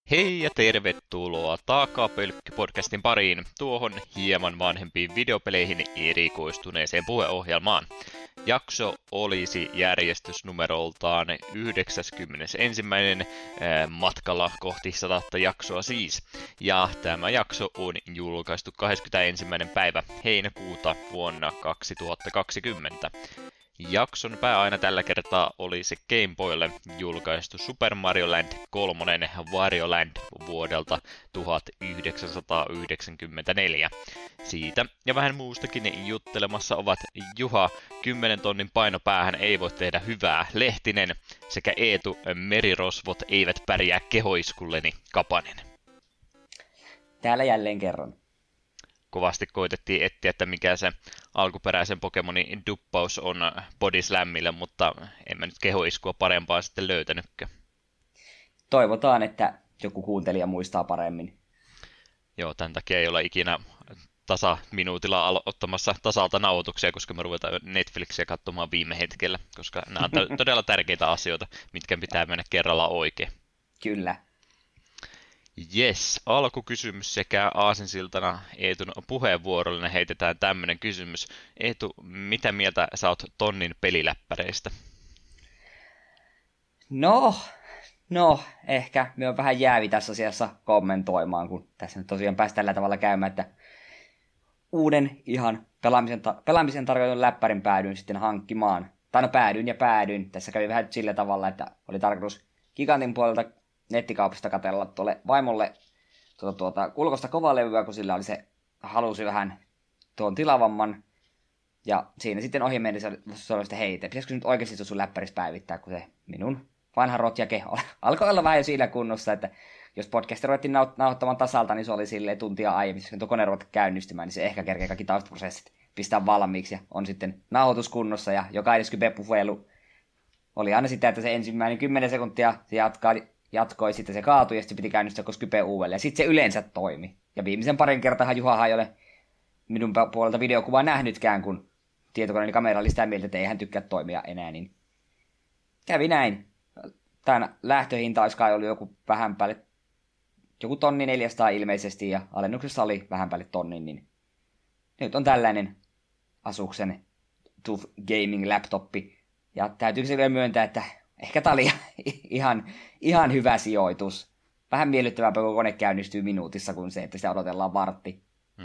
Hei ja tervetuloa Taakapölkky-podcastin pariin, tuohon hieman vanhempiin videopeleihin erikoistuneeseen puheohjelmaan. Jakso olisi järjestysnumeroltaan 91. Matkalla kohti 100 jaksoa siis. Ja tämä jakso on julkaistu 21. päivä heinäkuuta vuonna 2020. Jakson pääaina tällä kertaa oli se Game Boylle julkaistu Super Mario Land 3 Wario Land vuodelta 1994. Siitä ja vähän muustakin juttelemassa ovat Juha, 10 tonnin painopäähän ei voi tehdä hyvää, Lehtinen sekä Eetu, merirosvot eivät pärjää kehoiskulleni, Kapanen. Täällä jälleen kerran. Kovasti koitettiin etsiä, että mikä se alkuperäisen Pokemonin duppaus on Body Slammille, mutta en mä nyt kehoiskua parempaa sitten löytänytkään. Toivotaan, että joku kuuntelija muistaa paremmin. Joo, tämän takia ei olla ikinä minuutilla ottamassa tasalta nauhoituksia, koska me ruvetaan Netflixiä katsomaan viime hetkellä, koska nämä on todella tärkeitä asioita, mitkä pitää mennä kerralla oikein. Kyllä. Jes, alkukysymys sekä aasinsiltana Eetun puheenvuorollinen heitetään tämmönen kysymys. Eetu, mitä mieltä sä oot tonnin peliläppäreistä? No, ehkä me on vähän jäävi tässä asiassa kommentoimaan, kun tässä nyt tosiaan päästään tällä tavalla käymään, että uuden ihan pelaamisen tarkoitun läppärin päädyin sitten hankkimaan. Tai no päädyin. Tässä kävi vähän sillä tavalla, että oli tarkoitus Gigantin puolelta nettikaupasta katsella tuolle vaimolle ulkoista kovalevyä, kun sillä oli halusi vähän tuon tilavamman. Ja siinä sitten ohi meni se oli sitten heite. Pitäisikö nyt oikeasti sun läppärissä päivittää, kun se minun vanha rotjake alkoi olla vähän jo siinä kunnossa, että jos podcasti ruvettiin nauhoittamaan tasalta, niin se oli silleen tuntia aiemmin. Jos tuo kone ruveta käynnistymään, niin se ehkä kerkee kaikki taustaprosessit pistää valmiiksi ja on sitten nauhoituskunnossa. Ja jokainen skype-puhelu oli aina sitä, että se ensimmäinen 10 sekuntia se jatkoi, sitten se kaatui ja sitten piti käynnistää koko Skype uudelleen. Ja sitten se yleensä toimi. Ja viimeisen parin kertaa Juhahan ei ole minun puolelta videokuvaa nähnytkään, kun tietokoneeni kamera oli sitä mieltä, että ei hän tykkää toimia enää. Niin kävi näin. Tämän lähtöhinta olisi kai ollut joku 1,400 ilmeisesti ja alennuksessa oli vähän päälle tonnin. Niin nyt on tällainen Asuksen TUF Gaming laptoppi. Ja täytyykö se vielä myöntää, että ehkä tämä oli ihan hyvä sijoitus. Vähän miellyttävämpää, kun kone käynnistyy minuutissa kuin se, että sitä odotellaan vartti.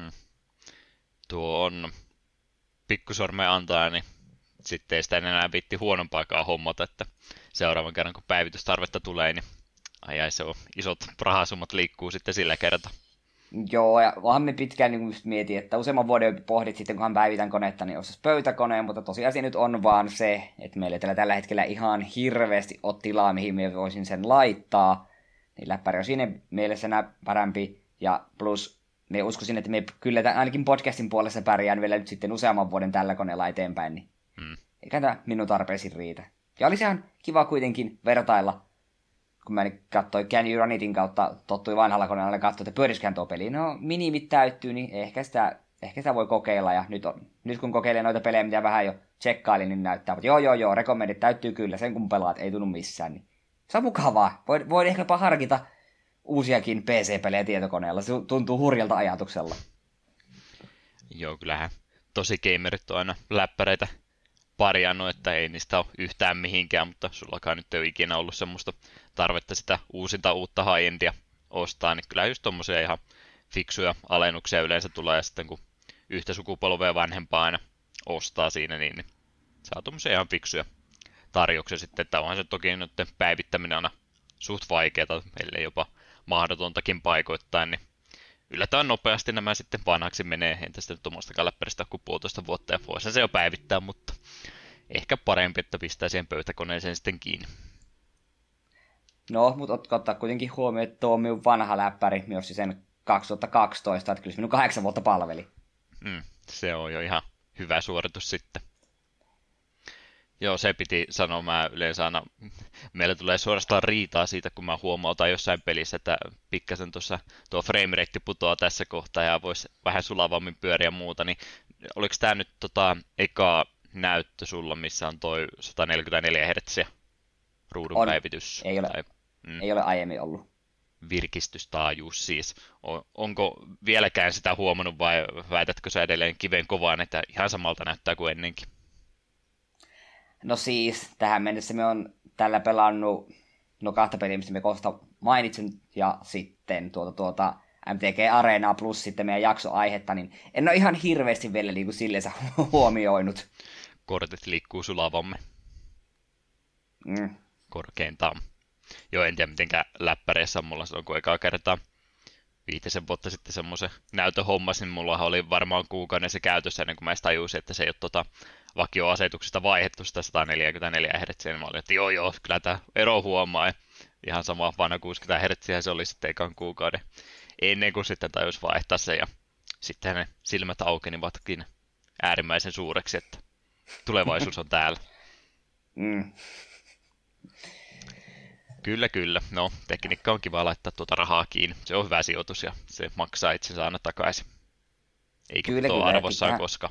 Tuo on pikkusormen antaa, niin sitten ei sitä enää viitti huonompaakaan hommata, että seuraavan kerran kun päivitystarvetta tulee, niin se on isot rahasummat liikkuu sitten sillä kertaa. Joo, ja vaan me pitkään niin mietin, että useamman vuoden pohdit sitten, kunhan päivitän konetta, niin ostais pöytäkoneen, mutta tosiasia nyt on vaan se, että meillä ei tällä hetkellä ihan hirveästi ole tilaa, mihin me voisin sen laittaa. Niin läppäri on siinä mielessä parempi, ja plus me uskoisin, että me kyllä ainakin podcastin puolessa pärjään vielä nyt sitten useamman vuoden tällä koneella eteenpäin, niin eikä tämä minun tarpeisiin riitä. Ja olisi ihan kiva kuitenkin vertailla, kun mä katsoin Can You Run Itin kautta, tottui vanhalla koneella ja katsoin, että pyörisikään tuo peli. No, minimit täyttyy, niin ehkä sitä voi kokeilla. Ja nyt kun kokeilee noita pelejä, mitä vähän jo tsekkailin, niin näyttää, että joo, rekommendit täyttyy kyllä, sen kun pelaat, ei tunnu missään. Niin se on mukavaa. Voi ehkäpä harkita uusiakin PC-pelejä tietokoneella. Se tuntuu hurjalta ajatuksella. Joo, kyllähän tosi gamerit on aina läppäreitä parjannut, että ei niistä ole yhtään mihinkään, mutta sullakaan nyt ei ole ikinä ollut semmoista tarvetta sitä uutta high-endia ostaa, niin kyllä just tommosia ihan fiksuja alennuksia yleensä tulee, ja sitten kun yhtä sukupolvea vanhempaa aina ostaa siinä, niin saa tommosia ihan fiksuja tarjouksia sitten, että onhan se toki nyt päivittäminen aina suht vaikeaa, ellei jopa mahdotontakin paikoittain, niin yllättävän nopeasti nämä sitten vanhaksi menee, entä sitten tuommoistakaan läppäristä kuin 1,5 vuotta, ja voisin se jo päivittää, mutta ehkä parempi, että pistää siihen pöytäkoneeseen sitten kiinni. No, mutta ottaa kuitenkin huomioon, että tuo minun vanha läppäri, myös sen 2012, että kyllä se minun 8 vuotta palveli. Se on jo ihan hyvä suoritus sitten. Joo, se piti sanoa, mä yleensä aina, meillä tulee suorastaan riitaa siitä, kun mä huomautan jossain pelissä, että pikkasen tuo framerate putoaa tässä kohtaa ja voisi vähän sulavammin pyöriä ja muuta, niin oliko tämä nyt eka näyttö sulla, missä on toi 144 Hz ruudun päivitys? Ei ole aiemmin ollut. virkistystaajuus siis. Onko vieläkään sitä huomannut vai väitätkö sä edelleen kiven kovaan, että ihan samalta näyttää kuin ennenkin? No siis, tähän mennessä me on tällä pelannut kahta peliä, mistä me kohta mainitsin, ja sitten MTG Areenaa plus sitten meidän jaksoaihetta, niin en ole ihan hirveästi vielä niin kuin silleensä huomioinut. Kortit liikkuu sulavamme. Mm. Korkeintaan. Joo, en tiedä mitenkään läppäreissä mulla on kun ekaa kertaa 5 vuotta sitten semmoisen näytöhommas, niin mullahan oli varmaan kuukauden se käytössä ennen kuin mä tajusin, että se ei ole vakioasetuksesta vaihdettu sitä 144 Hz. Mä olin, että joo, kyllä tämä ero huomaa. Ja ihan sama vanha 60 Hz se oli sitten ekan kuukauden ennen kuin sitten tajus vaihtaa se. Ja sitten ne silmät aukenivatkin äärimmäisen suureksi, että tulevaisuus on täällä. Mm. Kyllä. No, tekniikka on kiva laittaa tuota rahaa kiinni. Se on hyvä sijoitus ja se maksaa itsensä aina takaisin. Eikä tuo arvossaan koskaan.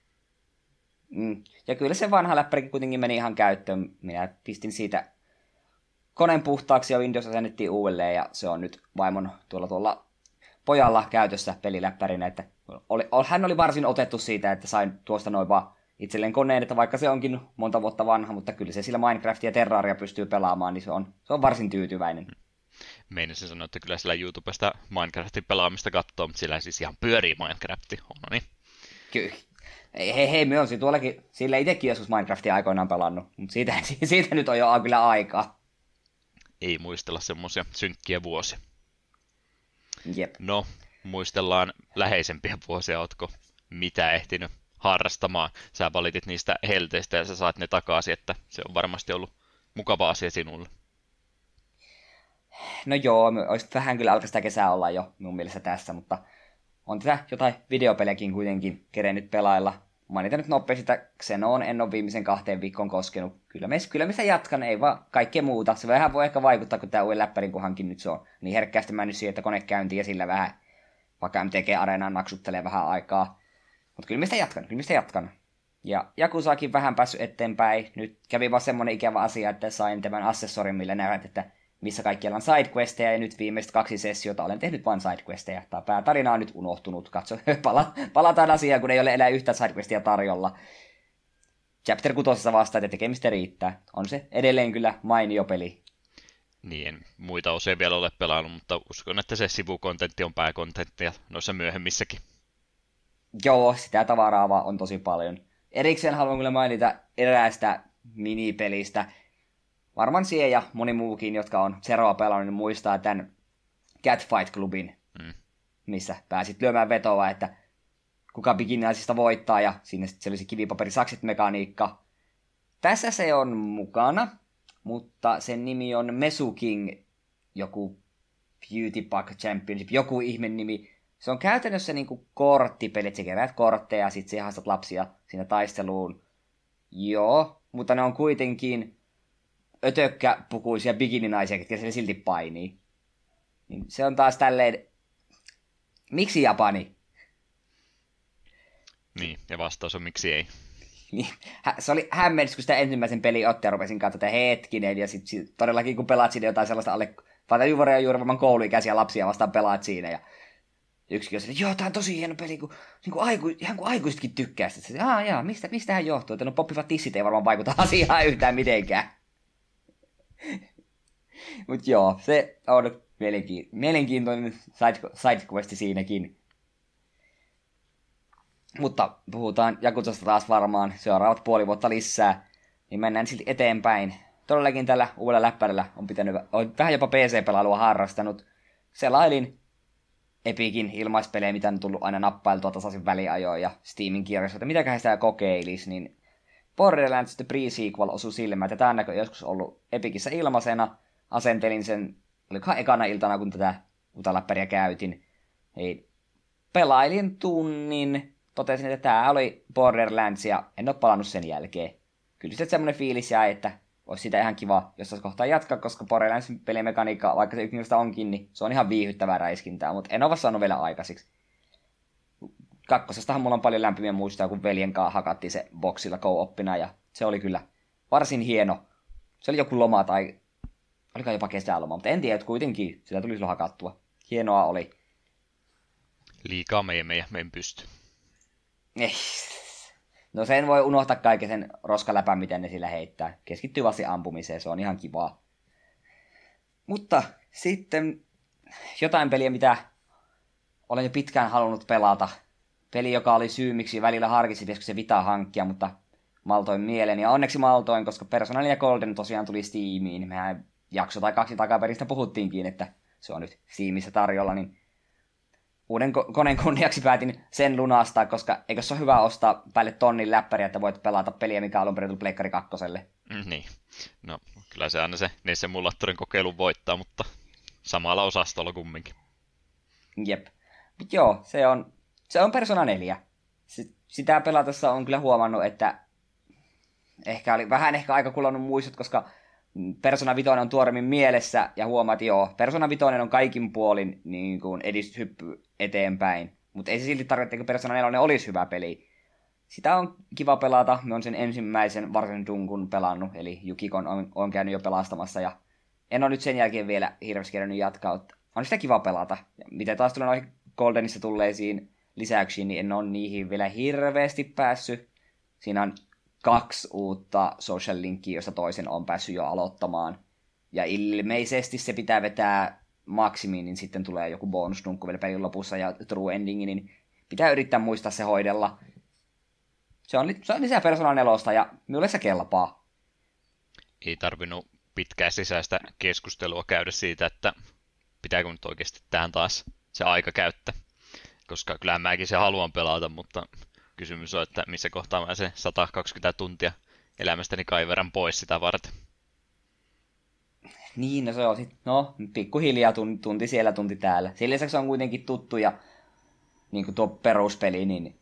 Ja kyllä se vanha läppärikin kuitenkin meni ihan käyttöön. Minä pistin siitä koneen puhtaaksi ja Windows asennettiin uudelleen ja se on nyt vaimon tuolla pojalla käytössä peliläppärinä. Että hän oli varsin otettu siitä, että sain tuosta noin vaan itselleen koneen, että vaikka se onkin monta vuotta vanha, mutta kyllä se sillä Minecraftia ja Terraria pystyy pelaamaan, niin se on varsin tyytyväinen. Meinasin sanoa, että kyllä sillä YouTubesta Minecraftin pelaamista katsoo, mutta sillä siis ihan pyörii Minecrafti. No niin. Kyllä. Hei, me on tuollakin, sillä itsekin joskus Minecraftia aikoinaan pelannut, mutta siitä nyt on jo kyllä aikaa. Ei muistella semmoisia synkkiä vuosia. Jep. No, muistellaan läheisempiä vuosia, ootko mitä ehtinyt harrastamaan. Sä valitit niistä helteistä ja sä saat ne takaisin, että se on varmasti ollut mukava asia sinulle. No joo, olisi vähän kyllä alkaa sitä kesää olla jo mun mielestä tässä, mutta on tätä jotain videopelejäkin kuitenkin kerennyt pelailla. Mainitan nyt nopeasti, että Xenoon en ole viimeisen 2 viikkoon koskenut. Kyllä me sitä jatkan, ei vaan kaikkea muuta. Se vähän voi ehkä vaikuttaa, kun tämä uuden läppärin kun hankin nyt se on niin herkkäästi mennyt siihen, että kone käyntiin ja sillä vähän vaikka MTG Areenaan naksuttelee vähän aikaa. Mutta kyllä me sitä jatkan. Ja Yakuzakin vähän päässyt eteenpäin. Nyt kävi vaan semmonen ikävä asia, että sain tämän assessorin, millä näet, että missä kaikkialla on sidequesteja, ja nyt viimeiset 2 sessiota olen tehnyt vain sidequesteja. Tämä päätarina on nyt unohtunut. Katso, palataan asiaan, kun ei ole enää yhtä sidequestia tarjolla. Chapter 6 vastaa, että tekemistä riittää. On se edelleen kyllä mainio peli. Niin, en muita osia vielä ole pelannut, mutta uskon, että se sivukontentti on pääkontenttia noissa myöhemmissäkin. Joo, sitä tavaraa vaan on tosi paljon. Erikseen haluan kyllä mainita eräästä minipelistä. Varmaan sie ja moni muukin, jotka on Zeroa pelannut, niin muistaa tämän Catfight-klubin, missä pääsit lyömään vetoa, että kuka bikinilaisista voittaa, ja siinä se oli se kivipaperi-sakset-mekaniikka. Tässä se on mukana, mutta sen nimi on Mesu King, joku Beauty Pack Championship, joku ihme nimi. Se on käytännössä niinku korttipeli, että sä keräät kortteja ja sit sä haastat lapsia siinä taisteluun. Joo, mutta ne on kuitenkin ötökkäpukuisia bikininaisia, ketkä siellä silti painii. Niin se on taas tälleen, miksi Japani? Niin, ja vastaus on miksi ei. Niin, se oli hämmennys, kun sitä ensimmäisen pelin otteen rupesin katsomaan, että hetkinen, ja sitten todellakin kun pelaat siinä jotain sellaista alle, juuri varmaan kouluikäisiä lapsia vastaan pelaat siinä, ja yksikin on se, että joo, tää on tosi hieno peli, ihan kuin aikuisetkin tykkää sitä. Jaa, mistähän johtuu, että no poppivat tissit ei varmaan vaikuta asiaan yhtään mitenkään. Mut joo, se on mielenkiintoinen sidequesti siinäkin. Mutta puhutaan Yakuzasta taas varmaan seuraavat puoli vuotta lisää, niin mennään silti eteenpäin. Todellakin tällä uudella läppärillä on vähän jopa PC-pelailua harrastanut. Selailin Epicin ilmaispelejä, mitä on tullut aina nappailtua tasaisin väliajoin ja Steamin kirjassa, että mitäköhän sitä kokeilis, niin Borderlands The Pre-Sequel osui silmään, että tämä on joskus ollut Epicissä ilmaisena. Asentelin sen, olikohan ekana iltana, kun tätä uutta läppäriä käytin. Hei, pelailin tunnin, totesin, että tämä oli Borderlands ja en ole palannut sen jälkeen. Kyllä sitten semmoinen fiilis jäi, että olisi sitä ihan kiva jossain kohtaa jatkaa, koska Borderlandsin pelimekaniikka, vaikka se yksinkertaista onkin, niin se on ihan viihyttävää räiskintää, mutta en ole saanut vielä aikaisiksi. Kakkosestahan mulla on paljon lämpimiä muistaa, kun veljen kanssa hakattiin se boksilla co-oppina, ja se oli kyllä varsin hieno. Se oli joku loma tai Oliko jopa kesäloma, mutta en tiedä, että kuitenkin sitä tuli silloin hakattua. Hienoa oli. Liikaa meemejä, me en pysty. No sen voi unohtaa kaiken sen roskaläpän, miten ne sillä heittää. Keskittyy vasta ampumiseen, se on ihan kivaa. Mutta sitten jotain peliä, mitä olen jo pitkään halunnut pelata. Peli, joka oli syy, miksi välillä harkitsin, pitäisikö se Vita hankkia, mutta maltoin mielen. Ja onneksi maltoin, koska Persona 4 Golden tosiaan tuli Steamiin. Mehän jakso tai 2 takaperistä puhuttiinkin, että se on nyt Steamissa tarjolla, niin uuden koneen kunniaksi päätin sen lunastaa, koska eikö se ole hyvä ostaa päälle tonnin läppäriä, että voit pelata peliä, mikä alun perin tuli Pleikkari 2. Niin. No, kyllä se aina se NES-emulaattorin kokeilun voittaa, mutta samalla osastolla kumminkin. Jep. Mut joo, se on Persona 4. Sitä pelatessa on kyllä huomannut, että ehkä oli vähän aika kulannut muistot, koska Persona 5 on tuoremmin mielessä, ja huomaat, että joo, Persona 5 on kaikin puolin niin kuin edistyshyppy eteenpäin. Mutta ei se silti tarvitse, että Persona 4 olisi hyvä peli. Sitä on kiva pelata, me on sen ensimmäisen varsinaisen dunkun pelannut, eli Yukikon on käynyt jo pelastamassa, ja en ole nyt sen jälkeen vielä hirveästi kerännyt jatkaa. On sitä kiva pelata. Ja mitä taas tulee noihin Goldenissa tulleisiin lisäyksiin, niin en ole niihin vielä hirveästi päässyt. Siinä on 2 uutta social linkia, josta toisen on päässyt jo aloittamaan. Ja ilmeisesti se pitää vetää maksimiin, niin sitten tulee joku bonusdunkku vielä pelin lopussa ja true endingi, niin pitää yrittää muistaa se hoidella. Se on lisää Persona 4 ja minulle se kelpaa. Ei tarvinnut pitkää sisäistä keskustelua käydä siitä, että pitääkö nyt oikeasti tähän taas se aika käyttää. Koska kyllähän mäkin se haluan pelata, mutta kysymys on, että missä kohtaa mä se 120 tuntia elämästäni kaiveran pois sitä varten. Niin, no se on sitten, pikkuhiljaa tunti siellä, tunti täällä. Sen lisäksi on kuitenkin tuttu ja niin kuin tuo peruspeli, niin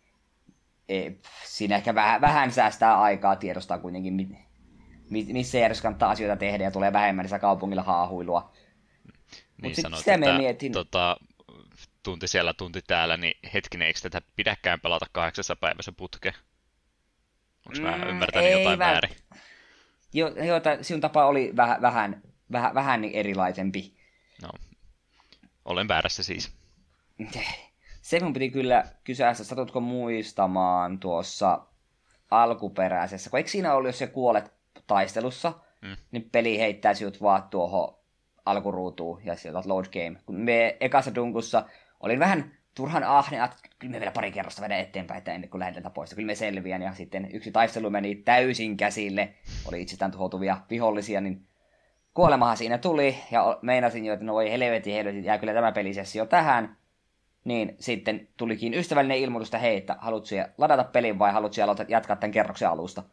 siinä ehkä vähän säästää aikaa, tiedostaa kuitenkin, missä järjestys kannattaa asioita tehdä ja tulee vähemmän sitä kaupungilla haahuilua. Niin sanoit, että tunti siellä, tunti täällä, niin hetkinen, eikö tätä pidäkään pelata 8 päivässä putkeen? Onko mä ymmärtänyt jotain väärin? Joo, sinun tapa oli vähän niin erilaisempi. No, olen väärässä siis. Se mun piti kyllä kysyä, satutko muistamaan tuossa alkuperäisessä, kun eikö siinä ollut, jos sä kuolet taistelussa, niin peli heittää sinut vaan tuohon alkuruutuun ja sieltä load game. Kun me ekassa dunkussa olin vähän turhan ahne, että kyllä me vielä pari kerrosta vedän eteenpäin, että ennen kuin lähdetään pois. Kyllä me selviän ja sitten yksi taistelu meni täysin käsille, oli itsestään tuhoutuvia vihollisia, niin kuolemahan siinä tuli ja meinasin jo, että no voi helvetin, jää kyllä tämä pelisessio tähän. Niin sitten tulikin ystävällinen ilmoitus, että hei, että haluatko ladata pelin vai haluatko jatkaa tämän kerroksen alusta?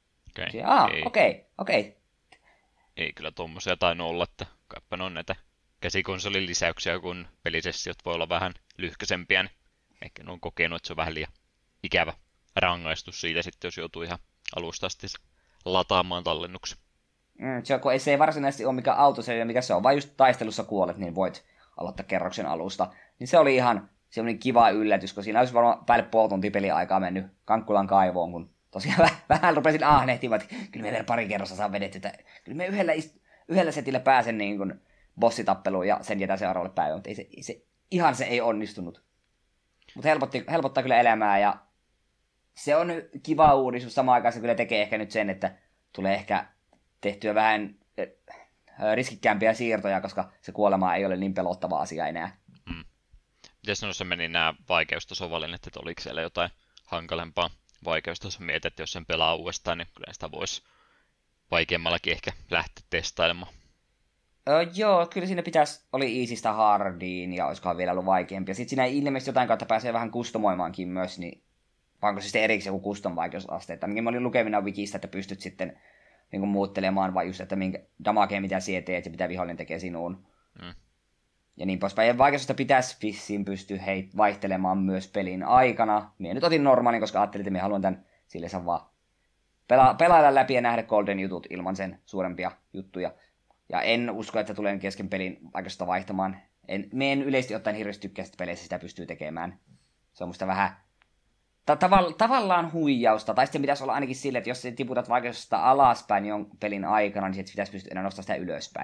Okei. Ei kyllä tommosia tainnut olla, että kaipa on näitä käsikonsolin lisäyksiä, kun pelisessiot voi olla vähän lyhkäisempiä, niin ehkä ne on kokenut, että se on vähän liian ikävä rangaistus siitä sitten, jos joutuu ihan alusta asti lataamaan tallennuksen. Se ei varsinaisesti ole mikään autoseria, mikä se on, vaan just taistelussa kuolet, niin voit aloittaa kerroksen alusta. Niin se oli ihan semmoinen kiva yllätys, kun siinä olisi varmaan päälle puoli tuntia peliaikaa mennyt Kankkulan kaivoon, kun tosiaan vähän rupesin ahnehtimaan, että kyllä me vielä pari kerrosta saa vedetty, että kyllä me yhdellä setillä pääsen niin kuin bossitappeluun ja sen jätän seuraavalle päivälle, mutta se ei onnistunut. Mutta helpottaa kyllä elämää ja se on kiva uudistus. Samaan aikaan se kyllä tekee ehkä nyt sen, että tulee ehkä tehtyä vähän riskikkäämpiä siirtoja, koska se kuolema ei ole niin pelottava asia enää. Miten noissa meni nämä vaikeustasovalinnat, että oliko siellä jotain hankalempaa vaikeustason mietit, että jos sen pelaa uudestaan, niin kyllä sitä voisi vaikeammallakin ehkä lähteä testailemaan. Joo, kyllä siinä oli easystä hardiin ja olisikohan vielä ollut vaikeampia. Sitten siinä ilmeisesti jotain kautta pääsee vähän kustomoimaankin myös, niin onko se sitten erikseen joku custom vaikeusaste, että minkä mä olin lukemina wikistä, että pystyt sitten niin kuin muuttelemaan, vai just, että minkä damagea mitä sinä teet ja mitä vihollinen tekee sinuun. Ja niin poispäin. Ja vaikeuksesta pitäisi vissiin pystyä vaihtelemaan myös pelin aikana. Minä nyt otin normaalin, koska ajattelin, että minä haluan tämän sillensä vaan pelailla läpi ja nähdä Golden jutut ilman sen suurempia juttuja. Ja en usko, että tulen kesken pelin vaikeuksesta vaihtamaan. En yleisesti ottaen hirveästi tykkää sitä peleissä, sitä pystyy tekemään. Se on musta vähän tavallaan huijausta. Tai sitten pitäisi olla ainakin sille, että jos tiputat vaikeuksesta alaspäin pelin aikana, niin sitten pitäisi pystyä enää nostaa sitä ylöspäin.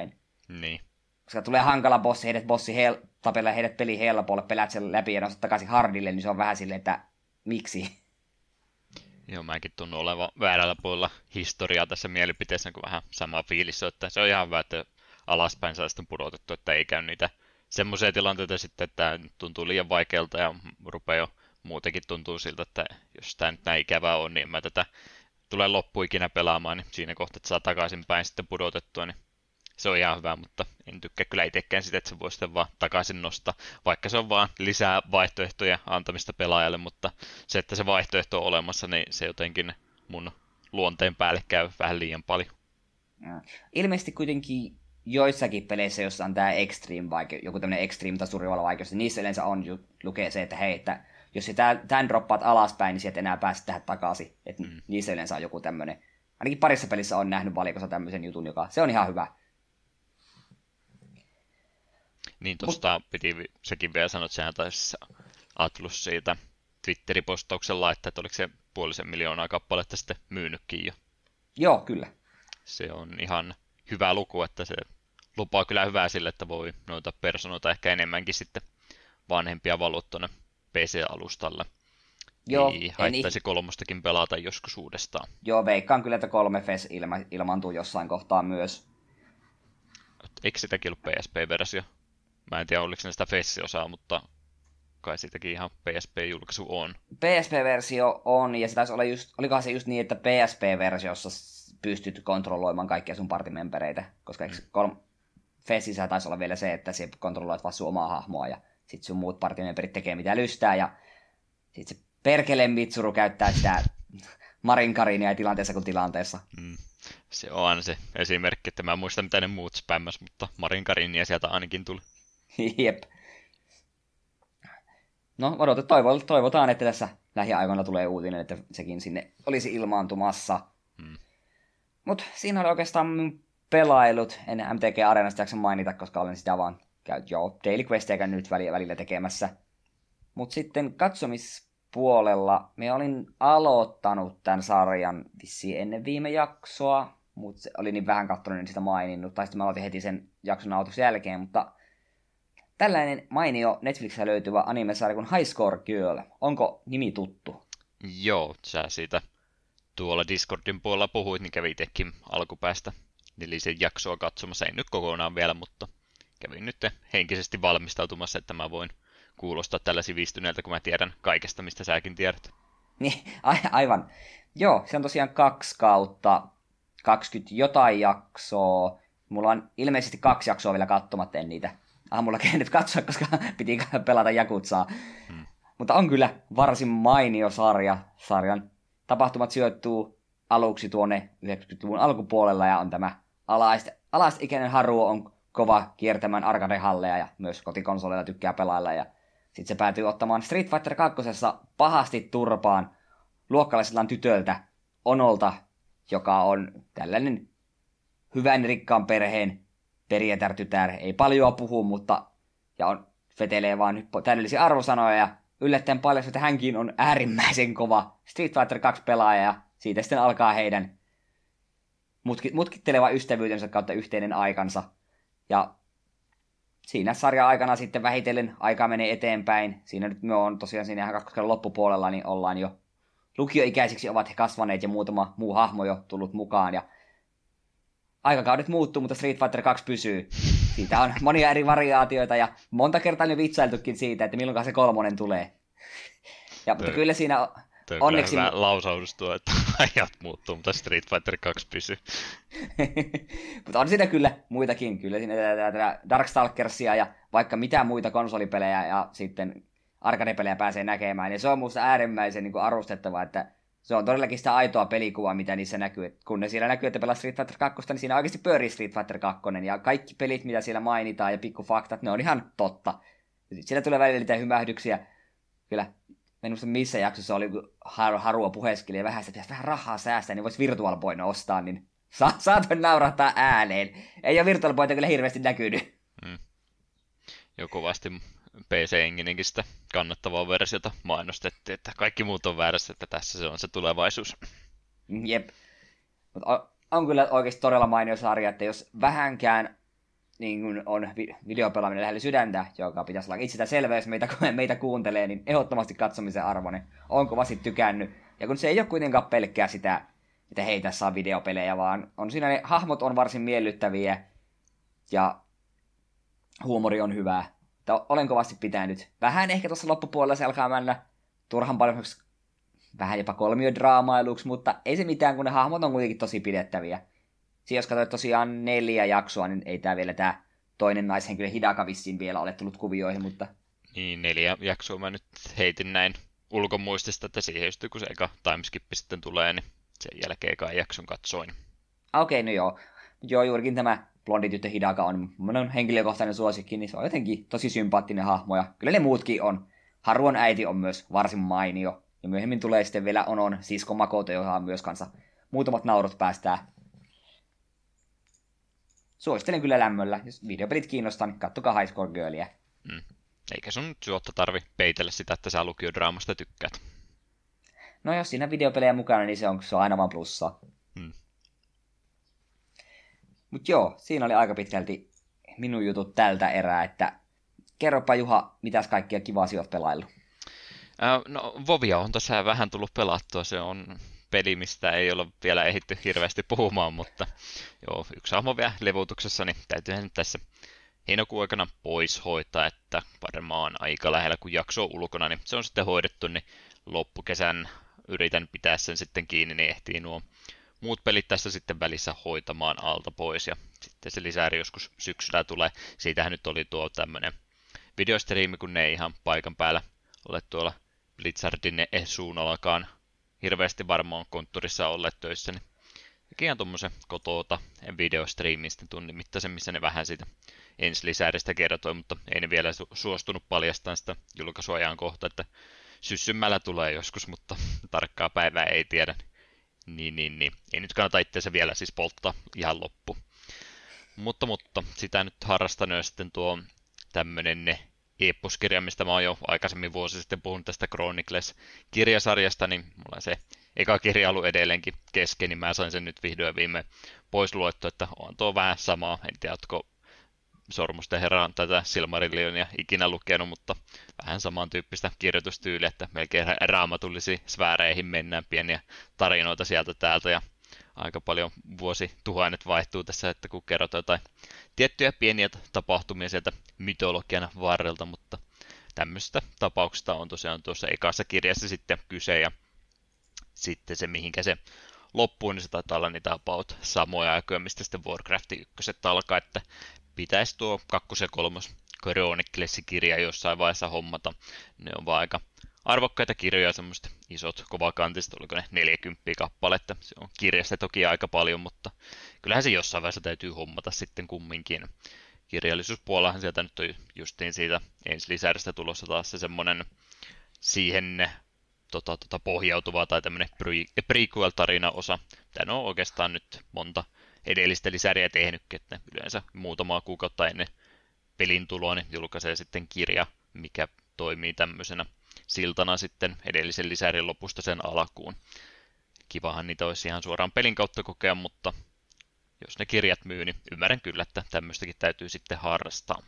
Niin. Koska tulee hankala bossi, tapelee heidät peli helpolle, pelät sen läpi ja nostat takaisin hardille, niin se on vähän silleen, että miksi? Joo, mäkin tunnun olevan väärällä puolella historiaa tässä mielipiteessä, kun vähän sama fiilis on, että se on ihan hyvä, että alaspäin saa sitten pudotettu, että ei käy niitä semmoisia tilanteita sitten, että nyt tuntuu liian vaikealta ja rupeaa jo muutenkin tuntuu siltä, että jos tämä nyt näin ikävää on, niin mä tätä tulee loppu ikinä pelaamaan, niin siinä kohtaa, että saa takaisinpäin sitten pudotettua, niin se on ihan hyvä, mutta en tykkää kyllä itsekään sitä, että se voi sitten vaan takaisin nostaa, vaikka se on vaan lisää vaihtoehtoja antamista pelaajalle, mutta se, että se vaihtoehto on olemassa, niin se jotenkin mun luonteen päälle käy vähän liian paljon. Ilmeisesti kuitenkin joissakin peleissä, jossa on tämä extreme joku tämmöinen extreme tai survival vaikeus, niin niissä yleensä lukee se, että hei, että jos sä tämän droppaat alaspäin, niin sieltä enää pääse tähän takaisin. Että niissä yleensä on joku tämmöinen. Ainakin parissa pelissä on nähnyt valikossa tämmöisen jutun, joka se on ihan hyvä. Niin tuosta piti sekin vielä sanoa, että sehän taisi Atlus siitä Twitteri-postauksella laittaa, että oliko se 500 000 kappaletta sitten myynytkin jo. Joo, kyllä. Se on ihan hyvä luku, että se lupaa kyllä hyvää sille, että voi noita personoita ehkä enemmänkin sitten vanhempia valua tuonne PC-alustalle. Joo, niin haittaisi kolmostakin pelata joskus uudestaan. Joo, veikkaan kyllä, että 3 FES ilmaantuu jossain kohtaa myös. Eikö sitäkin ollut PSP-versio? Mä en tiedä, oliko se sitä FES-osaa, mutta kai siitäkin ihan PSP-julkaisu on. PSP-versio on, ja se taisi olla olikohan se just niin, että PSP-versiossa pystyt kontrolloimaan kaikkia sun partimempereitä, koska FESissä taisi olla vielä se, että sä kontrolloit vaan sun omaa hahmoa, ja sit sun muut partimemperit tekee mitä lystää, ja sit se perkeleen Mitsuru käyttää sitä Marinkarinia tilanteessa kuin tilanteessa. Se on se esimerkki, että mä en muista mitä ne muut spämmäs, mutta Marinkarinia sieltä ainakin tuli. Jep. No, toivotaan, että tässä lähiaikoina tulee uutinen, että sekin sinne olisi ilmaantumassa. Mutta siinä oli oikeastaan mun pelailut. En MTG Areenasta jaksa mainita, koska olen sitä vaan käynyt Daily Questeja nyt välillä tekemässä. Mutta sitten katsomispuolella me olin aloittanut tämän sarjan vissiin ennen viime jaksoa, mutta se oli niin vähän katsonut, en sitä maininnut. Tai sitten mä aloitin heti sen jakson nautuksen jälkeen, mutta tällainen mainio Netflixistä löytyvä anime-sarja kuin High Score Girl. Onko nimi tuttu? Joo, sä siitä tuolla Discordin puolella puhuit, niin kävi itsekin alkupäästä sen jaksoa katsomassa. En nyt kokonaan vielä, mutta kävin nyt henkisesti valmistautumassa, että mä voin kuulostaa tällä sivistyneeltä, kun mä tiedän kaikesta, mistä säkin tiedät. Niin, aivan. Joo, se on tosiaan 2 kautta, 20 jotain jaksoa. Mulla on ilmeisesti 2 jaksoa vielä katsomatta, en niitä aamulla käynyt katsoa, koska piti pelata Jakutsaa. Mutta on kyllä varsin mainio sarja. Sarjan tapahtumat sijoittuu aluksi tuonne 90-luvun alkupuolella, ja on tämä alaikäinen Haru on kova kiertämään arcade-halleja ja myös kotikonsoleilla tykkää pelailla, ja sitten se päätyy ottamaan Street Fighter 2. Pahasti turpaan luokkalaisellaan tytöltä Onolta, joka on tällainen hyvän rikkaan perheen perjätär-tytär. Ei paljoa puhu, mutta vetelee vaan täydellisiä arvosanoja, ja yllättäen paljastuu, että hänkin on äärimmäisen kova Street Fighter 2 pelaaja, ja siitä sitten alkaa heidän mutkitteleva ystävyytensä kautta yhteinen aikansa. Ja siinä sarjan aikana sitten vähitellen aika menee eteenpäin. Siinä nyt me on tosiaan siinä 2 loppupuolella, niin ollaan jo lukioikäisiksi ovat he kasvaneet ja muutama muu hahmo jo tullut mukaan. Ja aikakaudet muuttuu, mutta Street Fighter 2 pysyy. Siitä on monia eri variaatioita ja monta kertaa on jo vitsailtukin siitä, että milloinkaan se 3 tulee. Mutta kyllä siinä onneksi hyvä lausahdus tuo, että ajat muuttuu, mutta Street Fighter 2 pysyy. Mutta on siinä kyllä muitakin. Kyllä siinä Darkstalkersia ja vaikka mitä muita konsolipelejä ja sitten arcade-pelejä pääsee näkemään. Ja se on musta äärimmäisen niin kuin arvostettavaa, että se on todellakin sitä aitoa pelikuvaa, mitä niissä näkyy. Et kun ne siellä näkyy, että pelaa Street Fighter 2, niin siinä oikeasti pyörii Street Fighter 2. Ja kaikki pelit, mitä siellä mainitaan ja pikkufaktat, ne on ihan totta. Siellä tulee välillä niitä hymähdyksiä. Kyllä, en muista missä jaksossa oli, kun Harua puheskeli ja vähän sitä, että vähän rahaa säästää, niin voisi Virtual Boyn ostaa, niin saatoin naurahtaa ääneen. Ei ole Virtual Boyta kyllä hirveästi näkynyt. Jo kovasti PC-enginenkin sitä kannattavaa versiota mainostettiin, että kaikki muut on väärässä, että tässä se on se tulevaisuus. Jep. Mutta on kyllä oikeasti todella mainio sarja, että jos vähänkään niin kun on videopelaaminen lähellä sydäntä, joka pitäisi olla itsestäänselvyys meitä kuuntelee, niin ehdottomasti katsomisen arvoinen. On kovasti tykännyt. Ja kun se ei ole kuitenkaan pelkkää sitä, että hei, tässä on videopelejä, vaan on siinä ne hahmot on varsin miellyttäviä ja huumori on hyvää. Olen kovasti pitänyt. Vähän ehkä tuossa loppupuolella se alkaa mennä turhan paljon vähän jopa kolmiodraamailuksi, mutta ei se mitään, kun ne hahmot on kuitenkin tosi pidettäviä. Siis jos katsoit tosiaan 4 jaksoa, niin ei tämä toinen naishenkilö Hidaka vissiin vielä ole tullut kuvioihin, mutta... Niin, 4 jaksoa mä nyt heitin näin ulkomuistista, että siihen just kun se eka timeskippi sitten tulee, niin sen jälkeen ekan jakson katsoin. Okei, no joo. Joo, juurikin tämä blondi tyttö Hidaka on mun henkilökohtainen suosikki, niin se on jotenkin tosi sympaattinen hahmo, ja kyllä ne muutkin on. Haruon äiti on myös varsin mainio, ja myöhemmin tulee sitten vielä Onon sisko Makoto, joka on myös kanssa muutamat naurut päästää. Suosittelen kyllä lämmöllä. Jos videopelit kiinnostaa, niin kattokaa High Score Girlia. Eikä sun nyt suotta tarvi peitellä sitä, että sä lukiodraamasta tykkäät. No jos siinä videopelejä mukana, niin se on aina vaan plussaa. Mut joo, siinä oli aika pitkälti minun jutut tältä erää, että kerropa Juha, mitäs kaikkia kivaa sä oot pelaillut? No, Vovia on tosiaan vähän tullut pelattua. Se on peli, mistä ei ole vielä ehditty hirveästi puhumaan, mutta joo, yksi hahmo vielä levutuksessa, niin täytyyhän nyt tässä heinäkuun aikana pois hoitaa, että varmaan aika lähellä kun jakso on ulkona, niin se on sitten hoidettu, niin loppukesän yritän pitää sen sitten kiinni, niin ehtii nuo muut pelit tässä sitten välissä hoitamaan alta pois, ja sitten se lisääri joskus syksyllä tulee. Siitähän nyt oli tuo tämmönen videostriimi, kun ne ei ihan paikan päällä ole tuolla Blizzardin suunnallakaan hirveästi varmaan konttorissa olleet töissä, niin ihan tuommoisen kotoota videostriimin sitten tunnin mittaisen, missä ne vähän siitä ensi lisääristä kertoi, mutta ei ne vielä suostunut paljastamaan sitä julkaisuajan kohta, että syssymällä tulee joskus, mutta tarkkaa päivää ei tiedä. Niin. Ei nyt kannata itseänsä vielä siis polttaa ihan loppu. Mutta sitä nyt harrastanut sitten tuo tämmönen eepposkirja, mistä mä oon jo aikaisemmin vuosi sitten puhunut tästä Chronicles-kirjasarjasta, niin mulla on se eka kirja ollut edelleenkin kesken, niin mä sain sen nyt vihdoin viime pois luettu, että on tuo vähän samaa, en tiedä, ootko Sormusten herran tätä Silmarillionia ikinä lukenut, mutta vähän samantyyppistä kirjoitustyyliä, että melkein raamatullisiin sfääreihin mennään, pieniä tarinoita sieltä täältä, ja aika paljon vuosituhannet vaihtuu tässä, että kun kerrotaan jotain tiettyjä pieniä tapahtumia sieltä mytologian varrelta, mutta tämmöistä tapauksista on tosiaan tuossa ekassa kirjassa sitten kyse, ja sitten se mihinkä se loppuu, niin se taitaa olla niitä about samoja aikoja, mistä sitten Warcraft 1 alkaa, että pitäisi tuo 2. ja 3. Chronicles-kirja jossain vaiheessa hommata. Ne on vaan aika arvokkaita kirjoja, semmoista isot kovakantiset, oliko ne 40 kappaletta. Se on kirjasta toki aika paljon, mutta kyllähän se jossain vaiheessa täytyy hommata sitten kumminkin. Kirjallisuuspuolellahan sieltä nyt on justiin siitä ensi lisääristä tulossa taas se semmoinen siihen pohjautuva tai tämmöinen prequel-tarinaosa. Tämä on oikeastaan nyt monta edellistä lisääriä tehnytkin, että yleensä muutamaa kuukautta ennen pelin tuloa niin julkaisee sitten kirja, mikä toimii tämmöisenä siltana sitten edellisen lisäärin lopusta sen alkuun. Kivahan niitä olisi ihan suoraan pelin kautta kokea, mutta jos ne kirjat myy, niin ymmärrän kyllä, että tämmöistäkin täytyy sitten harrastaa.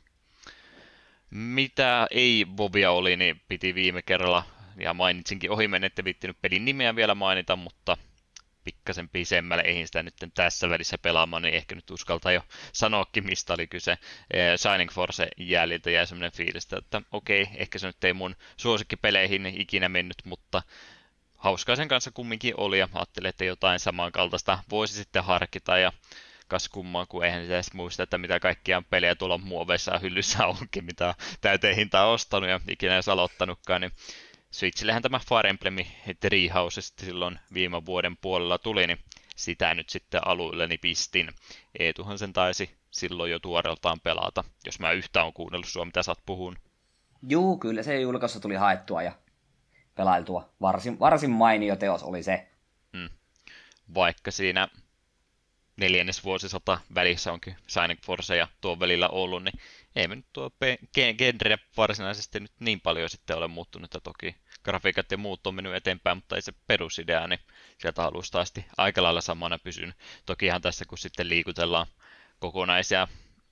Mitä ei Vovia oli, niin piti viime kerralla, ja mainitsinkin ohimennen, että viittinyt pelin nimeä vielä mainita, mutta pikkasen pisemmälle, eihin sitä nyt tässä välissä pelaamaan, niin ehkä nyt uskaltaa jo sanoakin, mistä oli kyse. Shining Force jäljiltä jäi semmoinen fiilis, että okei, ehkä se nyt ei mun suosikkipeleihin ikinä mennyt, mutta hauskaa sen kanssa kumminkin oli, ja ajattelin, että jotain samankaltaista voisi sitten harkita, ja kas kummaa, kun eihän sitä edes muista, että mitä kaikkia pelejä tuolla muoveissa ja hyllyssä onkin, mitä on täyteen hintaa ostanut ja ikinä edes aloittanutkaan, niin Switchillehän tämä Fire Emblem Treehouse silloin viime vuoden puolella tuli, niin sitä nyt sitten aluilleni pistin. Eetuhan sen taisi silloin jo tuoreeltaan pelata, jos mä yhtään on kuunnellut sua, mitä sä oot puhun. Juu, kyllä se julkaisussa tuli haettua ja pelailtua. Varsin mainio teos oli se. Vaikka siinä 4. vuosisata välissä onkin Shining Force ja tuon välillä ollut, niin ei me nyt tuo genre varsinaisesti nyt niin paljon sitten ole muuttunut, että toki grafiikat ja muut on mennyt eteenpäin, mutta ei se perusidea, niin sieltä alusta asti aika lailla samana pysynyt. Tokihan tässä kun sitten liikutellaan kokonaisia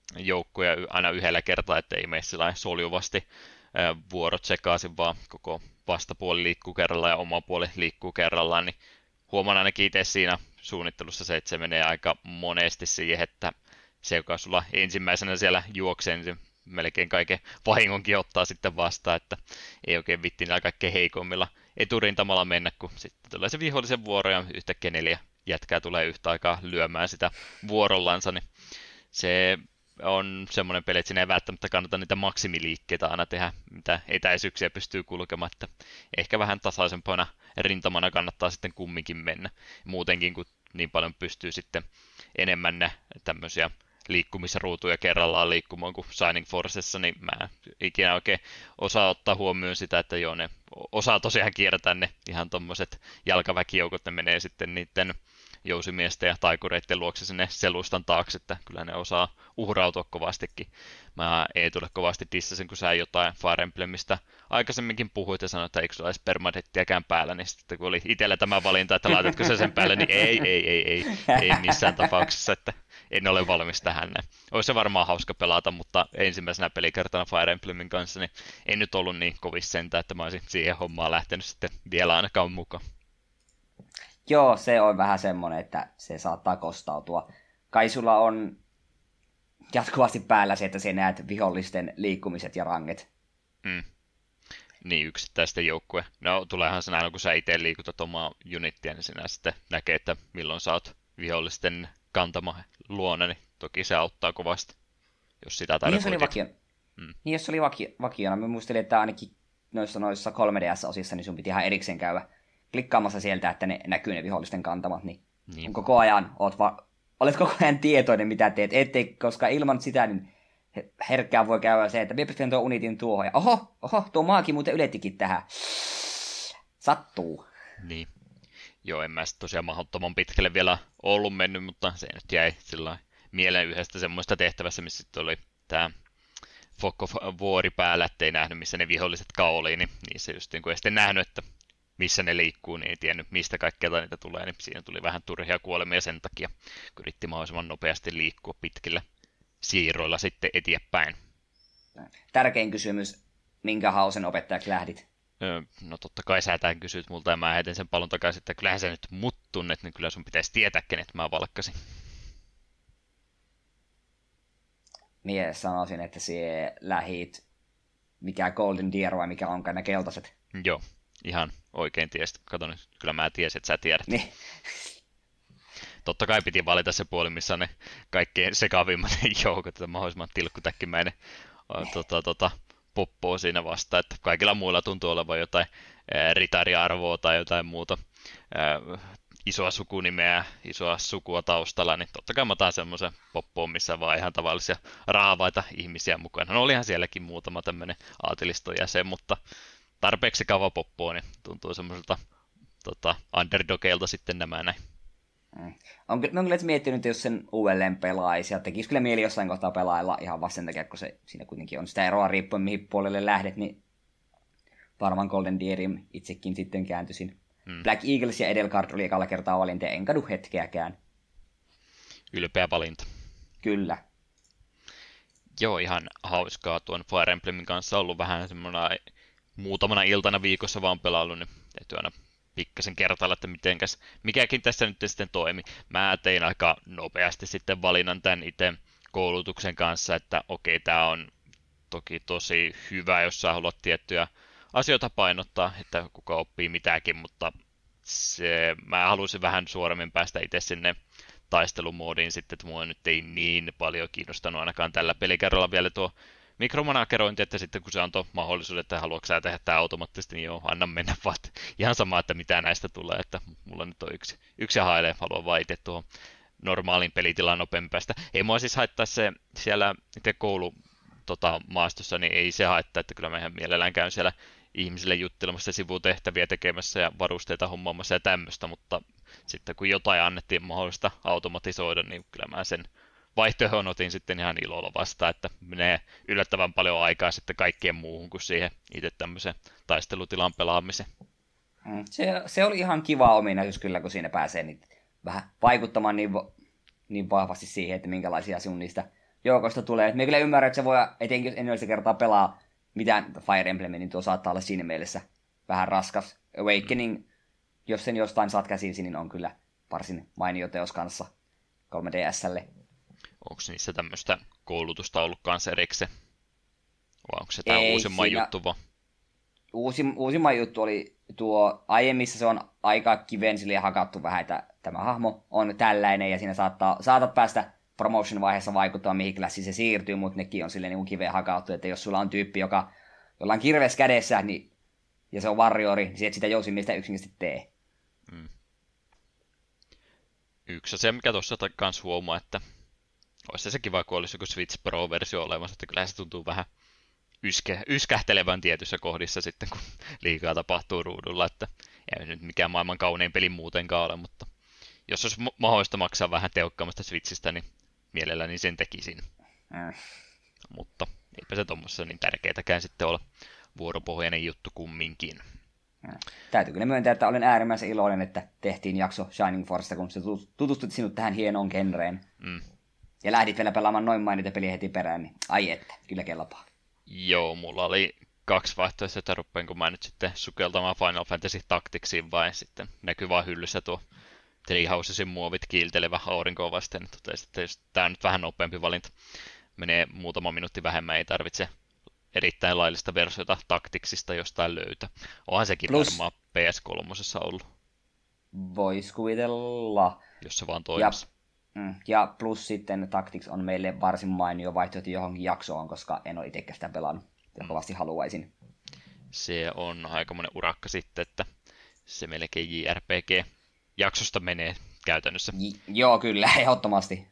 joukkoja aina yhdellä kertaa, ettei mene sillä soljuvasti vuorot sekaisin, vaan koko vastapuoli liikkuu kerrallaan ja oma puoli liikkuu kerrallaan, niin huomaan ainakin itse siinä suunnittelussa se, että se menee aika monesti siihen, että se, joka sulla ensimmäisenä siellä juoksee, niin se melkein kaiken vahingonkin ottaa sitten vastaan, että ei oikein vitti niillä kaikkein heikoimmilla eturintamalla mennä, kun sitten tulee se vihollisen vuoro ja yhtäkkiä 4 jätkää tulee yhtä aikaa lyömään sitä vuorollansa, niin se on semmoinen peli, että siinä ei välttämättä kannata niitä maksimiliikkeitä aina tehdä, mitä etäisyyksiä pystyy kulkemaan, että ehkä vähän tasaisempana rintamana kannattaa sitten kumminkin mennä. Muutenkin, kun niin paljon pystyy sitten enemmän ne tämmöisiä liikkumisruutuja kerrallaan liikkumaan kuin Shining Forcessa, niin mä en ikinä oikein osaa ottaa huomioon sitä, että joo, ne osaa tosiaan kiertää ne ihan tommoset jalkaväkijoukot, ne menee sitten niiden jousimiesten ja taikureiden luokse sinne selustan taakse, että kyllä ne osaa uhrautua kovastikin. Mä Eetulle kovasti dissasin, kun sä jotain Fire Emblemistä aikaisemminkin puhuit ja sanoit, että eikö sulla edes permadettiäkään päällä, niin sitten kun oli itsellä tämä valinta, että laitatko sä sen päälle, niin ei missään tapauksessa, että en ole valmis tähän. Olisi se varmaan hauska pelata, mutta ensimmäisenä pelikertana Fire Emblemin kanssa, niin en nyt ollut niin kovissa sentä, että mä olisin siihen hommaan lähtenyt sitten vielä ainakaan mukaan. Joo, se on vähän semmoinen, että se saattaa kostautua. Kai sulla on jatkuvasti päällä se, että sä näet vihollisten liikkumiset ja ranget. Mm. Niin, yksittäisten joukkue. No, tuleehan se näin, kun sä itse liikutat omaa unittia, niin sinä sitten näkee, että milloin sä oot vihollisten kantama luona, niin toki se auttaa kovasti, jos sitä tarkoitit. Niin, jos se oli vakiona. Mä muistelin, että ainakin noissa 3DS-osissa, niin sun piti ihan erikseen käydä klikkaamassa sieltä, että ne näkyy ne vihollisten kantamat, niin. Koko ajan olet koko ajan tietoinen, mitä teet, ettei, koska ilman sitä, niin herkkään voi käydä se, että miepä tuo unitin tuohon, ja oho, tuo maakin muuten ylettikin tähän. Sattuu. Niin. Joo, en mä sitten tosiaan mahdottoman pitkälle vielä ollut mennyt, mutta se nyt jäi sillä mieleen yhdestä semmoista tehtävässä, missä sitten oli tämä Fog of War päällä, ettei nähnyt, missä ne viholliset oli, niin se just niin kuin ei sitten nähnyt, että missä ne liikkuu, niin ei tiennyt, mistä kaikkea niitä tulee, niin siinä tuli vähän turhia kuolemia sen takia, kun yritti mahdollisimman nopeasti liikkua pitkillä siirroilla sitten eteenpäin. Tärkein kysymys, minkä hausen opettajaksi lähdit? No totta kai sä tämän kysyt multa ja mä heitän sen pallon takaisin, että kyllähän sä nyt mut tunnet, niin kyllä sun pitäisi tietää, kenet mä valkkasin. Mie sanoisin, että sä lähit mikä Golden Deer vai mikä onkaan ne keltaiset. Joo, ihan oikein tiesit. Kato nyt, kyllä mä tiesin, että sä tiedät. Niin. Totta kai piti valita se puoli, missä on ne kaikkein sekavimmat joukot, että mahdollisimman tilkkutäkkimäinen poppoo siinä vasta, että kaikilla muilla tuntuu olevan jotain ritariarvoa tai jotain muuta isoa sukunimeä, isoa sukua taustalla, niin totta kai mä otan semmoisen poppoon, missä vaan ihan tavallisia raavaita ihmisiä mukana. No olihan sielläkin muutama tämmöinen aateliston jäsen, mutta tarpeeksi kava poppoon, niin tuntuu semmoiselta underdogeilta sitten nämä näin. Olen kyllä miettinyt, jos sen uudelleen pelaisi, ja tekisi kyllä mieli jossain kohtaa pelailla ihan vaan sen takia, kun se siinä kuitenkin on sitä eroa riippuen, mihin puolelle lähdet, niin varmaan Golden Deerin itsekin sitten kääntyisin. Black Eagles ja Edelgard oli ekalla kertaa valinta, en kadu hetkeäkään. Ylpeä valinta. Kyllä. Joo, ihan hauskaa tuon Fire Emblemin kanssa ollut vähän semmoinen muutamana iltana viikossa vaan pelaillut, niin täytyy aina pikkasen kertailla, että mikäkin tässä nyt sitten toimi. Mä tein aika nopeasti sitten valinnan tämän itse koulutuksen kanssa, että okei, tämä on toki tosi hyvä, jos sä haluat tiettyjä asioita painottaa, että kuka oppii mitäkin, mutta mä halusin vähän suoremmin päästä itse sinne taistelumoodiin sitten, että mua nyt ei niin paljon kiinnostanut ainakaan tällä pelikerralla vielä tuo mikromanagerointi, että sitten kun se antoi mahdollisuuden, että haluatko sä tehdä tämä automaattisesti, niin joo, anna mennä vaan. Ihan sama, että mitä näistä tulee, että mulla nyt on yksi hailee, haluan vaan itse tuohon normaalin pelitilaan nopeammin päästä. Ei mua siis haittaa se siellä itse maastossa, niin ei se haittaa, että kyllä mä ihan mielellään käyn siellä ihmisille juttelemassa sivutehtäviä tekemässä ja varusteita hommaamassa ja tämmöistä, mutta sitten kun jotain annettiin mahdollista automatisoida, niin kyllä mä sen vaihtoehdon otin sitten ihan ilolla vastaan, että menee yllättävän paljon aikaa sitten kaikkeen muuhun kuin siihen itse tämmöiseen taistelutilan pelaamiseen. Se oli ihan kiva ominaisuus kyllä, kun siinä pääsee vähän vaikuttamaan niin vahvasti siihen, että minkälaisia sun niistä joukosta tulee. Me kyllä ymmärrän, että se voi, etenkin jos ensimmäistä kertaa pelaa mitään Fire Emblemin, niin tuo saattaa olla siinä mielessä vähän raskas. Awakening, jos sen jostain saat käsiisi, niin on kyllä varsin mainio teos kanssa 3DS:lle. Onko niissä tämmöistä koulutusta ollut kanssa erikseen? Vai onko se tämä Ei, uusimman siinä juttu vaan? Uusimman juttu oli tuo, aiemmissa se on aika kiven silleen hakattu vähän, että tämä hahmo on tällainen ja siinä saatat päästä promotion-vaiheessa vaikuttamaan, mihin klassiin se siirtyy, mutta nekin on silleen niin kiveen hakattu, että jos sulla on tyyppi, jolla on kirves kädessä, niin, ja se on warriori, niin et sitä jousimista yksinkertaisesti tee. Mm. Yksi asia, mikä tuossa kanssa huomaa, että olisi se kiva, kun olisi joku Switch Pro-versio olemassa, että kyllähän se tuntuu vähän yskähtelevän tietyissä kohdissa sitten, kun liikaa tapahtuu ruudulla, että ei nyt mikään maailman kaunein peli muutenkaan ole, mutta jos olisi mahdollista maksaa vähän tehokkaammasta Switchistä, niin mielelläni sen tekisin. Mutta eipä se tuommoisessa niin tärkeätäkään sitten olla vuoropohjainen juttu kumminkin. Täytyy kyllä myöntää, että olen äärimmäisen iloinen, että tehtiin jakso Shining Forcesta, kun se tutustut sinut tähän hienoon genreen. Ja lähdit vielä pelaamaan noin mainita peliä heti perään, niin ai että, kyllä kelpaa. Joo, mulla oli 2 vaihtoehtoa, että rupeanko mä nyt sitten sukeltamaan Final Fantasy Tacticsiin vai sitten näkyy vaan hyllyssä tuo Treehousesin muovit kiiltelevä aurinkoa vasten. Niin totesin, että jos tää on nyt vähän nopeampi valinta, menee muutama minuutti vähemmän, ei tarvitse erittäin laillista versiota Tacticsista jostain löytää. Onhan sekin varmaan PS3 ollut. Vois kuvitella. Jos se vaan toimisi. Ja plus sitten Tactics on meille varsin mainio vaihtoehto johonkin jaksoon, koska en ole itsekään sitä pelannut. Ja kovasti haluaisin. Se on aikamoinen urakka sitten, että se melkein JRPG-jaksosta menee käytännössä. Joo, kyllä, ehdottomasti.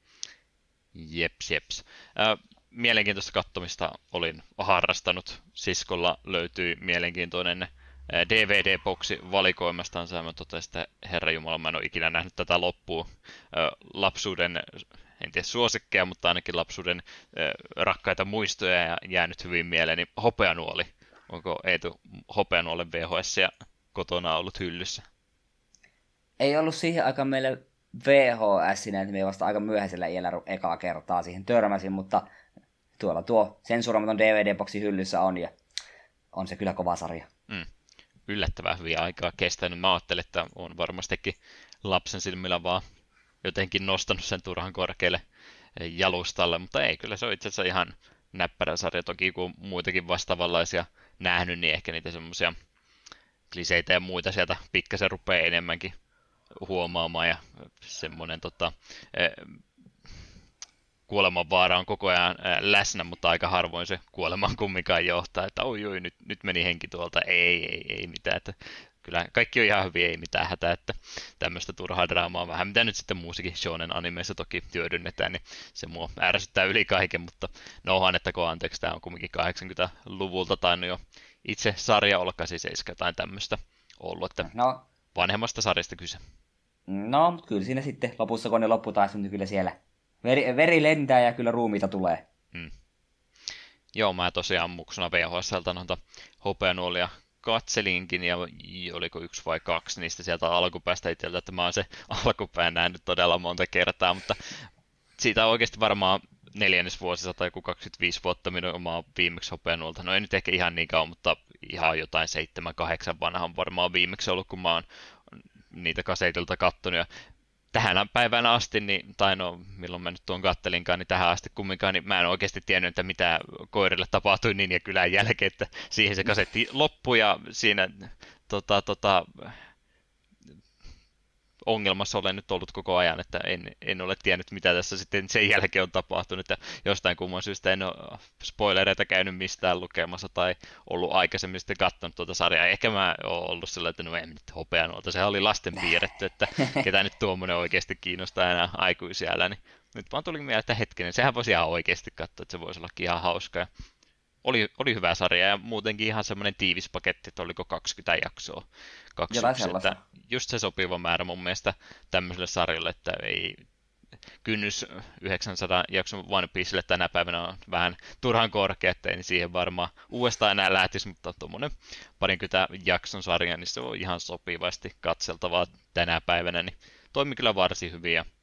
Jeps. Mielenkiintoista katsomista olin harrastanut. Siskolla löytyi mielenkiintoinen DVD-boksi valikoimastaan. Mä totesin, että herranjumala, mä en ole ikinä nähnyt tätä loppuun. Lapsuuden, en tiedä suosikkeja, mutta ainakin lapsuuden rakkaita muistoja ja jäänyt hyvin mieleeni. Hopeanuoli. Onko Eetu Hopeanuolen VHS kotona ollut hyllyssä? Ei ollut siihen aikaan meille VHS-sinä, että me vasta aika myöhäisellä iällä ekaa kertaa siihen törmäsin, mutta tuolla tuo sensuroimaton DVD-boksi hyllyssä on, ja on se kyllä kova sarja. Yllättävän hyvin aikaa kestänyt. Mä ajattelin, että on varmastikin lapsen silmillä vaan jotenkin nostanut sen turhan korkealle jalustalle, mutta ei, kyllä se on itse asiassa ihan näppärä sarja. Toki kun muitakin vastaavanlaisia nähnyt, niin ehkä niitä semmoisia kliseitä ja muita sieltä pikkasen rupeaa enemmänkin huomaamaan, ja semmoinen kuolemanvaara on koko ajan läsnä, mutta aika harvoin se kuolemaan kumminkaan johtaa, että oi, nyt meni henki tuolta, ei mitään, että kyllä kaikki on ihan hyvin, ei mitään hätää, että tämmöistä turhaa draamaa vähän, mitä nyt sitten muusikin shonen animeissa toki hyödynnetään, niin se mua ärsyttää yli kaiken, mutta no annettakoon anteeksi, tämä on kumminkin 80-luvulta tainnut jo itse sarja olla 87 tai tämmöistä ollut, että vanhemmasta sarjasta kyse. No, mutta kyllä siinä sitten lopussa, kun ne lopputaisi, niin kyllä siellä veri lentää ja kyllä ruumiita tulee. Joo, mä tosiaan muksuna VHS:ltä noita hopeanuolia katselinkin, ja oliko 1 vai 2 niistä sieltä alkupäästä itseltä, että mä oon se alkupään nähnyt todella monta kertaa, mutta siitä on oikeasti varmaan 4. vuosisata tai joku 25 vuotta minun omaa viimeksi hopeanuolta. No ei nyt ehkä ihan niin kauan, mutta ihan jotain 7-8 vanha on varmaan viimeksi ollut, kun mä oon niitä kasetilta kattonut, ja tähän päivänä asti, niin, tai no milloin mä nyt tuon kattelinkaan, niin tähän asti kumminkaan, niin mä en oikeasti tiennyt, että mitä koirille tapahtui niin ja kylän jälkeen, että siihen se kasetti loppui, ja siinä ongelmassa olen nyt ollut koko ajan, että en ole tiennyt, mitä tässä sitten sen jälkeen on tapahtunut, ja jostain kumman syystä en ole spoilereita käynyt mistään lukemassa tai ollut aikaisemmin sitten katsonut tuota sarjaa. Ehkä mä oon ollut sillä, että no ei nyt hopeanuolta, sehän oli lasten piirretty, että ketä nyt tuommoinen oikeasti kiinnostaa enää aikuisiällä, niin nyt vaan tuli mieleen, että hetkinen, sehän voisi ihan oikeasti katsoa, että se voisi olla ihan hauska. Ja oli hyvä sarja ja muutenkin ihan semmoinen tiivis paketti, että oliko 20 jaksoa. Että just se sopiva määrä mun mielestä tämmöiselle sarjalle, että ei kynnys 900 jakson One Piecelle tänä päivänä on vähän turhan korkea, että ei siihen varmaan uudestaan enää lähtisi, mutta tuommoinen 20 jakson sarja, niin se on ihan sopivasti katseltavaa tänä päivänä, niin toimi kyllä varsin hyvin ja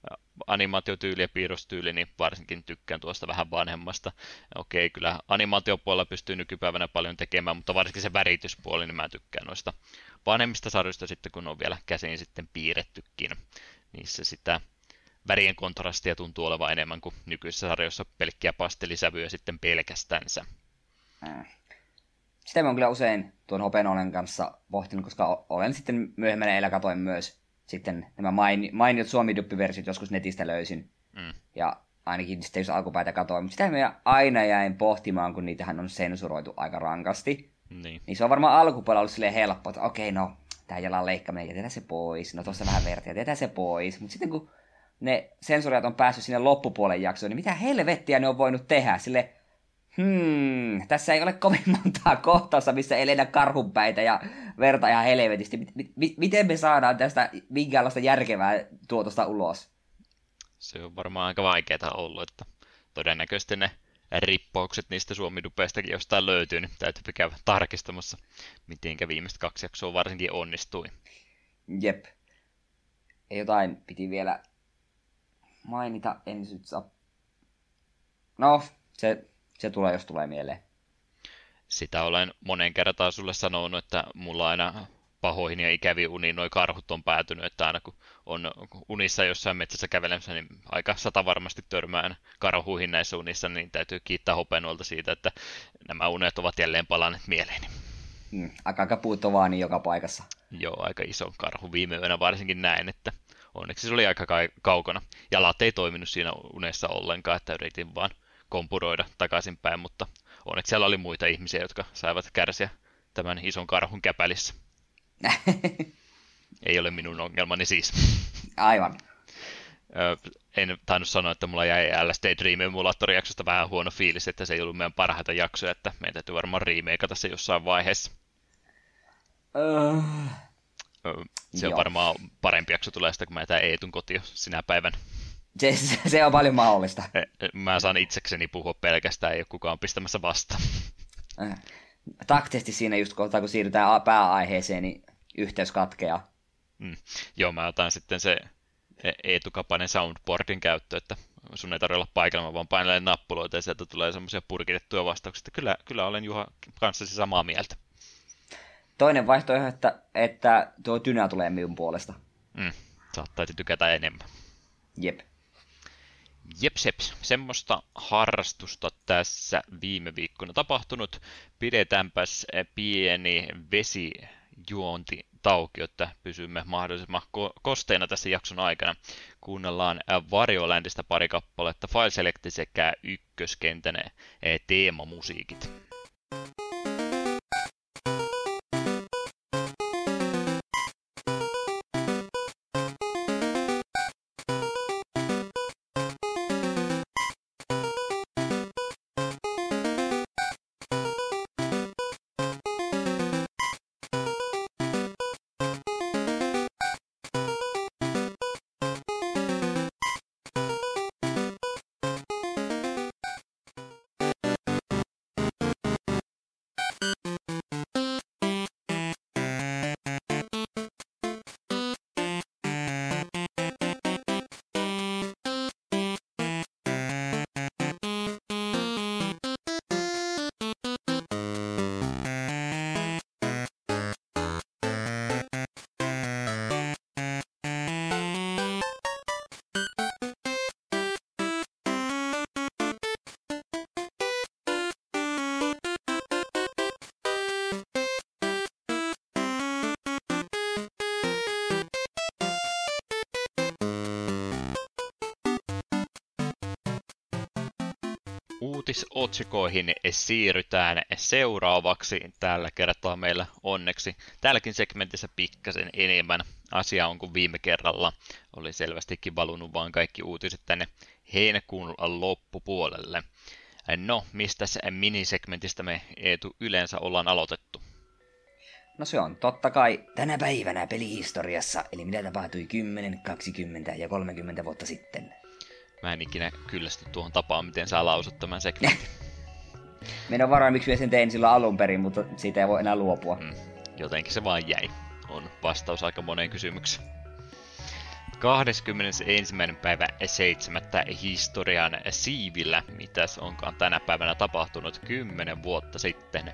animaatiotyyli ja piirrostyyli, niin varsinkin tykkään tuosta vähän vanhemmasta. Okei, kyllä animaatiopuolella pystyy nykypäivänä paljon tekemään, mutta varsinkin se värityspuoli, niin mä tykkään noista vanhemmista sarjoista sitten, kun on vielä käsin sitten piirrettykin. Niissä sitä värien kontrastia tuntuu olevan enemmän kuin nykyisissä sarjoissa pelkkiä pastelisävyjä sitten pelkästänsä. Sitä mä oon kyllä usein tuon Hopenolen kanssa pohtinut, koska olen sitten myöhemmin elä katoin myös sitten nämä mainiot suomiduppiversiot joskus netistä löysin. Ja ainakin sitten jos alkupäätä katoin. Mutta sitä mä aina jäin pohtimaan, kun niitähän on sensuroitu aika rankasti. Niin se on varmaan alkupuolella ollut silleen helppo, että okei, no, tää jalan leikkaaminen, jätetään se pois. No tossa vähän verta, jätetään se pois. Mutta sitten kun ne sensoriat on päässyt sinne loppupuolen jaksoon, niin mitä helvettiä ne on voinut tehdä? Sille tässä ei ole kovin montaa kohtausta, missä ei lennä karhunpäitä ja verta ihan helvetisti. Miten me saadaan tästä minkäänlaista järkevää tuotosta ulos? Se on varmaan aika vaikeaa ollut, että todennäköisesti ne rippaukset niistä suomidupeistakin jostain löytyy, niin täytyy käydä tarkistamassa, mitenkä viimeiset 2 jaksoa varsinkin onnistui. Jep. Jotain piti vielä mainita, en nyt saa. No, se tulee, jos tulee mieleen. Sitä olen monen kertaan sulle sanonut, että mulla aina pahoihin ja ikäviin uniin noi karhut on päätynyt, että aina kun on unissa jossain metsässä kävelemässä, niin aika varmasti törmään karhuihin näissä unissa, niin täytyy kiittää Hopenolta siitä, että nämä unet ovat jälleen palanneet mieleeni. Aika puuttovaani joka paikassa. Joo, aika iso karhu viime yönä varsinkin näin, että onneksi se oli aika kaukana. Jalat ei toiminut siinä unessa ollenkaan, että yritin vaan kompuroida takaisinpäin, mutta onneksi siellä oli muita ihmisiä, jotka saivat kärsiä tämän ison karhun käpälissä. Ei ole minun ongelmani siis. Aivan. En tainnut sanoa, että mulla jäi LSD Dream Emulator-jaksosta vähän huono fiilis, että se ei ollut meidän parhaita jaksoja, että meidän täytyy varmaan remakeata se jossain vaiheessa. Se on varmaan parempi jakso tulee sitä, kun mä jätän Eetun kotiin sinä päivän. Se on paljon mahdollista. Mä saan itsekseni puhua pelkästään, ei ole kukaan pistämässä vastaan. Taktisesti siinä just kohtaa, kun siirrytään pääaiheeseen, niin yhteys katkeaa. Joo, mä otan sitten se Eetu Kapanen soundboardin käyttö, että sun ei tarvitse olla paikalla, mä vaan painelen nappuloita ja sieltä tulee semmoisia purkitettuja vastauksia. Kyllä olen Juha kanssasi samaa mieltä. Toinen vaihtoehto, että tuo Tynä tulee minun puolesta. Saattaisi tykätä enemmän. Jep. Jepseps, semmoista harrastusta tässä viime viikkona tapahtunut. Pidetäänpäs pieni vesijuontitauki, että pysymme mahdollisimman kosteina tässä jakson aikana. Kuunnellaan Variolandista pari kappaletta, File Select sekä ykköskentän teemamusiikit. Uutisotsikoihin siirrytään seuraavaksi. Tällä kertaa meillä onneksi tälläkin segmentissä pikkasen enemmän asiaa on kuin viime kerralla. Oli selvästikin valunut vaan kaikki uutiset tänne heinäkuun loppupuolelle. No, mistä minisegmentistä me Eetu yleensä ollaan aloitettu? No se on totta kai tänä päivänä pelihistoriassa, eli mitä tapahtui 10, 20 ja 30 vuotta sitten. Mä en ikinä kyllästy tuohon tapaan, miten saa lausut tämän segmentin. Mä en ole varma, miksi mä sen tein silloin alun perin, mutta siitä ei voi enää luopua. Jotenkin se vaan jäi. On vastaus aika moneen kysymykseen. 21. päivä 7. historian siivillä, mitäs onkaan tänä päivänä tapahtunut 10 vuotta sitten.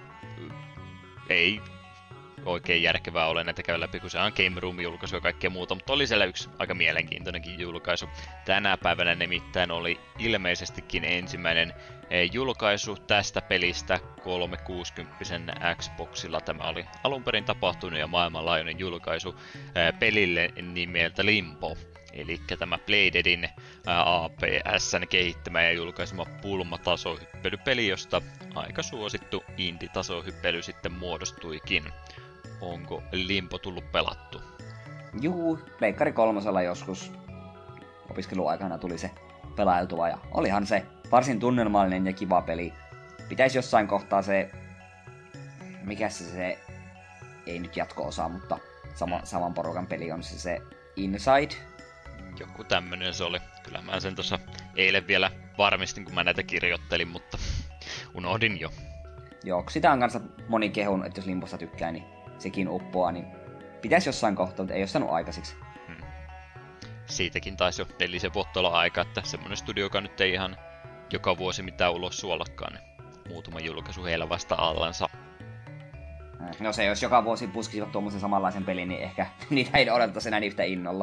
Ei oikein järkevää ole näitä käydä läpi, kun se on Game Room-julkaisu ja kaikkea muuta, mutta oli siellä yksi aika mielenkiintoinenkin julkaisu. Tänä päivänä nimittäin oli ilmeisestikin ensimmäinen julkaisu tästä pelistä 360 Xboxilla. Tämä oli alun perin tapahtunut ja maailmanlaajuinen julkaisu pelille nimeltä Limbo. Eli tämä Playdeadin APS:n kehittämä ja julkaisema pulmatasohyppelypeli, josta aika suosittu indie-tasohyppely sitten muodostuikin. Onko Limbo tullut pelattu? Juu, Pleikkari 3 joskus opiskeluaikana tuli se pelailtua ja olihan se varsin tunnelmallinen ja kiva peli. Pitäisi jossain kohtaa se, mikä se ei nyt jatko-osa, mutta saman porukan peli on se Inside. Joku tämmönen se oli. Kyllä mä sen tuossa eilen vielä varmistin, kun mä näitä kirjoittelin, mutta unohdin jo. Joo, sitä on kanssa moni kehun, että jos Limbosta tykkää, niin sekin uppoaa, niin pitäisi jossain kohtaa, mutta ei ole saanut aikaisiksi. Siitäkin taisi jo 4 vuotta olla aika, että semmonen studio, joka nyt ei ihan joka vuosi mitään ulos suollakaan. Muutama julkaisu heillä vasta allansa. No se, jos joka vuosi puskisivat tuommoisen samanlaisen pelin, niin ehkä niitä ei odotettaisi enää yhtä innolla.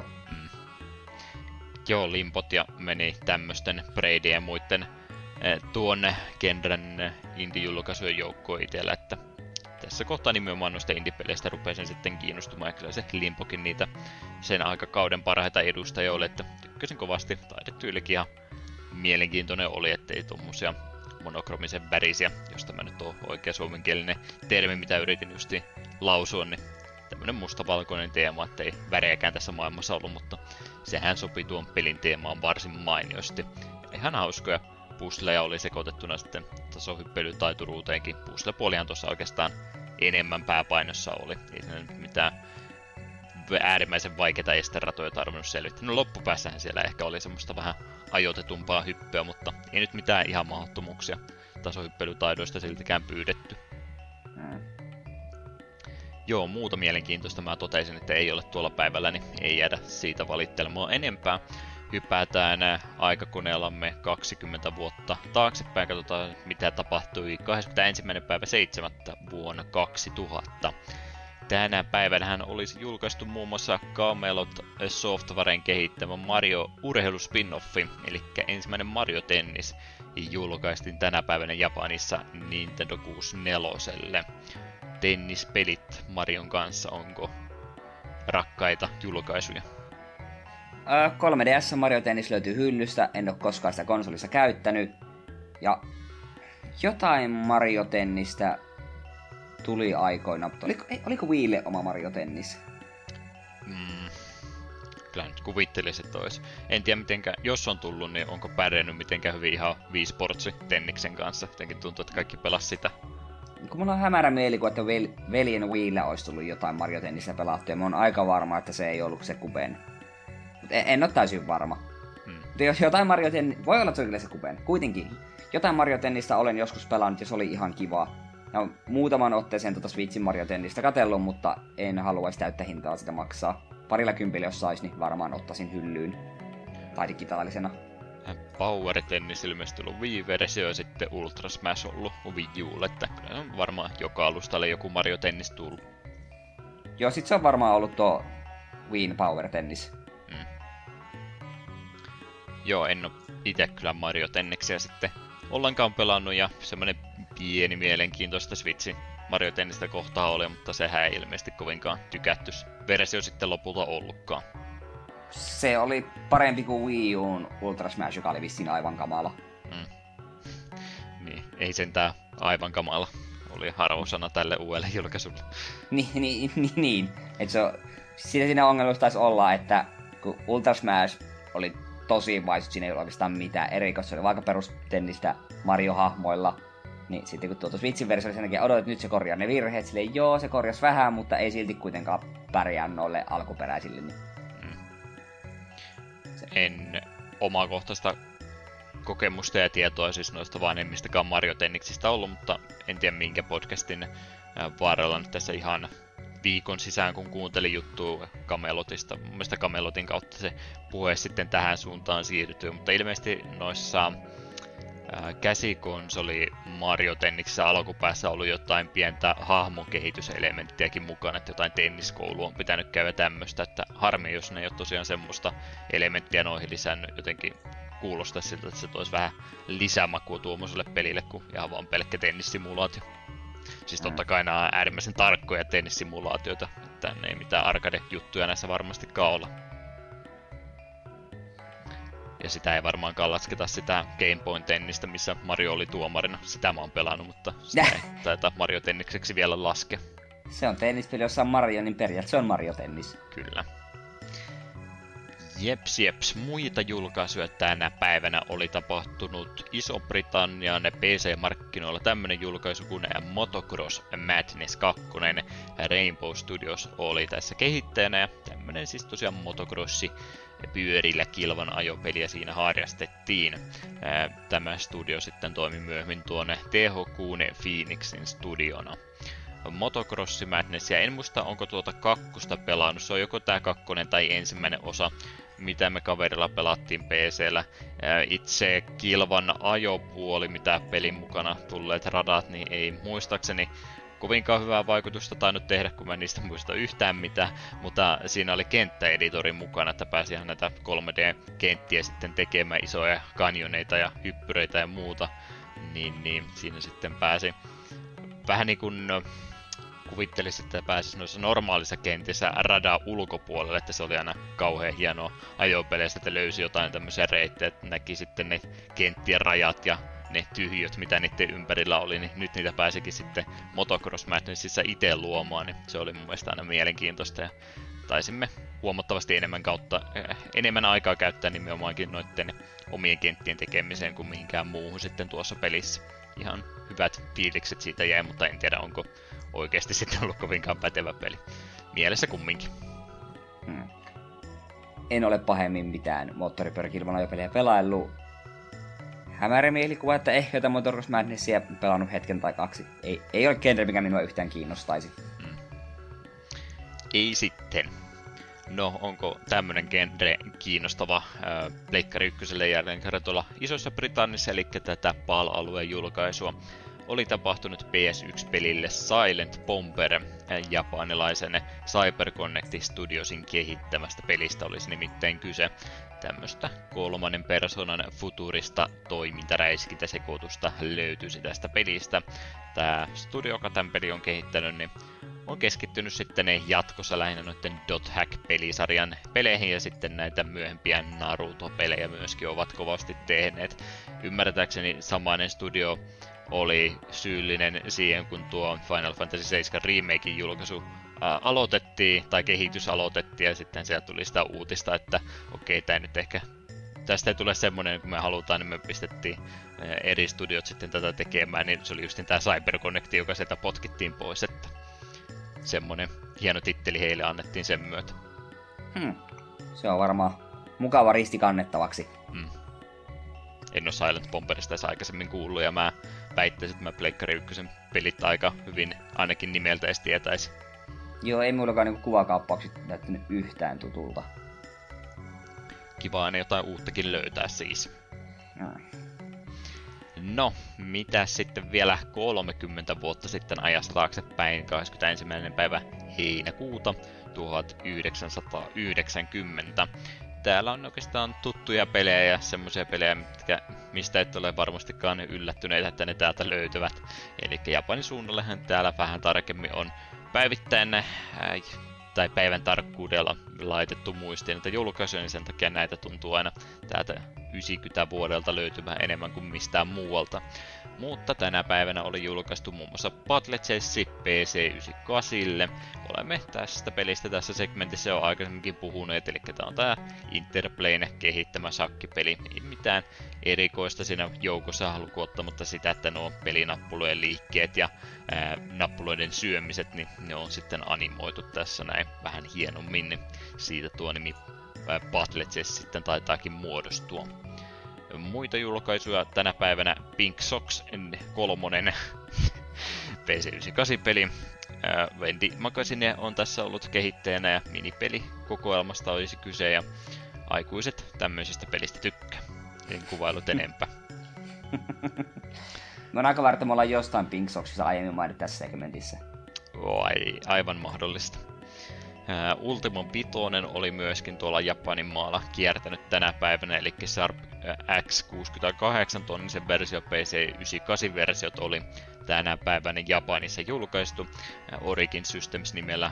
Joo, Limbot ja meni tämmösten Braidien ja muiden tuonne genren indie-julkaisujen joukkoon itsellä, että tässä kohtaa nimenomaan noista indie-peleistä rupesin sitten kiinnostumaan, ja kyllä se Limbokin niitä sen aikakauden parhaita edustajia oli, että tykkäsin kovasti. Taidetyylikin ihan mielenkiintoinen oli, ettei tommosia monokromisen värisiä, jos tämä nyt on oikea suomenkielinen termi, mitä yritin justiin lausua, niin tämmönen mustavalkoinen teema, ettei värejäkään tässä maailmassa ollut, mutta sehän sopi tuon pelin teemaan varsin mainiosti. Ihan hauskoja puzzleja oli sekoitettuna sitten tasohyppelytaituruuteenkin. Puzzle-puolihan tuossa oikeastaan enemmän pääpainossa oli. Ei siinä nyt mitään äärimmäisen vaikeita esteratoja tarvinnut selvittää. No loppupäässähän siellä ehkä oli semmoista vähän ajoitetumpaa hyppyä, mutta ei nyt mitään ihan mahdottomuuksia tasohyppelytaidoista siltikään pyydetty. Joo, muuta mielenkiintoista mä totesin, että ei ole tuolla päivällä, niin ei jäädä siitä valittelemaan enempää. Hypätään aikakoneellamme 20 vuotta taaksepäin, katsotaan mitä tapahtui 21.7. vuonna 2000. Tänä päivänähän olisi julkaistu muun muassa Camelot Softwaren kehittämä Mario urheiluspin-offi, eli ensimmäinen Mario Tennis julkaistiin tänä päivänä Japanissa Nintendo 64. Tennispelit Marion kanssa, onko rakkaita julkaisuja? 3DS Mario Tennis löytyy hyllystä, en ole koskaan sitä konsolissa käyttänyt. Ja jotain Mario Tennistä tuli aikoina, mutta oliko Wiille oma Mario Tennis? Kyllä nyt kuvittelisin, että olisi. En tiedä mitenkä, jos on tullut, niin onko pärjännyt mitenkään hyvin ihan Wii Sportsi Tenniksen kanssa. Jotenkin tuntuu, että kaikki pelas sitä. Kun mulla on hämärä mielikuva, että veljen Wiillä olisi tullut jotain Mario Tennistä pelattu, ja mä oon aika varma, että se ei ollut se Kuben. Mutta en ole täysin varma. Mutta jos jotain Mario Tennistä, voi olla, että se on kyllä se Kuben. Kuitenkin, jotain Mario Tennistä olen joskus pelannut, ja se oli ihan kiva. Ja muutaman otteeseen Switchin Mario Tennistä katsellut, mutta en haluaisi täyttä hintaa sitä maksaa. 20 jos sais, niin varmaan ottaisin hyllyyn. Tai digitaalisena. Power Tennis ilmeisesti ollut Wii-versio ja sitten Ultra Smash ollut Wii Ulle, että kyllä on varmaan joka alustalle joku Mario Tennis tullut. Joo, sit se on varmaan ollut tuo Wiin Power Tennis. Joo, en oo ite kyllä Mario Tenniksiä sitten ollenkaan pelannut ja semmonen pieni mielenkiintoista Switchin Mario Tennistä kohtaa oli, mutta sehän ei ilmeisesti kovinkaan tykätty versio sitten lopulta ollutkaan. Se oli parempi kuin Wii U:n Ultra Smash, joka oli vissiin aivan kamala. Niin, ei sentään aivan kamala. Oli arvosana tälle uudelle julkaisulle. Niin. Et siinä ongelmassa taisi olla, että kun Ultra Smash oli tosi vaisut, siinä ei ollut oikeastaan mitään erikoista. Se oli vaikka perustennistä Mario-hahmoilla. Niin sitten kun tuolta Switchin versio oli sen jälkeen odotat, että nyt se korjaa ne virheet. Silleen joo, se korjasi vähän, mutta ei silti kuitenkaan pärjää noille alkuperäisille. Niin. En omakohtaista kokemusta ja tietoa siis noista vanhemmistakaan Mario Tenniksistä ollut, mutta en tiedä minkä podcastin varrella nyt tässä ihan viikon sisään, kun kuuntelin juttua Camelotista. Mun mielestä Camelotin kautta se puhe sitten tähän suuntaan siirtyy, mutta ilmeisesti noissa käsikonsoli Mario Tenniksessä alkupäässä ollut jotain pientä hahmon kehityselementtiäkin mukana, että jotain tenniskoulua on pitänyt käydä tämmöistä, että harmi, jos ne ei ole tosiaan semmoista elementtiä noihin lisännyt, jotenkin kuulostaa siltä, että se toisi vähän lisämakua tuommoiselle pelille kuin ihan vaan pelkkä tennissimulaatio. Siis totta kai nämä on äärimmäisen tarkkoja tennissimulaatioita, että ne ei mitään arcade-juttuja näissä varmastikaan olla. Ja sitä ei varmaankaan lasketa sitä Game Boyn tennistä, missä Mario oli tuomarina. Sitä mä oon pelannut, mutta sitä ei taita Mario Tennikseksi vielä laskea. Se on tennispeli, jossa on Mario, niin periaatteessa se on Mario Tennis. Kyllä. Jeps. Muita julkaisuja tänä päivänä oli tapahtunut Iso-Britannian PC-markkinoilla tämmönen julkaisu kuin Motocross Madness 2. Rainbow Studios oli tässä kehittäjänä ja tämmönen siis tosiaan motocrossi pyörillä kilvan ajopeliä siinä harrastettiin. Tämä studio sitten toimi myöhemmin tuonne THQ:n Phoenixin studiona. Motocross Madnessia, en muista onko tuota kakkosta pelannut, se on joko tää kakkonen tai ensimmäinen osa, mitä me kaverilla pelattiin PC:llä. Itse kilvan ajopuoli, mitä pelin mukana tulleet radat, niin ei muistaakseni kovinkaan hyvää vaikutusta tainnut tehdä, kun mä en niistä muista yhtään mitään, mutta siinä oli kenttäeditori mukana, että pääsi ihan näitä 3D-kenttiä sitten tekemään, isoja kanjoneita ja hyppyreitä ja muuta, niin siinä sitten pääsi vähän niin kuin kuvittelisin, että pääsisi noissa normaalissa kentissä radan ulkopuolelle, että se oli aina kauhean hienoa ajopeleissä, että löysi jotain tämmöisiä reittejä, että näki sitten ne kenttien rajat ja ne tyhjöt, mitä niiden ympärillä oli, niin nyt niitä pääsikin sitten Motocross Madnessissa itse luomaan, niin se oli mun mielestä aina mielenkiintoista ja taisimme huomattavasti enemmän aikaa käyttää nimenomaankin noiden omien kenttien tekemiseen kuin mihinkään muuhun sitten tuossa pelissä. Ihan hyvät fiilikset siitä jäi, mutta en tiedä onko oikeasti sitten ollut kovinkaan pätevä peli. Mielessä kumminkin. En ole pahemmin mitään moottoripyöräkilvan ajopeliä pelaillut. Hämärä mielikuva, että ehkä jotain Motocross Madnessia pelannut hetken tai kaksi. Ei ole genre, mikä minua yhtään kiinnostaisi. Ei sitten. No, onko tämmönen genre kiinnostava Pleikkari 1 jälleen kerran tuolla Isossa Britannissa, eli tätä PAL-alueen julkaisua oli tapahtunut PS1-pelille Silent Bomber, japanilaisen CyberConnect Studiosin kehittämästä pelistä olisi nimittäin kyse. Tämmöstä kolmannen persoonan futurista toimintaräiskintäsekoitusta löytyisi tästä pelistä. Tää studio, joka tämän peli on kehittänyt, niin on keskittynyt sitten jatkossa lähinnä noiden Dot Hack-pelisarjan peleihin ja sitten näitä myöhempiä Naruto-pelejä myöskin ovat kovasti tehneet. Ymmärtääkseni samainen studio oli syyllinen siihen, kun tuo Final Fantasy 7 remakein julkaisu aloitettiin, tai kehitys aloitettiin, ja sitten sieltä tuli sitä uutista, että okei, tää nyt ehkä tästä ei tule semmonen, kun me halutaan, niin me pistettiin eri studiot sitten tätä tekemään, niin se oli just tämä CyberConnect, joka sieltä potkittiin pois, että semmonen hieno titteli heille annettiin sen myötä. Se on varmaan mukava risti kannettavaksi. En ole Silent Bomberista edes aikaisemmin kuullut, ja mä väittäisin, että mä Pleikkari 1 pelit aika hyvin ainakin nimeltä edes tietäisi. Joo, ei mullakaan niinku kuvakaappaukset näyttänyt yhtään tutulta. Kiva aina jotain uuttakin löytää siis. No, mitä sitten vielä 30 vuotta sitten ajasta taaksepäin, 21. päivä heinäkuuta 1990. Täällä on oikeastaan tuttuja pelejä ja semmoisia pelejä, mistä et ole varmastikaan yllättyneitä, että ne täältä löytyvät. Eli Japanin suunnallehan täällä vähän tarkemmin on päivittäin tai päivän tarkkuudella laitettu muistiin näitä julkaisuja, niin sen takia näitä tuntuu aina täältä 90 vuodelta löytymään enemmän kuin mistään muualta. Mutta tänä päivänä oli julkaistu muun muassa Battle Chess PC98. Olemme tästä pelistä tässä segmentissä jo aikaisemminkin puhuneet, eli tämä on tämä Interplayn kehittämä shakkipeli. Ei mitään erikoista siinä joukossa haluaa ottaa, mutta sitä, että nuo pelinappulojen liikkeet ja nappuloiden syömiset, niin ne on sitten animoitu tässä näin vähän hienommin, niin siitä tuo nimi Battle Chess sitten taitaakin muodostua. Muita julkaisuja tänä päivänä Pink Socks 3 PC98-peli. Wendy Magazine on tässä ollut kehittäjänä ja minipeli kokoelmasta olisi kyse ja aikuiset tämmöisestä pelistä tykkää. En kuvailut enempää. Mä oon aika varma, että me ollaan jostain Pinksoksissa aiemmin mainittu tässä segmentissä. Aivan mahdollista. Ultimon pitoinen oli myöskin tuolla Japanin maalla kiertänyt tänä päivänä, eli Sharp X68 tonnisen versio PC98-versiot oli tänä päivänä Japanissa julkaistu. Origin Systems nimellä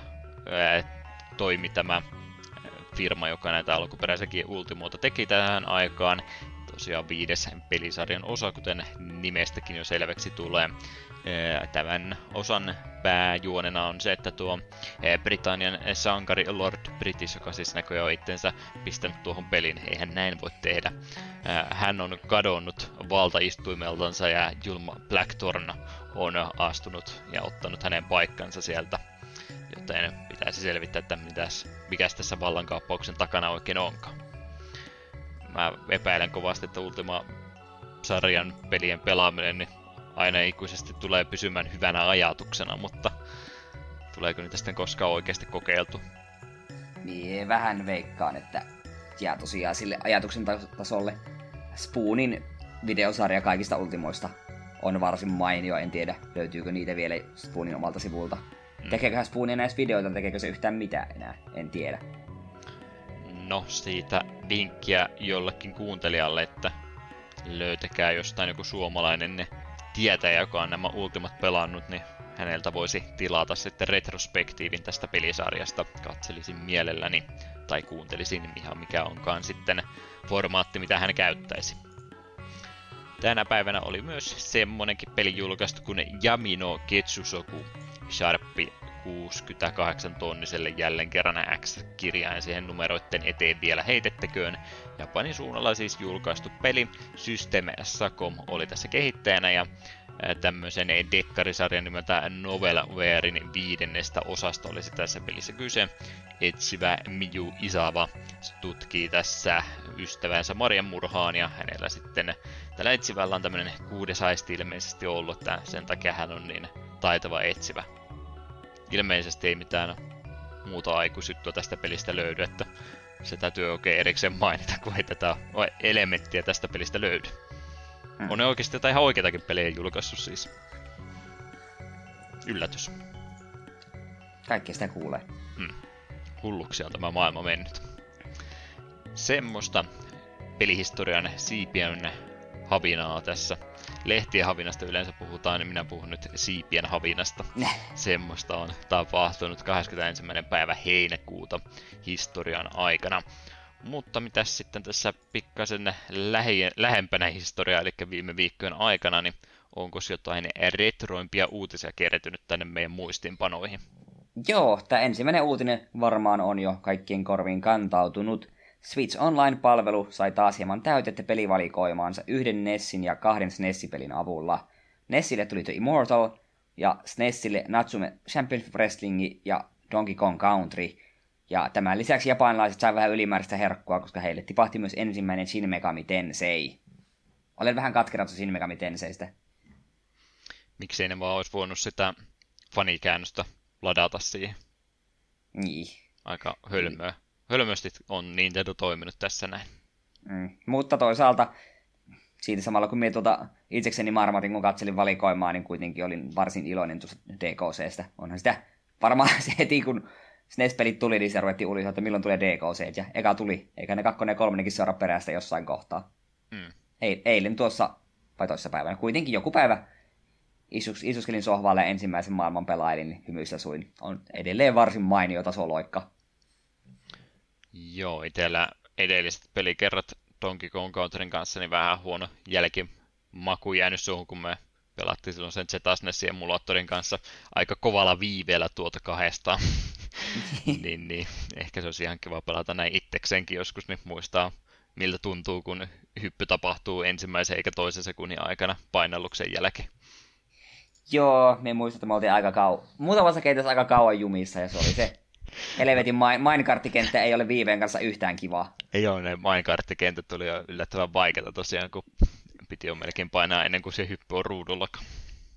toimi tämä firma, joka näitä alkuperäisiäkin Ultimoita teki tähän aikaan. Tosiaan 5. pelisarjan osa, kuten nimestäkin jo selväksi tulee. Tämän osan pääjuonena on se, että tuo Britannian sankari Lord British, joka siis näköjään on itsensä pistänyt tuohon peliin, eihän näin voi tehdä. Hän on kadonnut valtaistuimeltansa ja julma Blackthorn on astunut ja ottanut hänen paikkansa sieltä. Joten pitäisi selvittää, että mikäs tässä vallankaappauksen takana oikein onkaan. Mä epäilen kovasti, että Ultima-sarjan pelien pelaaminen niin aina ikuisesti tulee pysymään hyvänä ajatuksena, mutta tuleeko niitä sitten koskaan oikeasti kokeiltu? Niin, vähän veikkaan, että jää tosiaan sille ajatuksen tasolle. Spoonin videosarja kaikista Ultimoista on varsin mainio, en tiedä löytyykö niitä vielä Spoonin omalta sivulta. Tekeeköhän Spoonia näistä videoita, tekeekö se yhtään mitään enää, en tiedä. No, siitä vinkkiä jollekin kuuntelijalle, että löytäkää jostain joku suomalainen tietäjä, joka on nämä Ultimat pelannut, niin häneltä voisi tilata sitten retrospektiivin tästä pelisarjasta. Katselisin mielelläni tai kuuntelisin ihan mikä onkaan sitten formaatti, mitä hän käyttäisi. Tänä päivänä oli myös semmonenkin peli julkaistu kuin Yamino Ketsusoku Sharppi 68 tonniselle jälleen kerran X-kirjain siihen numeroitten eteen vielä heitettäköön. Japanin suunnalla siis julkaistu peli. System Sacom oli tässä kehittäjänä ja tämmöisen dekkarisarjan nimeltä Novelwarein 5. osasta olisi tässä pelissä kyse. Etsivä Miyu Isawa tutkii tässä ystävänsä Marian murhaan ja hänellä sitten tällä etsivällä on tämmöinen 6. aisti ilmeisesti ollut, että sen takia hän on niin taitava etsivä. Ilmeisesti ei mitään muuta aikuisjuttua tästä pelistä löydy, että se täytyy oikein erikseen mainita, kun ei tätä elementtiä tästä pelistä löydy. On ne oikeasti jotain ihan oikeitakin pelejä julkaissut siis. Yllätys. Kaikki sitä kuulee. Hulluksi on tämä maailma mennyt. Semmoista pelihistorian siipien havinaa tässä. Lehtien havinasta yleensä puhutaan, niin minä puhun nyt siipien havinasta. Semmoista on tapahtunut 21. päivä heinäkuuta historian aikana. Mutta mitäs sitten tässä pikkasen lähempänä historiaa, eli viime viikkojen aikana, niin onko jotain retroimpia uutisia kertynyt tänne meidän muistiinpanoihin? Joo, tämä ensimmäinen uutinen varmaan on jo kaikkien korviin kantautunut. Switch Online-palvelu sai taas hieman täytettä pelivalikoimaansa 1 Nessin ja 2 SNES-pelin avulla. Nessille tuli The Immortal ja SNESille Natsume Championship Wrestling ja Donkey Kong Country. Ja tämän lisäksi japanilaiset sai vähän ylimääräistä herkkua, koska heille tipahti myös ensimmäinen Shin Megami Tensei. Olen vähän katkerat Shin Megami Tenseistä. Miksei ne vaan olisi voinut sitä fanikäännöstä ladata siihen? Niin. Aika hölmöä. Hölmösti on Nintendo toiminut tässä näin. Mutta toisaalta, siitä samalla kun minä itsekseni Marmatin kun katselin valikoimaa, niin kuitenkin olin varsin iloinen tuosta DKCstä. Onhan sitä varmaan se heti, kun SNES-pelit tuli, niin se ruvettiin ulisoa, että milloin tulee DKC. Ja eka tuli, eikä ne 2. ja 3. seuraa perästä jossain kohtaa. Eilen tuossa, vai toissa päivänä, kuitenkin joku päivä isuskelin sohvalle ja ensimmäisen maailman pelailin, niin hymyistä suin. On edelleen varsin mainio tasoloikka. Joo, itsellä edelliset pelikerrat Donkey Kong Countryn kanssa, niin vähän huono jälkimaku jäänyt suuhun, kun me pelattiin silloin sen Z-SNESin emulaattorin kanssa aika kovalla viiveellä tuota kahdestaan. niin, ehkä se olisi ihan kiva pelata näin itsekseenkin joskus, niin muistaa miltä tuntuu, kun hyppy tapahtuu ensimmäisen eikä toisen sekunnin aikana painalluksen jälkeen. Joo, me muistan, että me oltiin muutamassa kentässä aika kauan jumissa, ja se oli se helvetin minekarttikenttä ei ole viiveen kanssa yhtään kivaa. Ei ole, ne minekarttikentät oli yllättävän vaikeita tosiaan, kun piti jo melkein painaa ennen kuin se hyppy on ruudulla.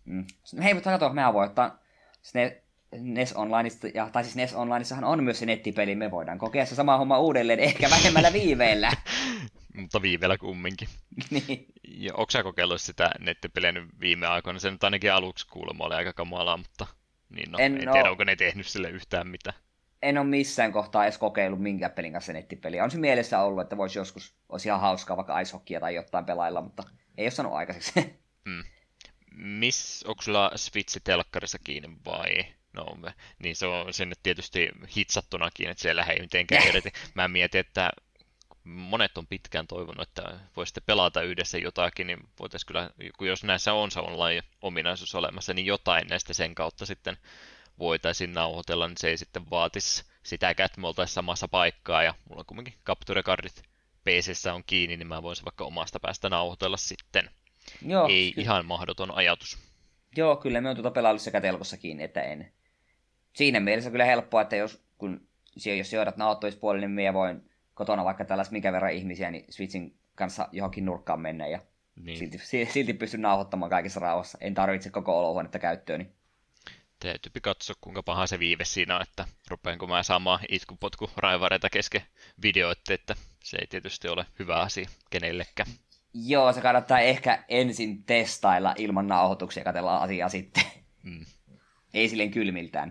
Hei, mutta kato, mehän voi ottaa NES Onlineista, tai siis NES Onlineissahan on myös se nettipeli, me voidaan kokea se sama homma uudelleen, ehkä vähemmällä viiveellä. Mutta viiveellä kumminkin. Niin. Ja onko sä kokeillut sitä nettipeliä nyt viime aikoina? Se nyt ainakin aluksi kuulemma oli aika kamalaa, mutta niin no, en tiedä, onko ne tehnyt sille yhtään mitään. En ole missään kohtaa edes kokeillut minkään pelin kanssa nettipeliä. On se mielessä ollut, että olisi ihan hauskaa vaikka ice hockeya tai jotain pelailla, mutta ei ole saanut aikaiseksi. Onko sulla Switch telkkarissa kiinni vai? No, niin se on sinne tietysti hitsattunakin, että siellä ei mitenkään irti. Mä mietin, että monet on pitkään toivonut, että voisitte pelata yhdessä jotakin, niin voitaisiin kyllä, jos näissä on se online-ominaisuus olemassa, niin jotain näistä sen kautta sitten voitaisiin nauhoitella, niin se ei sitten vaatisi sitäkään, että me oltaisiin samassa paikkaa, ja mulla on kuitenkin capture-cardit PC:ssä on kiinni, niin mä voisin vaikka omasta päästä nauhoitella sitten. Joo, ei ihan mahdoton ajatus. Joo, kyllä me on pelaillut sekä telkossa kiinni, että en. Siinä mielessä kyllä helppoa, että jos joudat nauhoittamispuolelle, niin minä voin kotona vaikka tällaista minkä verran ihmisiä, niin Switchin kanssa johonkin nurkkaan mennä ja niin. silti pystyn nauhoittamaan kaikessa rauhassa. En tarvitse koko olohuonetta käyttööni. Täytyypi katsoa, kuinka paha se viive siinä on, että rupeanko mä saamaan itkupotkuraivareita kesken videoitte, että se ei tietysti ole hyvä asia kenellekään. Joo, se kannattaa ehkä ensin testailla ilman nauhoituksia ja katsellaan asiaa sitten. Ei silleen kylmiltään.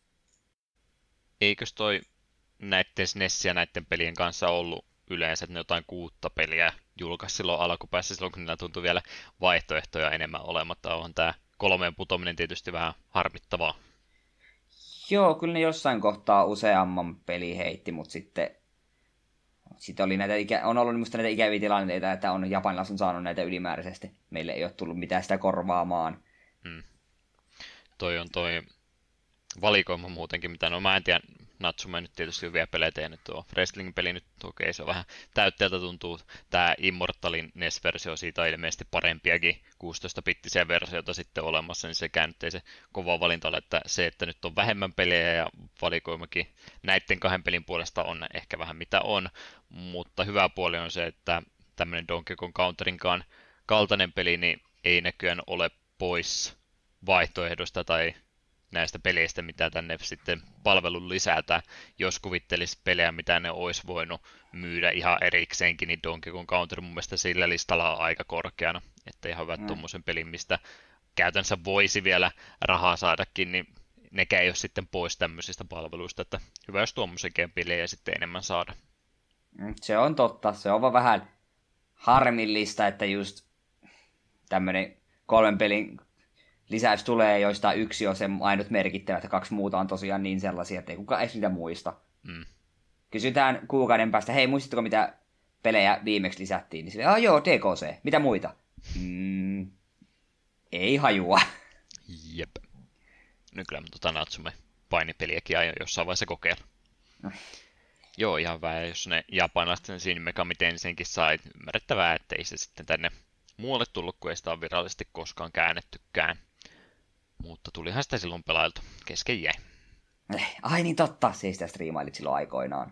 Eikös toi näitten SNES ja näiden pelien kanssa ollut yleensä, että ne jotain 6 peliä julkaisi silloin alkupäässä, silloin kun niillä tuntui vielä vaihtoehtoja enemmän olematta. Onhan tää 3 putominen tietysti vähän harmittavaa. Joo, kyllä ne jossain kohtaa useamman peli heitti, mutta sitten oli on ollut minusta näitä ikäviä tilanteita, että japanilaiset on saanut näitä ylimääräisesti. Meille ei ole tullut mitään sitä korvaamaan. Toi on valikoima muutenkin, mitä mä en tiedä, Natsume nyt tietysti hyviä pelejä tehnyt, tuo wrestling-peli nyt okei, se on vähän täytteeltä tuntuu. Tää Immortalin NES-versio, siitä on ilmeisesti parempiakin 16-bittisiä versioita sitten olemassa, niin sekään nyt ei se kova valinta ole, että se, että nyt on vähemmän pelejä ja valikoimakin näiden 2 pelin puolesta on ehkä vähän mitä on, mutta hyvä puoli on se, että tämmönen Donkey Kong Counterinkaan kaltainen peli, niin ei näköjään ole pois vaihtoehdosta tai näistä peleistä, mitä tänne sitten palvelun lisätään. Jos kuvittelisi pelejä, mitä ne olisi voinut myydä ihan erikseenkin, niin Donkey Kong Country mun mielestä sillä listalla on aika korkeana. Että ihan hyvä tuommoisen pelin, mistä käytännössä voisi vielä rahaa saadakin, niin nekään ei ole sitten pois tämmöisistä palveluista. Että hyvä, jos tuommoisenkin pelejä sitten enemmän saada. Se on totta. Se on vaan vähän harmillista, että just tämmöinen 3 pelin lisäys tulee, joista yksi on se ainut merkittävä, että 2 muuta on tosiaan niin sellaisia, että ei kukaan edes niitä muista. Kysytään kuukauden päästä, hei, muistatko mitä pelejä viimeksi lisättiin? Niin silleen, joo, DKC, mitä muita? Ei hajua. Jep. Nyt kyllä me Natsume painipeliäkin aion jossain vaiheessa kokeilla. Joo, ihan vähän, jos ne japanilaiset sen Shin Megamit ensinkin sai ymmärrettävää, ettei se sitten tänne muualle tullut, kun ei sitä ole virallisesti koskaan käännettykään. Mutta tulihan sitä silloin pelailtu. Kesken jäi. Ai niin totta, se sitä striimailit silloin aikoinaan.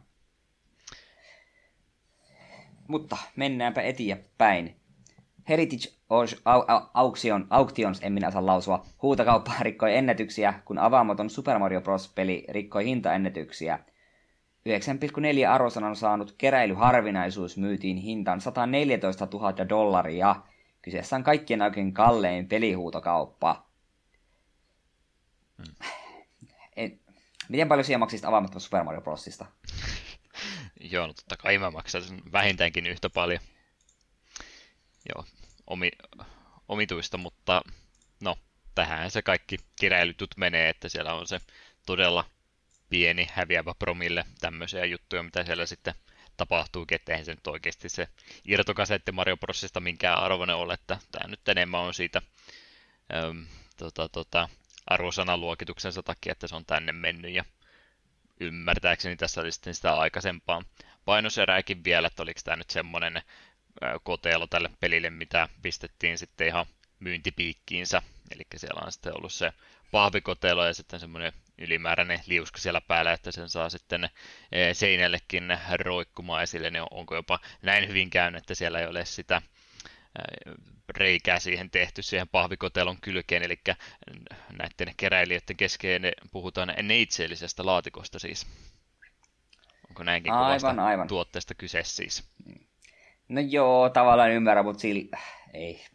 Mutta mennäänpä eteenpäin. Heritage Auctions, en minä saa lausua, huutokauppa rikkoi ennätyksiä, kun avaamaton Super Mario Bros. Peli rikkoi hintaennätyksiä. 9,4 arvosanan saanut keräilyharvinaisuus myytiin hintaan $114,000. Kyseessä on kaikkien oikein kallein pelihuutokauppa. Miten paljon sinä maksit avaamatta Super Mario Brosista? Joo, no totta kai mä maksaisin vähintäänkin yhtä paljon. Joo, omituista, mutta no, tähän se kaikki keräilytut menee, että siellä on se todella pieni häviävä promille tämmöisiä juttuja, mitä siellä sitten tapahtuukin, että eihän se nyt oikeasti se irtokasetti Mario Brosista minkään arvoinen ole, että tämä nyt enemmän on siitä arvosanaluokituksensa takia, että se on tänne mennyt ja ymmärtääkseni tässä oli sitten sitä aikaisempaa painoserääkin vielä, että oliko tämä nyt semmoinen koteelo tälle pelille, mitä pistettiin sitten ihan myyntipiikkiinsä, eli siellä on sitten ollut se pahvikotelo ja sitten semmoinen ylimääräinen liuska siellä päällä, että sen saa sitten seinällekin roikkumaan esille, niin onko jopa näin hyvin käynyt, että siellä ei ole sitä reikää siihen tehty siihen pahvikotelon kylkeen, eli näiden keräilijöiden kesken puhutaan neitseellisestä laatikosta siis. Onko näinkin kuvasta aivan. tuotteesta kyse siis? No joo, tavallaan ymmärrän, mutta ei.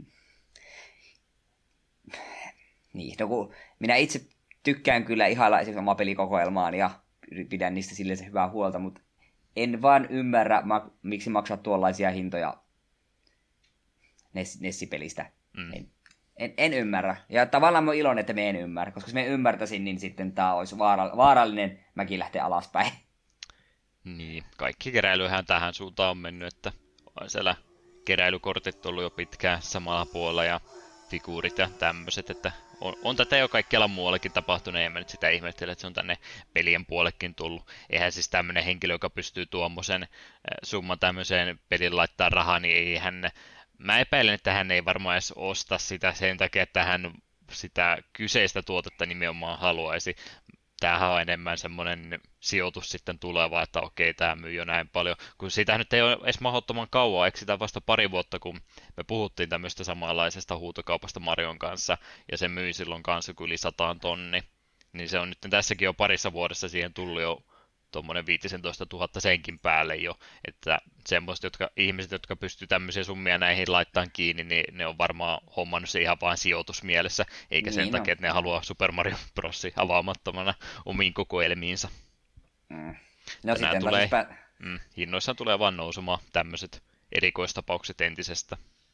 Niin, no kun minä itse tykkään kyllä ihailla esimerkiksi omaa pelikokoelmaan ja pidän niistä silleen hyvää huolta, mutta en vaan ymmärrä, miksi maksaa tuollaisia hintoja Nessipelistä. En ymmärrä. Ja tavallaan mä oon iloinen, että me en ymmärrä, koska jos me ymmärtäisin, niin sitten tää olisi vaarallinen mäki lähteä alaspäin. Niin, kaikki keräilyhän tähän suuntaan on mennyt, että on siellä keräilykortit ollut jo pitkään samalla puolella ja figuurit ja tämmöiset, että on tätä jo kaikkialla muuallakin tapahtunut, ja mä nyt sitä ihmettelen, että se on tänne pelien puolellekin tullut. Eihän siis tämmönen henkilö, joka pystyy tuommoisen summan tämmöiseen pelin laittaa rahaa, niin ei hän... Mä epäilen, että hän ei varmaan edes osta sitä sen takia, että hän sitä kyseistä tuotetta nimenomaan haluaisi. Tämähän on enemmän semmoinen sijoitus sitten tuleva, että okei, tämä myy jo näin paljon. Kun siitä nyt ei ole edes mahdottoman kauan, eikö sitä vasta pari vuotta, kun me puhuttiin tämmöistä samanlaisesta huutokaupasta Marion kanssa, ja se myi silloin kanssa yli 100 tonni. Niin se on nyt tässäkin jo parissa vuodessa siihen tullut jo tuommoinen 15 000 senkin päälle jo, että semmoiset ihmiset, jotka pystyy tämmöisiä summia näihin laittamaan kiinni, niin ne on varmaan hommannut se ihan vain sijoitusmielessä, eikä sen takia, että ne haluaa Super Mario Brosia avaamattomana omiin kokoelmiinsa. No sitten tulee, hinnoissaan tulee vaan nousemaan tämmöiset erikoistapaukset entisestä.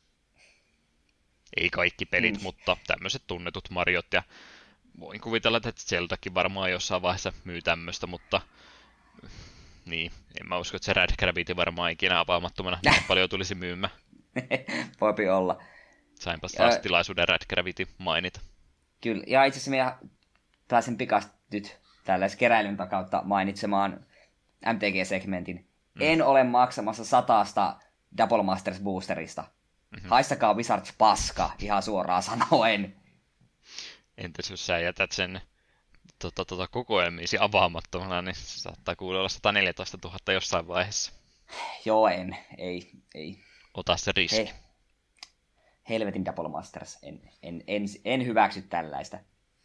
Ei kaikki pelit, mutta tämmöiset tunnetut Mariot, ja voin kuvitella, että Zeldakin varmaan jossain vaiheessa myy tämmöistä, mutta niin, en mä usko, että se Red Gravity varmaan ikinä avaamattomana paljon tulisi myymään. Voipi olla. Sainpas taas tilaisuuden Red Gravity mainita. Kyllä, ja itse asiassa minä pääsen pikasti nyt tällaisen keräilyn kautta mainitsemaan MTG-segmentin. En ole maksamassa 100 Double Masters Boosterista. Haistakaa Wizards paska, ihan suoraan sanoen. Entäs jos sä jätät sen kokoelmiisi avaamattomana, niin se saattaa kuulla 114 000 jossain vaiheessa. Joo, ei. Ota se riski. Helvetin Double Masters. En hyväksy tällaista.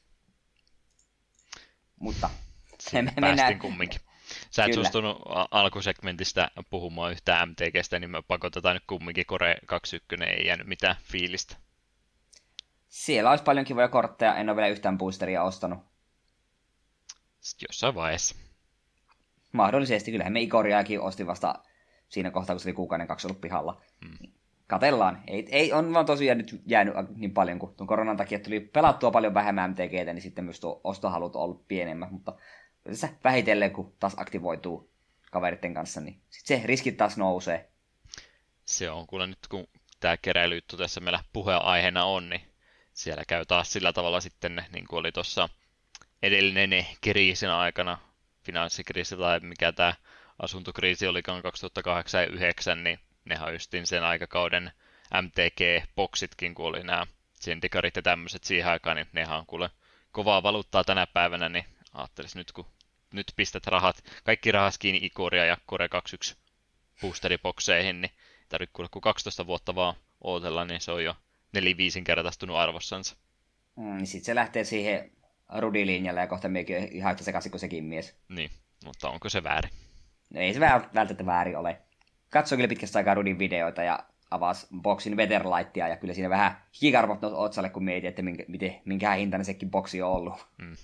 Mutta päästiin kumminkin. Sä et suostunut alkusegmentistä puhumaan yhtään MTGstä, niin me pakotetaan nyt kumminkin. Core 21 ei jäänyt mitään fiilistä. Siellä olisi paljon kivoja kortteja, en ole vielä yhtään boosteria ostanut. Sitten jossain vaiheessa. Mahdollisesti, kyllähän me Igoriakin ostin vasta siinä kohtaa, kun se oli kuukauden 2 ollut pihalla. Katellaan. Ei on vaan tosiaan nyt jäänyt niin paljon, kun tuon koronan takia tuli pelattua paljon vähemmän MTGtä, niin sitten myös tuo ostohalut on ollut pienemmät, mutta tässä vähitellen, kun taas aktivoituu kaveritten kanssa, niin sitten se riskit taas nousee. Se on, kuule nyt kun tämä keräilyjuttu tässä meillä puheenaiheena on, niin siellä käy taas sillä tavalla sitten, niin kuin oli tuossa edellinen kriisin aikana, finanssikriisi tai mikä tämä asuntokriisi olikaan 2008 ja 2009, niin nehän on justiin sen aikakauden MTG-boksitkin, kun oli nämä syndikarit ja tämmöiset siihen aikaan, niin nehän on kuule kovaa valuuttaa tänä päivänä, niin ajattelisi nyt, kun nyt pistät kaikki rahas kiinni Ikoria ja Core 21 boosteribokseihin, niin tarvitse kuule kun 12 vuotta vaan ootella, niin se on jo 4-5-kertaistunut arvossansa. Sitten se lähtee siihen Rudi-linjalle ja kohta miekin ihan yhtä sekaisin kuin sekin mies. Niin, mutta onko se väärin? No ei se välttämättä väärin ole. Katsoi kyllä pitkästä aikaa Rudin videoita ja avasi boksin Weatherlightia ja kyllä siinä vähän hikarvot otsalle, kun mietin, että minkä hintainen sekin boksi on ollut.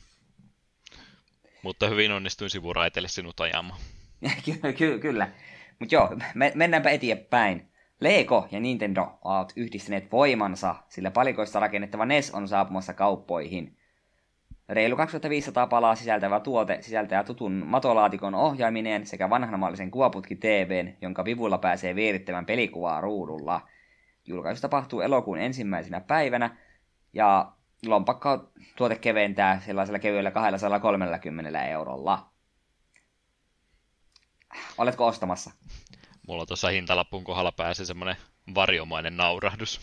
Mutta hyvin onnistuin sivuraiteille sinut ajamaan. Kyllä. Mutta joo, mennäänpä eteenpäin. Lego ja Nintendo ovat yhdistäneet voimansa, sillä palikoista rakennettava NES on saapumassa kauppoihin. Reilu 2500 palaa sisältävä tuote sisältää tutun matolaatikon ohjaiminen sekä vanhanmallisen kuvaputki TV:n, jonka vivulla pääsee vierittämään pelikuvaa ruudulla. Julkaisu tapahtuu elokuun 1. päivänä ja lompakko tuote keventää sellaisella kevyellä 230 eurolla. Oletko ostamassa? Mulla tuossa hintalapun kohdalla pääsi semmonen varjomainen naurahdus.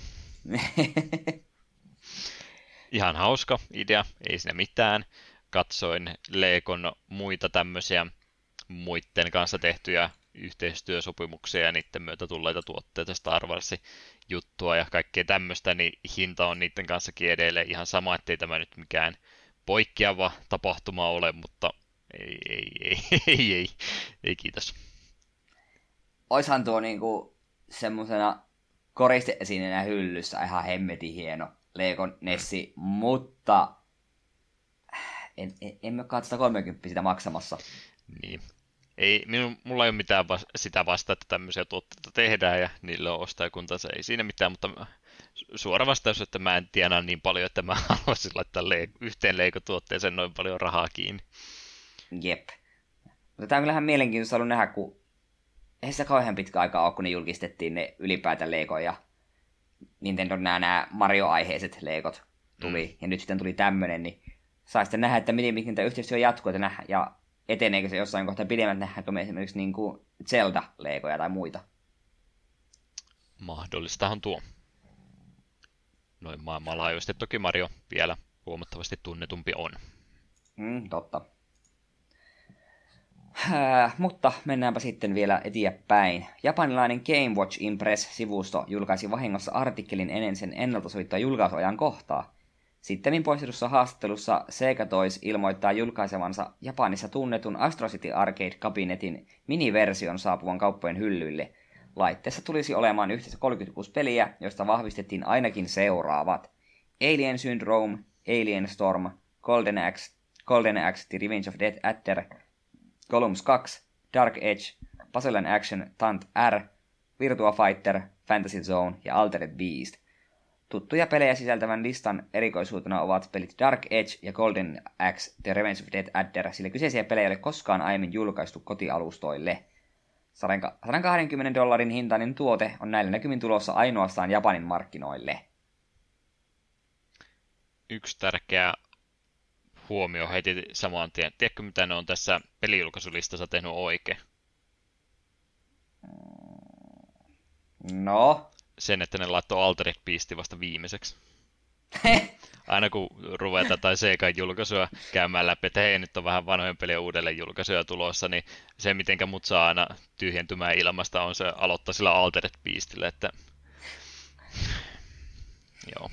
Ihan hauska idea, ei siinä mitään. Katsoin Legon muita tämmöisiä muitten kanssa tehtyjä yhteistyösopimuksia ja niiden myötä tulleita tuotteita, Star Warsin juttua ja kaikkea tämmöistä, niin hinta on niiden kanssakin edelleen ihan sama, ettei tämä nyt mikään poikkeava tapahtuma ole, mutta ei kiitos. Oishan tuo niinku semmosena koriste-esineenä hyllyssä ihan hemmetin hieno Lego Nessi, mutta en mä katso 30 sitä maksamassa. Niin. Mulla ei ole mitään sitä vastaa, että tämmöisiä tuotteita tehdään ja niillä on ostajakuntansa, ei siinä mitään, mutta suora vastaus, että mä en tienaa niin paljon, että mä haluaisin laittaa yhteen Lego-tuotteeseen noin paljon rahaa kiinni. Jep. Mutta tämä on kyllähän mielenkiintoista ollut nähdä, kun eihän sitä kauhean pitkä aikaa ole, kun ne julkistettiin ne ylipäätään Lego ja Nintendo nämä Mario-aiheiset Legot tuli, ja nyt sitten tuli tämmönen, niin saa sitten nähdä, että miten tämä yhteistyö jatkuu, ja eteneekö se jossain kohtaa pidemmät, nähdäänkö me esimerkiksi niin kuin Zelda-legoja tai muita. Mahdollistahan tuo. Noin maailmanlaajuisesti toki Mario vielä huomattavasti tunnetumpi on. Totta. Mutta mennäänpä sitten vielä eteenpäin. Japanilainen Game Watch Impress-sivusto julkaisi vahingossa artikkelin ennen sen ennalta sovittua julkaisuajan kohtaa. Sittemmin poistetussa haastattelussa Sega Toys ilmoittaa julkaisevansa Japanissa tunnetun Astro City Arcade-kabinetin miniversion saapuvan kauppojen hyllyille. Laitteessa tulisi olemaan yhteensä 36 peliä, joista vahvistettiin ainakin seuraavat: Alien Syndrome, Alien Storm, Golden Axe, The Revenge of Death Adder, Columns 2, Dark Edge, Puzzle & Action Tant R, Virtua Fighter, Fantasy Zone ja Altered Beast. Tuttuja pelejä sisältävän listan erikoisuutena ovat pelit Dark Edge ja Golden Axe The Revenge of Death Adder, sillä kyseisiä pelejä ei ole koskaan aiemmin julkaistu kotialustoille. $120 hintainen tuote on näillä näkymin tulossa ainoastaan Japanin markkinoille. Yksi tärkeä huomio heti saman tien. Tiedätkö, mitä ne on tässä pelijulkaisulistassa tehnyt oikein? No? Sen, että ne laittoi Altered Beastin vasta viimeiseksi. Aina kun ruvetaan tai Segan julkaisua käymään läpi, että hei, nyt on vähän vanhojen pelien uudelleen julkaisuja tulossa, niin se, mitenkä mut saa aina tyhjentymään ilmasta, on se aloittaa sillä Altered Beastillä, että joo.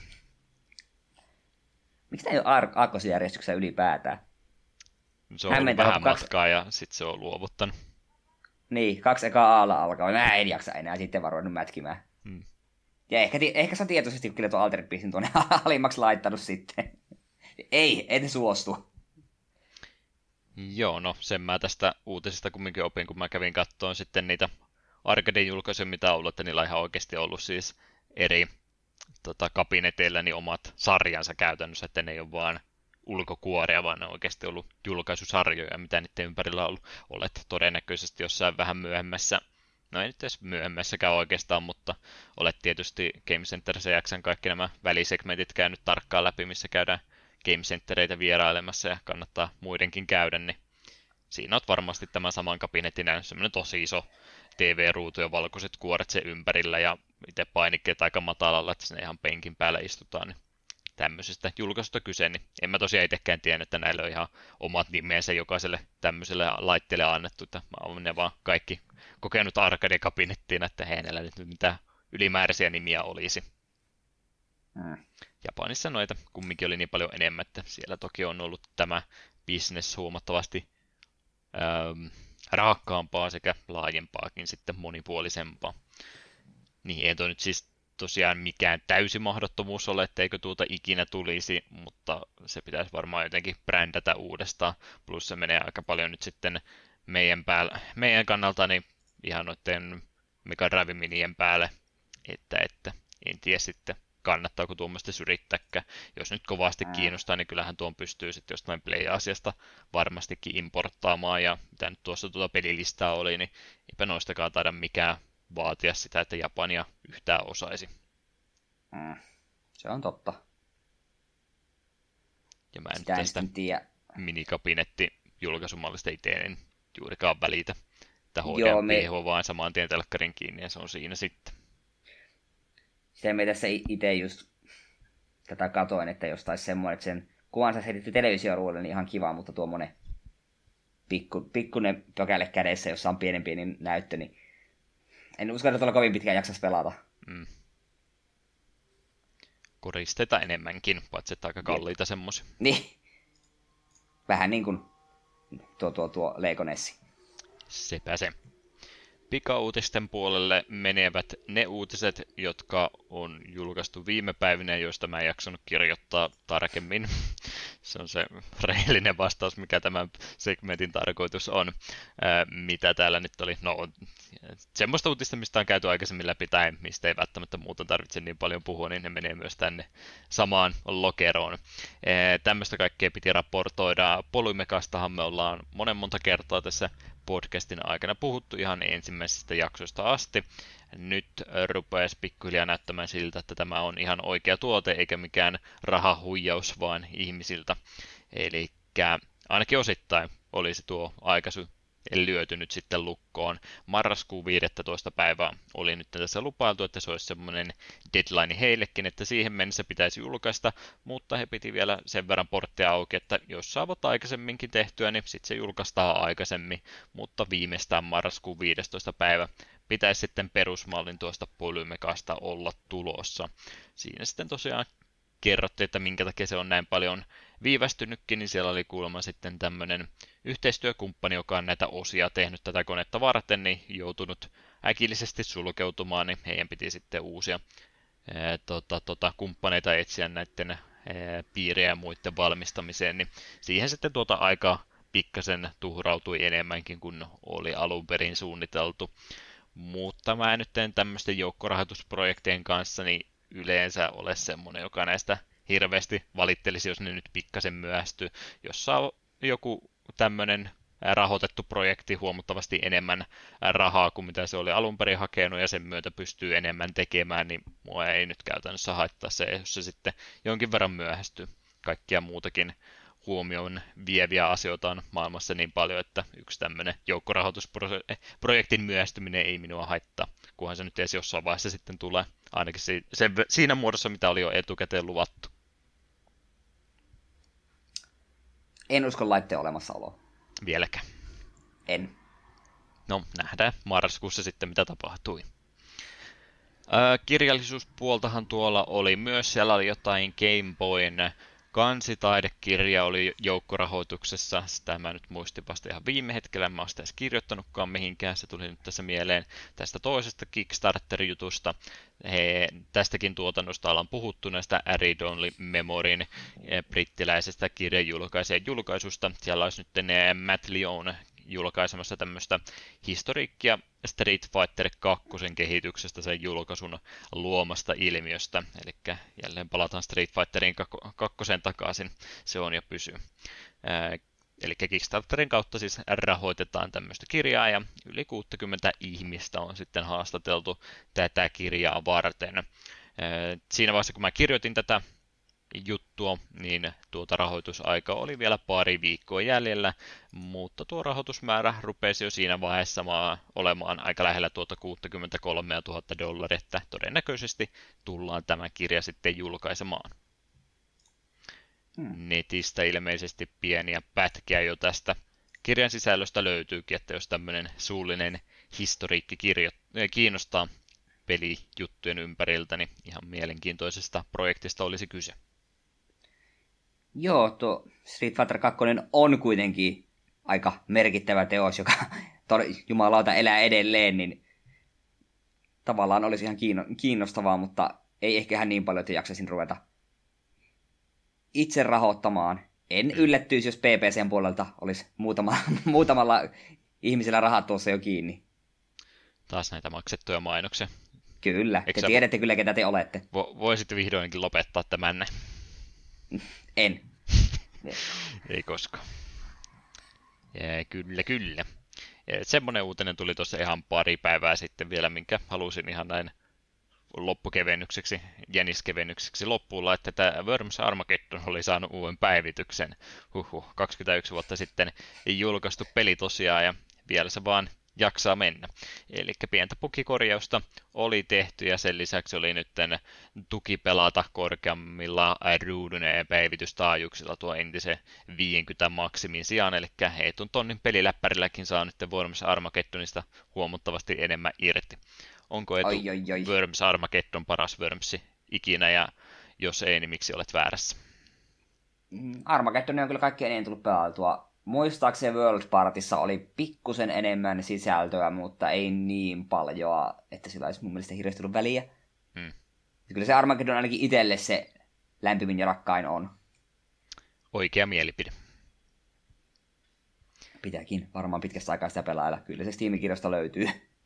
Miksi tämä ei ole aakkosjärjestyksessä ylipäätään? Se on ollut vähän matkaa ja sitten se on luovuttanut. Niin, 2 ekaa aalla alkaa. Mä en jaksa enää sitten varoinut mätkimään. Ja ehkä se on tietoisesti kyllä tuon Altered Beastin tuonne alimmaksi laittanut sitten. Ei, en suostu. Joo, no sen mä tästä uutisista kumminkin opin, kun mä kävin kattoon sitten niitä arcade julkaisuja, mitä on ollut, että niillä on ihan oikeasti ollut siis eri kabineteilla niin omat sarjansa käytännössä, että ne ei ole vaan ulkokuoria, vaan ne on oikeasti ollut julkaisusarjoja, mitä niiden ympärillä on ollut. Olet todennäköisesti jossain vähän myöhemmässä, no ei nyt edes myöhemmässäkään oikeastaan, mutta olet tietysti Game Center CX:n kaikki nämä välisegmentit käynyt tarkkaan läpi, missä käydään Game Centereitä vierailemassa ja kannattaa muidenkin käydä, niin siinä on varmasti tämän saman kabinetin semmoinen tosi iso TV-ruutu ja valkoiset kuoret sen ympärillä ja itse painikkeet aika matalalla, että sinne ihan penkin päällä istutaan, niin tämmöisestä julkaisusta kyse, niin en mä tosiaan itsekään tiennyt, että näillä on ihan omat nimensä jokaiselle tämmöiselle laitteelle annettu, että mä oon ne vaan kaikki kokenut arcade-kabinettiin, että hei, näillä nyt mitään ylimääräisiä nimiä olisi. Japanissa noita kumminkin oli niin paljon enemmän, että siellä toki on ollut tämä business huomattavasti raakkaampaa sekä laajempaakin sitten monipuolisempaa. Niin ei toi nyt siis tosiaan mikään täysi mahdottomuus ole, etteikö tuota ikinä tulisi, mutta se pitäisi varmaan jotenkin brändätä uudestaan. Plus se menee aika paljon nyt sitten meidän kannalta niin ihan noiden Mega Drive Minien päälle, että en tiedä sitten kannattaako tuommoista yrittääkään. Jos nyt kovasti kiinnostaa, niin kyllähän tuon pystyy sitten jostain Play-asiasta varmastikin importtaamaan, ja mitä nyt tuossa tuota pelilistaa oli, niin eipä noistakaan taida mikään vaatia sitä, että Japania yhtään osaisi. Se on totta. Ja mä en tästä minikabinetti-julkaisumallista itse en juurikaan välitä. Että HDMI vaan saman tien telkkarin kiinni ja se on siinä sitten. Sitä me tässä itse just tätä katoin, että jos taisi semmoinen, että sen kuvansa heitetty televisioruudelle, niin ihan kiva, mutta tuommoinen pikkuinen pökäle kädessä, jossa on pieni näyttö, niin en usko, että tuolla kovin pitkään jaksas pelata. Mm. Koristeita enemmänkin, paitsi että aika kalliita semmoisia. Niin. Vähän niin kuin tuo Lego Nessi. Sepä se. Pikauutisten puolelle menevät ne uutiset, jotka on julkaistu viime päivinä, joista mä en jaksanut kirjoittaa tarkemmin. Se on se rehellinen vastaus, mikä tämän segmentin tarkoitus on. Mitä täällä nyt oli? No, semmoista uutista, mistä on käyty aikaisemmin läpi tai mistä ei välttämättä muuta tarvitse niin paljon puhua, niin ne menee myös tänne samaan lokeroon. Tämmöistä kaikkea piti raportoida. Polymekastahan me ollaan monta kertaa tässä podcastin aikana puhuttu ihan ensimmäisestä jaksosta asti. Nyt rupeaisi pikkuhiljaa näyttämään siltä, että tämä on ihan oikea tuote eikä mikään rahahuijaus vaan ihmisiltä. Eli ainakin osittain olisi tuo aikaisu lyöty nyt sitten lukkoon. Marraskuun 15. päivää oli nyt tässä lupailtu, että se olisi semmoinen deadline heillekin, että siihen mennessä pitäisi julkaista, mutta he piti vielä sen verran porttia auki, että jos saavat aikaisemminkin tehtyä, niin sitten se julkaistaan aikaisemmin, mutta viimeistään marraskuun 15. päivä pitäisi sitten perusmallin tuosta Polymekasta olla tulossa. Siinä sitten tosiaan kerrottiin, että minkä takia se on näin paljon viivästynytkin, niin siellä oli kuulemma sitten tämmöinen yhteistyökumppani, joka on näitä osia tehnyt tätä konetta varten, niin joutunut äkillisesti sulkeutumaan, niin heidän piti sitten uusia kumppaneita etsiä näiden piirejä ja muiden valmistamiseen, niin siihen sitten aikaa pikkasen tuhrautui enemmänkin kuin oli alun perin suunniteltu. Mutta mä nyt tämmöisten joukkorahoitusprojektien kanssa, niin yleensä ole semmoinen, joka näistä hirveästi valittelisi, jos ne nyt pikkasen myöhästyy. Jos saa joku tämmöinen rahoitettu projekti huomattavasti enemmän rahaa kuin mitä se oli alun perin hakenut ja sen myötä pystyy enemmän tekemään, niin mua ei nyt käytännössä haittaa se, jos se sitten jonkin verran myöhästyy. Kaikkia muutakin huomioon vieviä asioita on maailmassa niin paljon, että yksi tämmöinen joukkorahoitusprojektin myöhästyminen ei minua haittaa, kunhan se nyt edes jossain vaiheessa sitten tulee, ainakin siinä muodossa, mitä oli jo etukäteen luvattu. En usko laitteen olemassaoloa. Vieläkään. En. No, nähdään marraskuussa sitten, mitä tapahtui. Kirjallisuuspuoltahan tuolla oli myös, siellä oli jotain Game Boyn kansitaidekirja oli joukkorahoituksessa, sitä mä nyt muistin vasta ihan viime hetkellä, mä oon sitä edes kirjoittanutkaan mihinkään, se tuli nyt tässä mieleen tästä toisesta Kickstarter-jutusta. Tästäkin tuotannosta ollaan puhuttu näistä Read Only Memoryn brittiläisestä kirjajulkaisijan julkaisusta. Siellä olisi nyt Matt Leone julkaisemassa tämmöistä historiikkia Street Fighter 2 kehityksestä sen julkaisun luomasta ilmiöstä. Eli jälleen palataan Street Fighterin 2 takaisin, se on ja pysyy. Eli Kickstarterin kautta siis rahoitetaan tämmöistä kirjaa ja yli 60 ihmistä on sitten haastateltu tätä kirjaa varten. Siinä vaiheessa kun mä kirjoitin tätä juttua, niin tuota rahoitusaika oli vielä pari viikkoa jäljellä, mutta tuo rahoitusmäärä rupesi jo siinä vaiheessa olemaan aika lähellä tuota $63,000, että todennäköisesti tullaan tämä kirja sitten julkaisemaan. Netistä ilmeisesti pieniä pätkiä jo tästä kirjan sisällöstä löytyykin, että jos tämmöinen suullinen historiikki kiinnostaa pelijuttujen ympäriltä, niin ihan mielenkiintoisesta projektista olisi kyse. Joo, tuo Street Fighter 2 on kuitenkin aika merkittävä teos, joka jumalauta elää edelleen, niin tavallaan olisi ihan kiinnostavaa, mutta ei ehkä ihan niin paljon, että jaksaisin ruveta itse rahoittamaan. En yllättyisi, jos PPCn puolelta olisi muutamalla ihmisellä rahat tuossa jo kiinni. Taas näitä maksettuja mainoksia. Kyllä, te tiedätte kyllä, ketä te olette. Voisitte vihdoinkin lopettaa tämän. En. Ei koskaan. Kyllä. Semmoinen uutinen tuli tuossa ihan pari päivää sitten vielä, minkä halusin ihan näin loppukevennykseksi, jäniskevennykseksi loppuun laittaa, että Worms Armageddon oli saanut uuden päivityksen. 21 vuotta sitten julkaistu peli tosiaan, ja vielä se vaan jaksaa mennä. Eli pientä bugikorjausta oli tehty ja sen lisäksi oli nyt tuki pelata korkeammilla ruudun ja päivitystaajuuksilla tuo entisen 50 maksimin sijaan, eli heitun tonnin peliläppärilläkin saa nyt Worms Armageddonista huomattavasti enemmän irti. Onko Eetu Worms Armageddon paras Wormsi ikinä, ja jos ei, niin miksi olet väärässä? Armageddon on kyllä kaikkein eniten tullut pelautua. Muistaakseni World Partissa oli pikkusen enemmän sisältöä, mutta ei niin paljon, että sillä olisi mun mielestä hirveästi ollut väliä. Kyllä se Armageddon ainakin itselle se lämpimin ja rakkain on. Oikea mielipide. Pitääkin varmaan pitkästä aikaa sitä pelailla. Kyllä se Steam-kirjasta löytyy.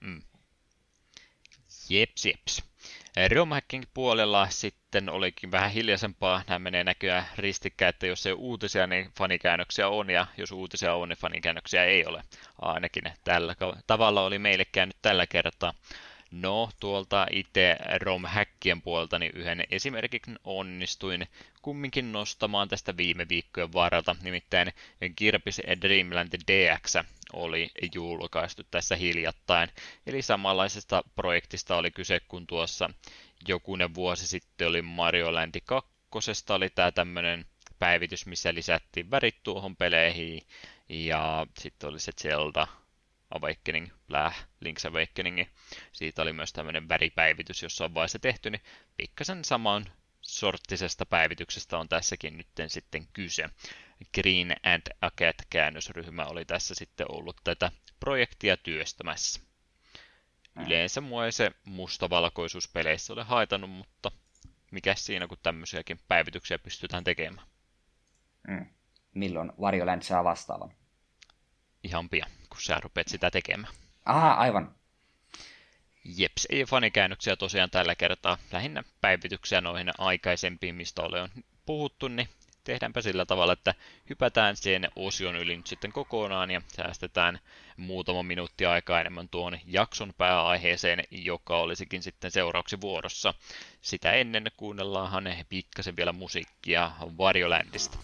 Jeps. ROM-hacking puolella sitten olikin vähän hiljaisempaa. Nämä menee näköjään ristikkäin, että jos ei ole uutisia, niin fanikäännöksiä on, ja jos uutisia on, niin fanikäännöksiä ei ole. Ainakin tällä tavalla oli meille käynyt tällä kertaa. No, tuolta itse ROM-häkkien puolta niin yhden esimerkin onnistuin kumminkin nostamaan tästä viime viikkojen varalta, nimittäin Kirby's Dreamland DX oli julkaistu tässä hiljattain, eli samanlaisesta projektista oli kyse kuin tuossa jokunen vuosi sitten oli Mario Land 2, oli tämä tämmöinen päivitys, missä lisättiin värit tuohon peleihin, ja sitten oli se Zelda Awakening, Link's Awakening, siitä oli myös tämmöinen väripäivitys jossain vaiheessa tehty, niin pikkasen saman sorttisesta päivityksestä on tässäkin nyt sitten kyse. Green and Acat-käännösryhmä oli tässä sitten ollut tätä projektia työstämässä. Yleensä mua ei se mustavalkoisuus peleissä ole haitannut, mutta mikä siinä, kun tämmöisiäkin päivityksiä pystytään tekemään. Milloin Wario Land saa vastaavan? Ihan pian, kun sä rupeat sitä tekemään. Aivan. Jeps, ei fanikäännöksiä tosiaan tällä kertaa. Lähinnä päivityksiä noihin aikaisempiin, mistä olen puhuttu, niin tehdäänpä sillä tavalla, että hypätään sen osion yli nyt sitten kokonaan ja säästetään muutama minuutti aikaa enemmän tuon jakson pääaiheeseen, joka olisikin sitten seuraavaksi vuorossa. Sitä ennen kuunnellaanhan pikkasen vielä musiikkia Wario Landista.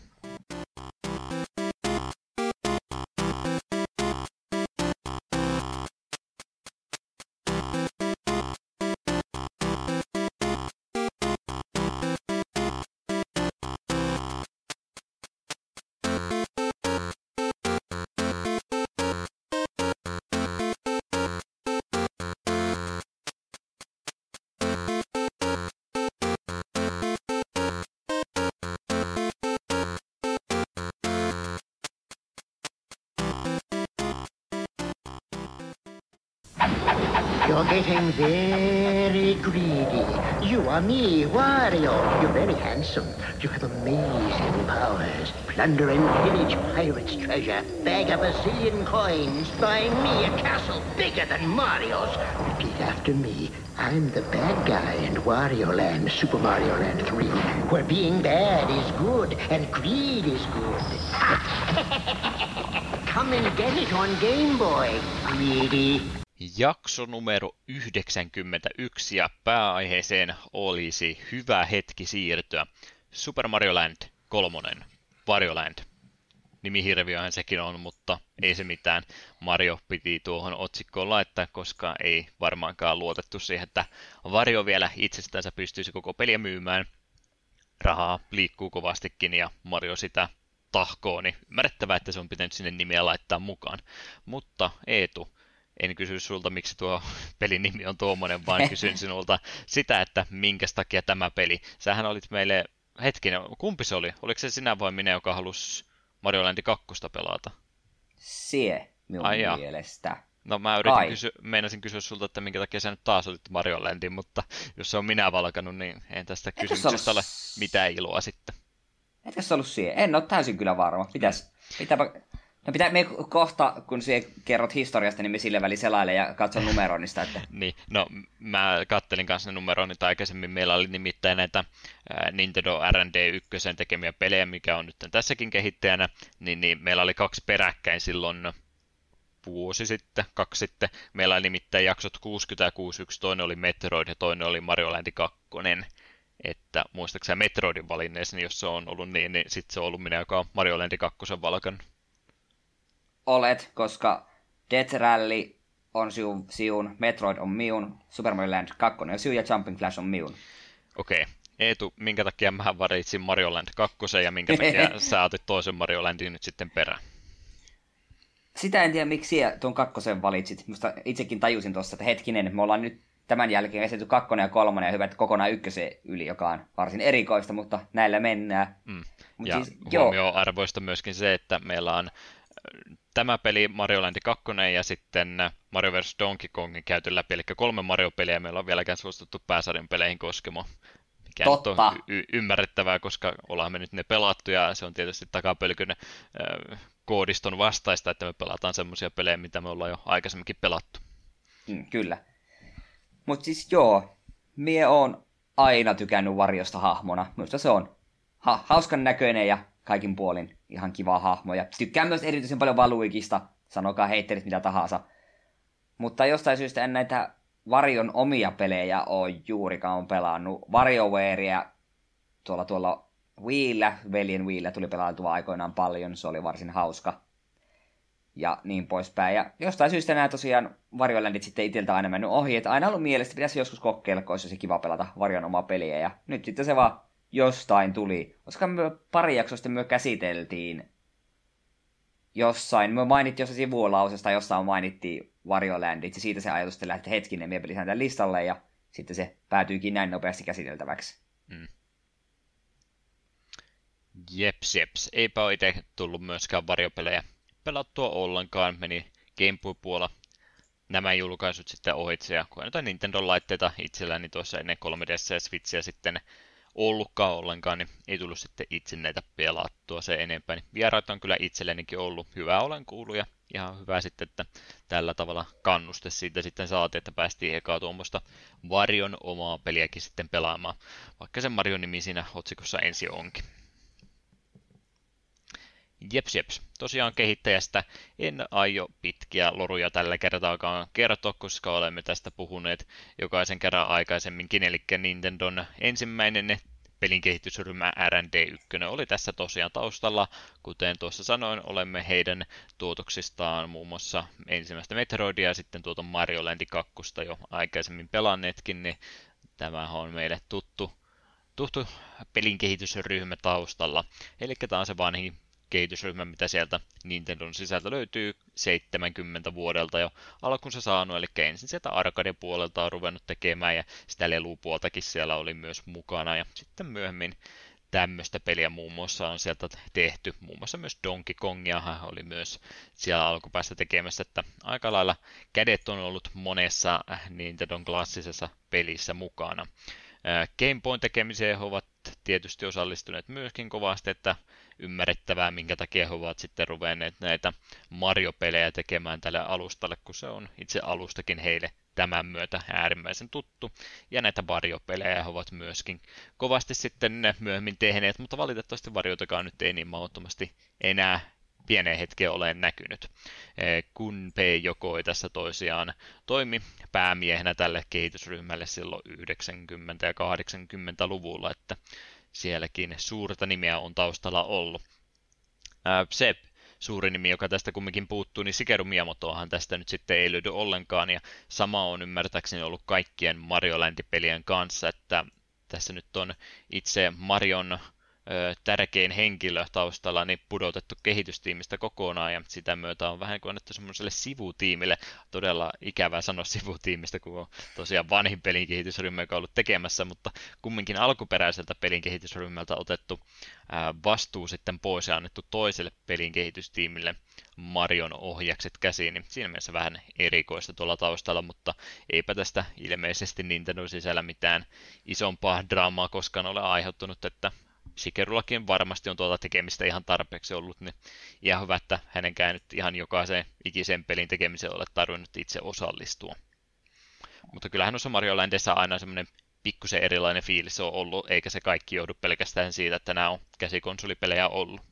You're getting very greedy. You are me, Wario. You're very handsome. You have amazing powers. Plunder and pillage pirates' treasure. Bag up a zillion coins. Buy me a castle bigger than Mario's. Repeat after me. I'm the bad guy in Wario Land, Super Mario Land 3, where being bad is good and greed is good. Come and get it on Game Boy, greedy. Jakso numero 91 ja pääaiheeseen olisi hyvä hetki siirtyä. Super Mario Land 3, Wario Land. Nimihirviöhän sekin on, mutta ei se mitään. Mario piti tuohon otsikkoon laittaa, koska ei varmaankaan luotettu siihen, että Wario vielä itsestänsä pystyisi koko peliä myymään. Rahaa liikkuu kovastikin ja Mario sitä tahkoo, niin ymmärrettävää, että se on pitänyt sinne nimeä laittaa mukaan. Mutta Eetu, en kysy sulta, miksi tuo pelin nimi on tuommoinen, vaan kysyn sinulta sitä, että minkä takia tämä peli. Sähän olit meille, hetkinen, kumpi se oli? Oliko se sinä vai minä, joka halusi Mario Land 2 pelata? Sie, minun mielestä. No mä meinasin kysyä sulta, että minkä takia sä nyt taas olit Mario Landin, mutta jos se on minä valkannut, niin en tästä kysymyksestä ole mitään iloa sitten. Eikö se ollut Sie? En ole täysin kyllä varma. Me kohta, kun sinä kerrot historiasta, niin me sille väliin selaile ja katson numeroinnista. Että... niin, no mä kattelin kanssa ne numeroinnit aikaisemmin. Meillä oli nimittäin näitä Nintendo R&D1 tekemiä pelejä, mikä on nyt tässäkin kehittäjänä. Niin meillä oli 2 peräkkäin silloin vuosi sitten, 2 sitten. Meillä oli nimittäin jaksot 60 ja 61, toinen oli Metroid ja toinen oli Mario Land 2. Että muistaakseni Metroidin valinneessa, niin jos se on ollut niin sitten se on ollut minä, joka on Mario Land 2 valkannut. Olet, koska Death Rally on Siun, Metroid on minun, Super Mario Land 2 on Siun ja Jumping Flash on minun. Okei. Eetu, minkä takia mä valitsin Mario Land 2 ja minkä takia sä otit toisen Mario Landin nyt sitten perään? Sitä en tiedä, miksi tuon 2 valitsit. Musta itsekin tajusin tuossa, että hetkinen, me ollaan nyt tämän jälkeen esitetty 2 ja 3 ja hyvä, että kokonaan 1 yli, joka on varsin erikoista, mutta näillä mennään. Ja siis, huomioarvoista myöskin se, että meillä on tämä peli Mario Land 2 ja sitten Mario vs. Donkey Kongin käyty läpi, eli 3 Mario-peliä meillä on vieläkään suostuttu pääsarjan peleihin koskemaan. Mikä nyt on ymmärrettävää, koska ollaan me nyt ne pelattu ja se on tietysti takapölkyn koodiston vastaista, että me pelataan semmoisia pelejä, mitä me ollaan jo aikaisemminkin pelattu. Kyllä. Mutta siis joo, mie oon aina tykännyt Varjosta hahmona. Minusta se on hauskan näköinen ja kaikin puolin ihan kiva hahmo. Ja tykkään myös erityisen paljon Valuikista, sanokaa heittelit mitä tahansa. Mutta jostain syystä en näitä Varjon omia pelejä ole juurikaan pelannut. WarioWarea tuolla Wiillä, veljen Wiillä tuli pelailtua aikoinaan paljon, se oli varsin hauska. Ja niin poispäin. Ja jostain syystä nämä tosiaan Varjolandit sitten itseltä aina mennyt ohi, että aina ollut mielestä, pitäisi joskus kokeilla, kun olisi se kiva pelata Varjon omaa peliä. Ja nyt sitten se vaan jostain tuli. Koska me pari jaksoa sitten me käsiteltiin jossain, me mainittiin jossain sivulausesta, jossain mainittiin Varjolandit, ja siitä se ajatus sitten lähti hetkinen, me pelisään tämän listalle, ja sitten se päätyykin näin nopeasti käsiteltäväksi. Jeps. Eipä ole itse tullut myöskään Varjopelejä pelattua ollenkaan. Meni Game Boy-puolella nämä julkaisut sitten ohitse, ja kun jotain Nintendo-laitteita itselläni tuossa ennen 3DS ja Switchiä sitten ollutkaan ollenkaan, niin ei tullut sitten itse näitä pelattua se enempää. Niin vieraita on kyllä itsellenikin ollut. Hyvää olen kuullut ja ihan hyvä sitten, että tällä tavalla kannuste siitä sitten saatiin, että päästiin ekaa tuommoista Varjon omaa peliäkin sitten pelaamaan, vaikka sen Marion nimi siinä otsikossa ensin onkin. Jeps. Tosiaan kehittäjästä en aio pitkiä loruja tällä kertaakaan kertoa, koska olemme tästä puhuneet jokaisen kerran aikaisemminkin, eli Nintendon ensimmäinen pelin kehitysryhmä R&D1 oli tässä tosiaan taustalla. Kuten tuossa sanoin, olemme heidän tuotoksistaan muun muassa ensimmäistä Metroidia ja sitten tuota Mario Land 2 jo aikaisemmin pelanneetkin, niin tämä on meille tuttu pelin kehitysryhmä taustalla. Eli tämä on se vanhin kehitysryhmä, mitä sieltä Nintendon sisältä löytyy 70 vuodelta jo alkunsa saanut, eli ensin sieltä arcade-puolelta on ruvennut tekemään, ja sitä lelupuoltakin siellä oli myös mukana, ja sitten myöhemmin tämmöistä peliä muun muassa on sieltä tehty, muun muassa myös Donkey Kongia oli myös siellä alkupäästä tekemässä, että aika lailla kädet on ollut monessa Nintendon klassisessa pelissä mukana. Game Boyn tekemiseen he ovat tietysti osallistuneet myöskin kovasti, että ymmärrettävää, minkä takia he ovat sitten ruvenneet näitä Mario-pelejä tekemään tälle alustalle, kun se on itse alustakin heille tämän myötä äärimmäisen tuttu. Ja näitä Mario-pelejä he ovat myöskin kovasti sitten myöhemmin tehneet, mutta valitettavasti Variotakaan nyt ei niin mahdottomasti enää pieneen hetkeen ole näkynyt. Gunpei Yokoi tässä toisiaan toimi päämiehenä tälle kehitysryhmälle silloin 90- ja 80-luvulla, että sielläkin suurta nimeä on taustalla ollut. Se suuri nimi, joka tästä kumminkin puuttuu, niin Shigeru Miyamotohan tästä nyt sitten ei löydy ollenkaan, ja sama on ymmärtääkseni ollut kaikkien Mario Land-pelien kanssa, että tässä nyt on itse Marion tärkein henkilö taustalla niin pudotettu kehitystiimistä kokonaan, ja sitä myötä on vähän kuin annettu semmoiselle sivutiimille, todella ikävää sanoa sivutiimistä, kun on tosiaan vanhin pelin kehitysryhmä, joka on ollut tekemässä, mutta kumminkin alkuperäiseltä pelin kehitysryhmältä otettu vastuu sitten pois ja annettu toiselle pelin kehitystiimille Marion ohjakset käsiin, niin siinä mielessä vähän erikoista tuolla taustalla, mutta eipä tästä ilmeisesti Nintendo sisällä mitään isompaa draamaa koskaan ole aiheuttanut, että Shigerullakin varmasti on tuota tekemistä ihan tarpeeksi ollut, niin ihan hyvä, että hänenkään nyt ihan jokaiseen ikiseen pelin tekemiseen ole tarvinnut itse osallistua. Mutta kyllähän noissa Mario Landissa aina semmoinen pikkusen erilainen fiilis on ollut, eikä se kaikki joudu pelkästään siitä, että nämä on käsikonsolipelejä ollut.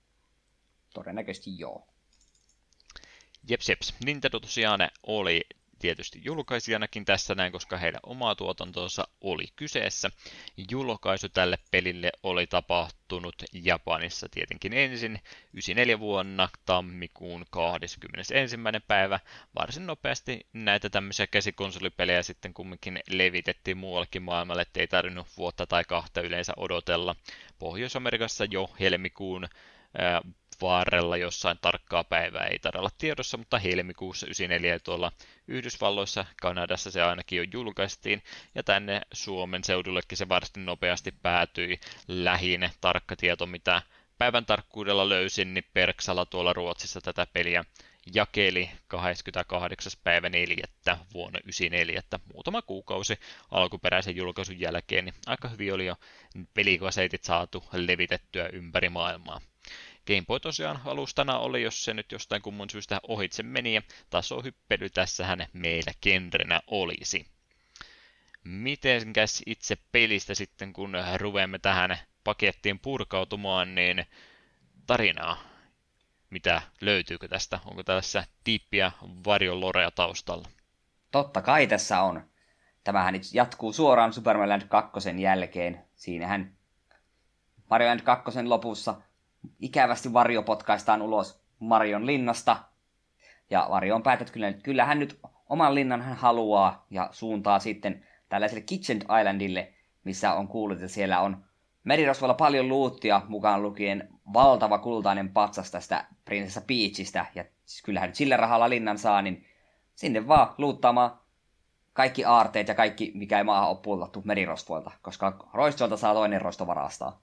Todennäköisesti joo. Jeps. Nintendo tosiaan oli tietysti julkaisijanakin tässä näin, koska heidän oma tuotantonsa oli kyseessä. Julkaisu tälle pelille oli tapahtunut Japanissa tietenkin ensin 94 vuonna tammikuun 21. päivä. Varsin nopeasti näitä tämmöisiä käsikonsolipelejä sitten kumminkin levitettiin muuallekin maailmalle, ettei tarvinnut vuotta tai kahta yleensä odotella. Pohjois-Amerikassa jo helmikuun varrella jossain tarkkaa päivää ei taida olla tiedossa, mutta helmikuussa 94 tuolla Yhdysvalloissa, Kanadassa se ainakin jo julkaistiin, ja tänne Suomen seudullekin se varsin nopeasti päätyi. Lähin tarkka tieto, mitä päivän tarkkuudella löysin, niin Perksala tuolla Ruotsissa tätä peliä jakeli 28. päivä 4. vuonna 1994, että muutama kuukausi alkuperäisen julkaisun jälkeen, niin aika hyvin oli jo pelikaseitit saatu levitettyä ympäri maailmaa. Game Boy tosiaan alustana oli, jos se nyt jostain kumman syystä ohitse meni, ja tasohyppely tässähän meillä genrenä olisi. Mitenkäs itse pelistä sitten, kun ruveemme tähän pakettiin purkautumaan, niin tarinaa. Mitä löytyykö tästä? Onko tässä tiippiä varjon lorea taustalla? Totta kai tässä on. Tämähän nyt jatkuu suoraan Super Mario Land 2 jälkeen. Siinähän Mario Land 2 lopussa ikävästi Varjo potkaistaan ulos Marion linnasta. Ja Varjo on päättänyt, että kyllä hän nyt oman linnan hän haluaa ja suuntaa sitten tällaiselle Kitchen Islandille, missä on kuullut, että siellä on merirosvoilla paljon luuttia, mukaan lukien valtava kultainen patsas tästä Prinsessa Peachistä. Ja kyllähän nyt sillä rahalla linnan saa, niin sinne vaan luuttaamaan kaikki aarteet ja kaikki, mikä ei maahan ole pultattu merirosvoilta, koska roistoilta saa toinen roisto varastaa.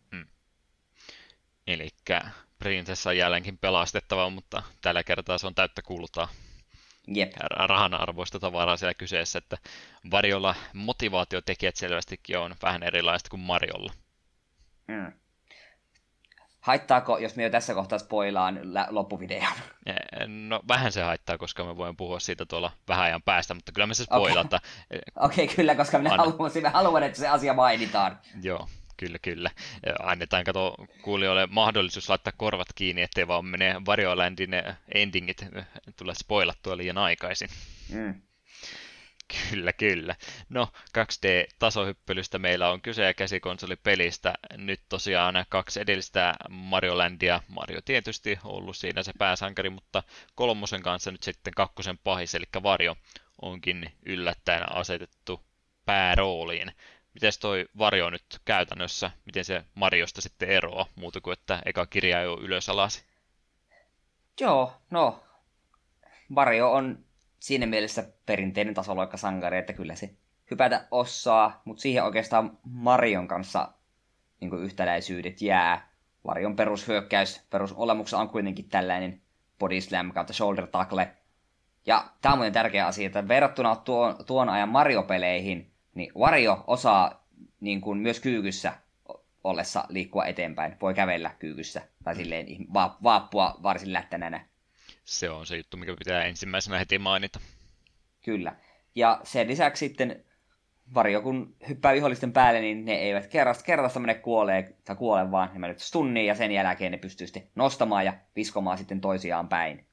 Elikkä prinsessa on jälleenkin pelastettava, mutta tällä kertaa se on täyttä kultaa. Jep. Rahan arvoista tavaraa siellä kyseessä, että Varjolla motivaatiotekijät selvästikin on vähän erilaista kuin Mariolla. Haittaako, jos me jo tässä kohtaa spoilaan loppuvideon? No vähän se haittaa, koska me voimme puhua siitä tuolla vähän ajan päästä, mutta kyllä me se spoilata. Okei, kyllä, koska minä haluan, että se asia mainitaan. Joo. Kyllä. Annetaan kuulijoille mahdollisuus laittaa korvat kiinni, ettei vaan mene Wario Landin endingit tule spoilattua liian aikaisin. Kyllä. No, 2D-tasohyppelystä meillä on kyse ja käsikonsolipelistä. Nyt tosiaan 2 edellistä Mario Landia. Mario tietysti on ollut siinä se pääsankari, mutta 3 kanssa nyt sitten 2 pahis, eli Wario onkin yllättäen asetettu päärooliin. Mites toi Wario nyt käytännössä, miten se Mariosta sitten eroaa, muuta kuin että eka kirja ei ole ylös alas? Joo, no, Wario on siinä mielessä perinteinen tasoloikkasankari, että kyllä se hypätä osaa, mutta siihen oikeastaan Marion kanssa niin yhtäläisyydet jää. Varion perushyökkäys, perusolemuksessa on kuitenkin tällainen body slam kautta shoulder tackle. Ja tämä on muuten tärkeä asia, että verrattuna tuon ajan Mario-peleihin, niin Wario osaa niin kuin myös kyykyssä ollessa liikkua eteenpäin. Voi kävellä kyykyssä tai silleen vaappua varsin lättänänä. Se on se juttu, mikä pitää ensimmäisenä heti mainita. Kyllä. Ja sen lisäksi sitten Wario, kun hyppää vihollisten päälle, niin ne eivät kerrasta mene kuole vaan ne menevät stunniin ja sen jälkeen ne pystyy sitten nostamaan ja viskomaan sitten toisiaan päin.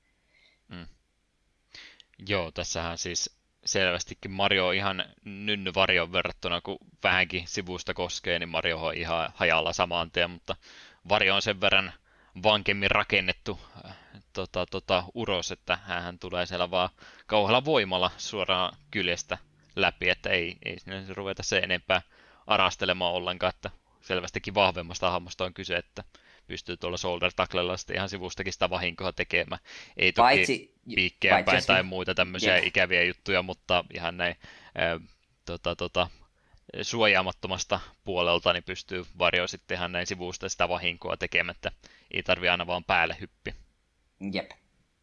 Joo, tässähän siis selvästikin Mario on ihan nynny Varion verrattuna, kun vähänkin sivusta koskee, niin Mario on ihan hajalla samaan tien, mutta Vario on sen verran vankemmin rakennettu uros, että hän tulee siellä vaan kauhealla voimalla suoraan kyljestä läpi, että ei sinne ruveta se enempää arastelemaan ollenkaan, että selvästikin vahvemmasta hahmosta on kyse, että pystyy tuolla shoulder tacklella sitten ihan sivustakin sitä vahinkoa tekemään. Ei toki piikkeä päin tai muita tämmöisiä ikäviä juttuja, mutta ihan näin suojaamattomasta puolelta niin pystyy Wario sitten ihan näin sivusta sitä vahinkoa tekemättä. Ei tarvi aina vaan päälle hyppi. Jep.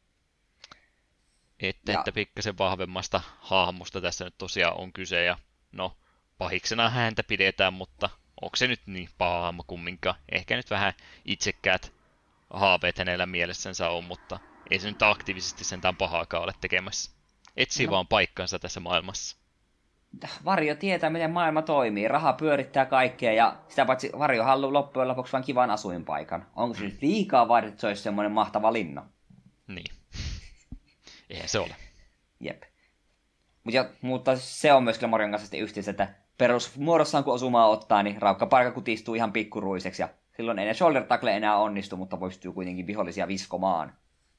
Että pikkasen vahvemmasta hahmosta tässä nyt tosiaan on kyse, ja no, pahiksena häntä pidetään, mutta onko se nyt niin paha hahmo kumminkaan? Ehkä nyt vähän itsekkäät haaveet hänellä mielessänsä on, mutta ei se nyt aktiivisesti sentään pahaakaan ole tekemässä. Etsii vaan paikkansa tässä maailmassa. Wario tietää, miten maailma toimii. Raha pyörittää kaikkea, ja sitä paitsi Wario haluaa loppujen lopuksi vain kivan asuinpaikan. Onko se nyt liikaa vaadittu, että se olisi semmoinen mahtava linna? Niin. Eihän se ole. Jep. Mutta se on myös kyllä Marion kanssa sitten yhteensä, että perusmuodossaan kun osumaa ottaa, niin raukkaparka kutistuu ihan pikkuruiseksi, ja silloin ei ne shoulder tackle enää onnistu, mutta pystyy kuitenkin vihollisia viskomaan.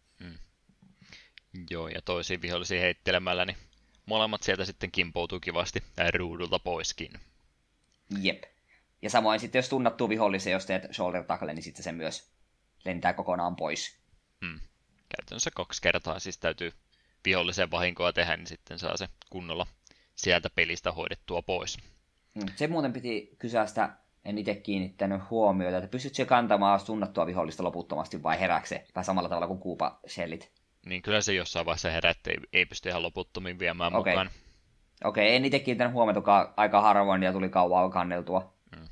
Joo, ja toisiin vihollisiin heittelemällä, niin molemmat sieltä sitten kimpoutuu kivasti ruudulta poiskin. Jep. Ja samoin sitten, jos tunnattuu vihollisen, jos teet shoulder tackle, niin sitten se myös lentää kokonaan pois. Käytännössä 2 kertaa siis täytyy vihollisen vahinkoa tehdä, niin sitten saa se kunnolla sieltä pelistä hoidettua pois. Se muuten piti kysyä sitä, en itse kiinnittänyt huomioita, että pystytkö kantamaan tunnattua vihollista loputtomasti vai herääkö se vähän samalla tavalla kuin Koopa-shellit? Niin kyllä se jossain vaiheessa herää, että ei pysty ihan loputtomiin viemään mukaan. Okei, en itse kiinnittänyt huomioita aika harvoin ja tuli kauan kanneltua.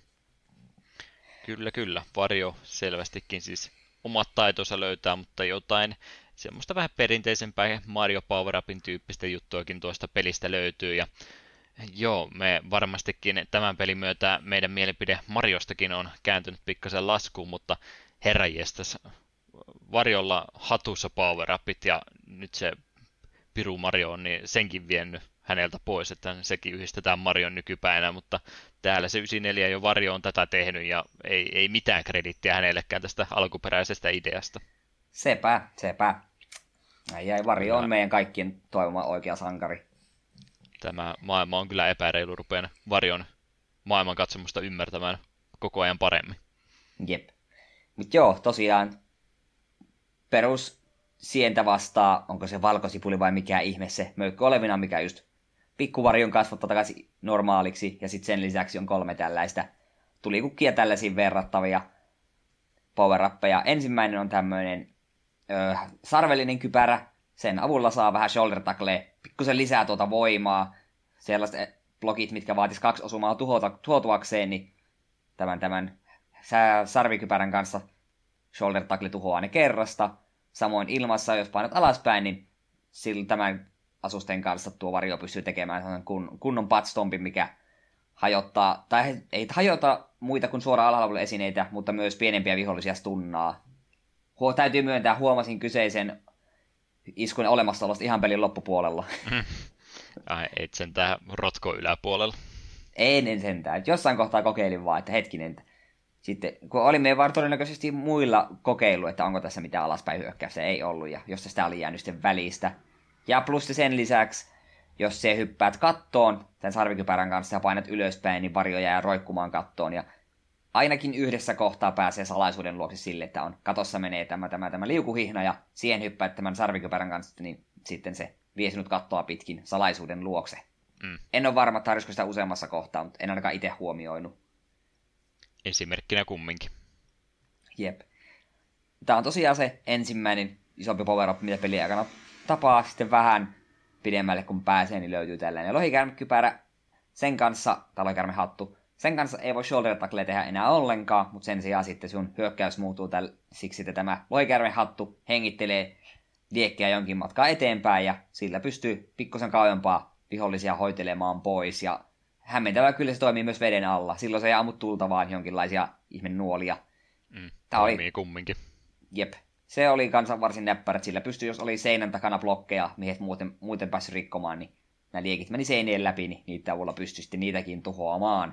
Kyllä. Vario selvästikin siis omat taitonsa löytää, mutta jotain semmoista vähän perinteisempää Mario Power-Upin tyyppistä juttuakin tuosta pelistä löytyy. Ja joo, me varmastikin tämän pelin myötä meidän mielipide Mariostakin on kääntynyt pikkasen laskuun, mutta herranjestas, Varjolla hatussa Power-Upit ja nyt se Piru Mario on niin senkin vienyt häneltä pois, että sekin yhdistetään Marion nykypäivänä, mutta täällä se 94 jo Vario on tätä tehnyt ja ei mitään kredittiä hänellekään tästä alkuperäisestä ideasta. Sepä. Vario on meidän kaikkien toivoma oikea sankari. Tämä maailma on kyllä epäreilu, rupean Varion maailmankatsomusta ymmärtämään koko ajan paremmin. Jep. Mutta joo, tosiaan perus sientä vastaa, onko se valkosipuli vai mikä ihme se möykky olevina, mikä just pikkuvarion kasvattaa takaisin normaaliksi, ja sitten sen lisäksi on 3 tällaista tulikukkia tällaisiin verrattavia power-uppeja. Ensimmäinen on tämmöinen sarvellinen kypärä, sen avulla saa vähän shoulder tacklea, pikkusen lisää tuota voimaa, sellaiset blokit, mitkä vaatis 2 osumaa tuhoutuakseen, niin tämän sarvikypärän kanssa shoulder tackle tuhoaa ne kerrasta. Samoin ilmassa, jos painat alaspäin, niin tämän asusten kanssa tuo Vario pystyy tekemään kunnon buttstompin, mikä hajottaa, tai ei hajota muita kuin suoraan alhaalla olevia esineitä, mutta myös pienempiä vihollisia stunnaa. Täytyy myöntää, huomasin kyseisen iskun olemassaolosta ihan pelin loppupuolella. Ai, et sentään rotko yläpuolella. En sentään. Jossain kohtaa kokeilin vaan, että hetkinen. Sitten, kun olimme vaan todennäköisesti muilla kokeilu, että onko tässä mitään alaspäin hyökkäystä, ei ollut, ja jos sitä oli jäänyt sitten välistä. Ja plus sen lisäksi, jos se hyppäät kattoon tämän sarvikypärän kanssa ja painat ylöspäin, niin Vario jää roikkumaan kattoon, ja ainakin yhdessä kohtaa pääsee salaisuuden luokse sille, että on katossa menee tämä liukuhihna, ja siihen hyppäät tämän sarvikypärän kanssa, niin sitten se vie sinut kattoa pitkin salaisuuden luokse. En ole varma, tarjosko sitä useammassa kohtaa, mutta en ainakaan itse huomioinut. Esimerkkinä kumminkin. Jep. Tämä on tosiaan se ensimmäinen isompi power-up, mitä pelin aikana tapaa. Sitten vähän pidemmälle kun pääsee, niin löytyy tällainen lohikäärmekypärä. Sen kanssa, tai lohikäärmehattu, sen kanssa ei voi shoulder tacklea tehdä enää ollenkaan, mutta sen sijaan sitten sun hyökkäys muuttuu siksi, että tämä lohikäärmehattu hengittelee liekkejä jonkin matkaa eteenpäin, ja sillä pystyy pikkusen kauempaa vihollisia hoitelemaan pois, ja hämmentävää kyllä se toimii myös veden alla. Silloin se ei ammu tulta vaan jonkinlaisia ihmenuolia. Toimii kumminkin. Jep. Se oli kanssa varsin näppärät, sillä pystyi, jos oli seinän takana blokkeja, mihin et muuten päässyt rikkomaan, niin nämä liekit meni seinien läpi, niin niitä avulla pystyi sitten niitäkin tuhoamaan.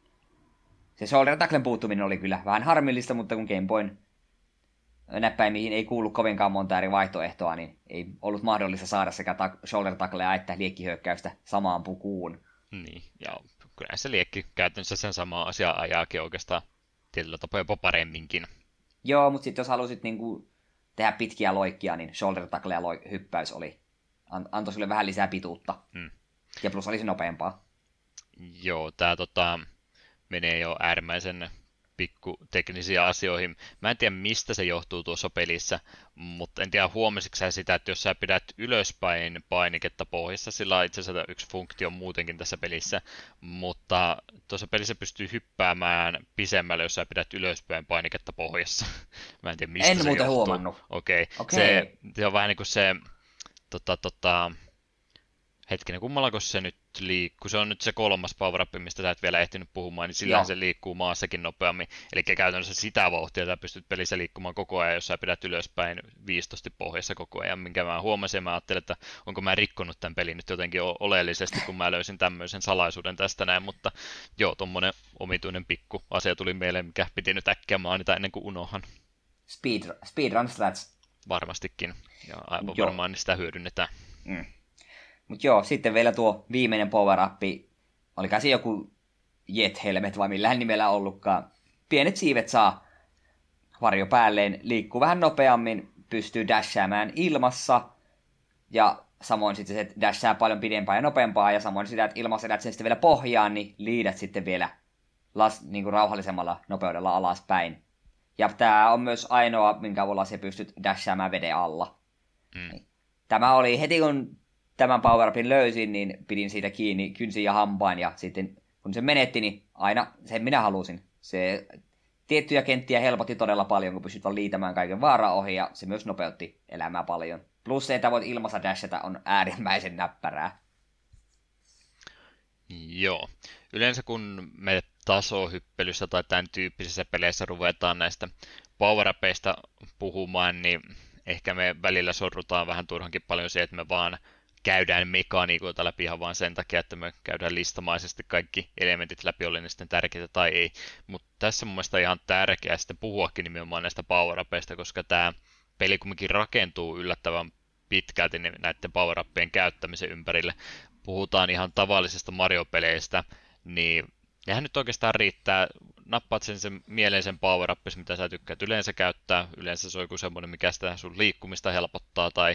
Se shoulder tacklen puuttuminen oli kyllä vähän harmillista, mutta kun Game Boyn näppäimiin ei kuulu kovinkaan monta eri vaihtoehtoa, niin ei ollut mahdollista saada sekä shoulder tacklea että liekkihyökkäystä samaan pukuun. Niin, ja kyllä se liekki käytännössä sen sama asia ajaakin oikeastaan tietyllä tapaa jopa paremminkin. Joo, mutta sitten jos halusit niinku tehdä pitkiä loikkia, niin shoulder tackle ja hyppäys antoi sulle vähän lisää pituutta. Ja plus olisi nopeampaa. Joo, tää menee jo äärimmäisen pikkuteknisiä asioihin. Mä en tiedä, mistä se johtuu tuossa pelissä, mutta en tiedä, huomasitko sä sitä, että jos sä pidät ylöspäin painiketta pohjassa, sillä on itse asiassa yksi funktio muutenkin tässä pelissä, mutta tuossa pelissä pystyy hyppäämään pisemmälle, jos sä pidät ylöspäin painiketta pohjassa. Mä en tiedä, mistä en se muuten johtuu. Huomannut. Okei. Se on vähän niin kuin se Hetkinen, kummallako se nyt liikkuu? Se on nyt se kolmas power-up, mistä sä et vielä ehtinyt puhumaan, niin Joo. sillähän se liikkuu maassakin nopeammin. Eli käytännössä sitä vauhtia sä pystyt pelissä liikkumaan koko ajan, jos sä pidät ylöspäin 15 pohjassa koko ajan, minkä mä huomasin ja mä ajattelin, että onko mä rikkonut tämän pelin nyt jotenkin oleellisesti, kun mä löysin tämmöisen salaisuuden tästä näin, mutta joo, tommonen omituinen pikku asia tuli mieleen, mikä piti nyt äkkiä mainita ennen kuin unohan. Speedrun stats. Varmastikin, ja aivan Joo. varmaan sitä hyödynnetään. Mutta joo, sitten vielä tuo viimeinen power-up, olikaan se joku Jet Helmet vai millään nimellä ollutkaan. Pienet siivet saa varjo päälleen, liikkuu vähän nopeammin, pystyy dashaamaan ilmassa, ja samoin sitten se dashaa paljon pidempää ja nopeampaa, ja samoin sitä, että ilmassa edät sen sitten vielä pohjaan, niin liidät sitten vielä niin kuin rauhallisemmalla nopeudella alaspäin. Ja tämä on myös ainoa, minkä avulla se pystyt dashaamaan veden alla. Tämä oli heti, kun tämän power-upin löysin, niin pidin siitä kiinni kynsin ja hampain, ja sitten kun se menetti, niin aina sen minä halusin. Se tiettyjä kenttiä helpotti todella paljon, kun pystyt vaan liitämään kaiken vaaraa ohi, ja se myös nopeutti elämää paljon. Plus se, että voit ilmassa dashata, on äärimmäisen näppärää. Joo. Yleensä kun me tasohyppelyssä tai tämän tyyppisissä peleissä ruvetaan näistä power-upeista puhumaan, niin ehkä me välillä sorrutaan vähän turhankin paljon siihen, että me vaan käydään mekaniikoita läpi ihan vaan sen takia, että me käydään listamaisesti kaikki elementit läpi, oli ne sitten tärkeitä tai ei. Mutta tässä mun mielestä on ihan tärkeää sitten puhuakin nimenomaan näistä power-upeista, koska tämä peli kumminkin rakentuu yllättävän pitkälti näiden power-upien käyttämisen ympärille. Puhutaan ihan tavallisista Mario-peleistä, niin nehän nyt oikeastaan riittää. Nappaat sen mieleen sen power mitä sä tykkäät yleensä käyttää. Yleensä se on joku semmoinen, mikä sitä sun liikkumista helpottaa, tai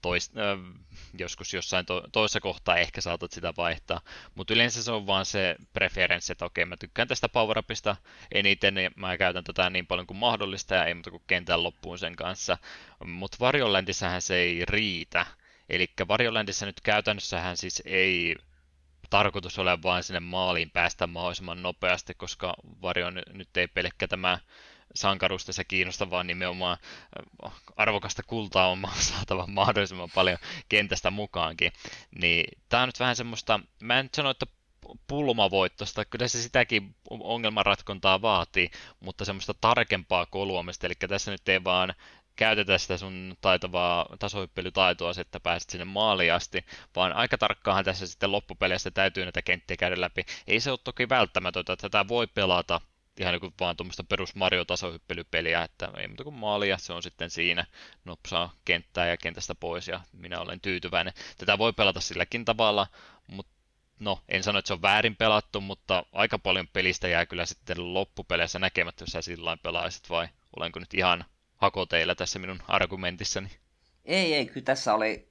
joskus jossain toisessa kohtaa ehkä saatat sitä vaihtaa. Mutta yleensä se on vaan se preferenssi, että okei, mä tykkään tästä power eniten, ja mä käytän tätä niin paljon kuin mahdollista, ja ei muuta kuin kentän loppuun sen kanssa. Mutta Varjolandissähän se ei riitä. Eli Varjolandissa nyt käytännössähän siis ei tarkoitus ole vain sinne maaliin päästä mahdollisimman nopeasti, koska Varjo nyt ei pelkkä tämä sankaruus tässä kiinnosta, vaan nimenomaan arvokasta kultaa on saatava mahdollisimman paljon kentästä mukaankin. Niin tää on nyt vähän semmoista, mä en nyt sano, että pulmavoittosta, kyllä se sitäkin ongelmanratkontaa vaatii, mutta semmoista tarkempaa koluamista, eli tässä nyt ei vaan käytetä sitä sun taitavaa tasohyppelytaitoa, että pääset sinne maaliin asti, vaan aika tarkkaanhan tässä sitten loppupeleissä täytyy näitä kenttiä käydä läpi. Ei se ole toki välttämätöntä, että tätä voi pelata ihan niin vaan tuommoista perus Mario-tasohyppelypeliä, että ei muuta kuin maalia, se on sitten siinä, nopsaa kenttää ja kentästä pois, ja minä olen tyytyväinen. Tätä voi pelata silläkin tavalla, mutta no, en sano, että se on väärin pelattu, mutta aika paljon pelistä jää kyllä sitten loppupeleissä näkemättä, jos sä sillä pelaisit, vai olenko nyt ihan hakoteilla tässä minun argumentissani? Ei, kyllä tässä oli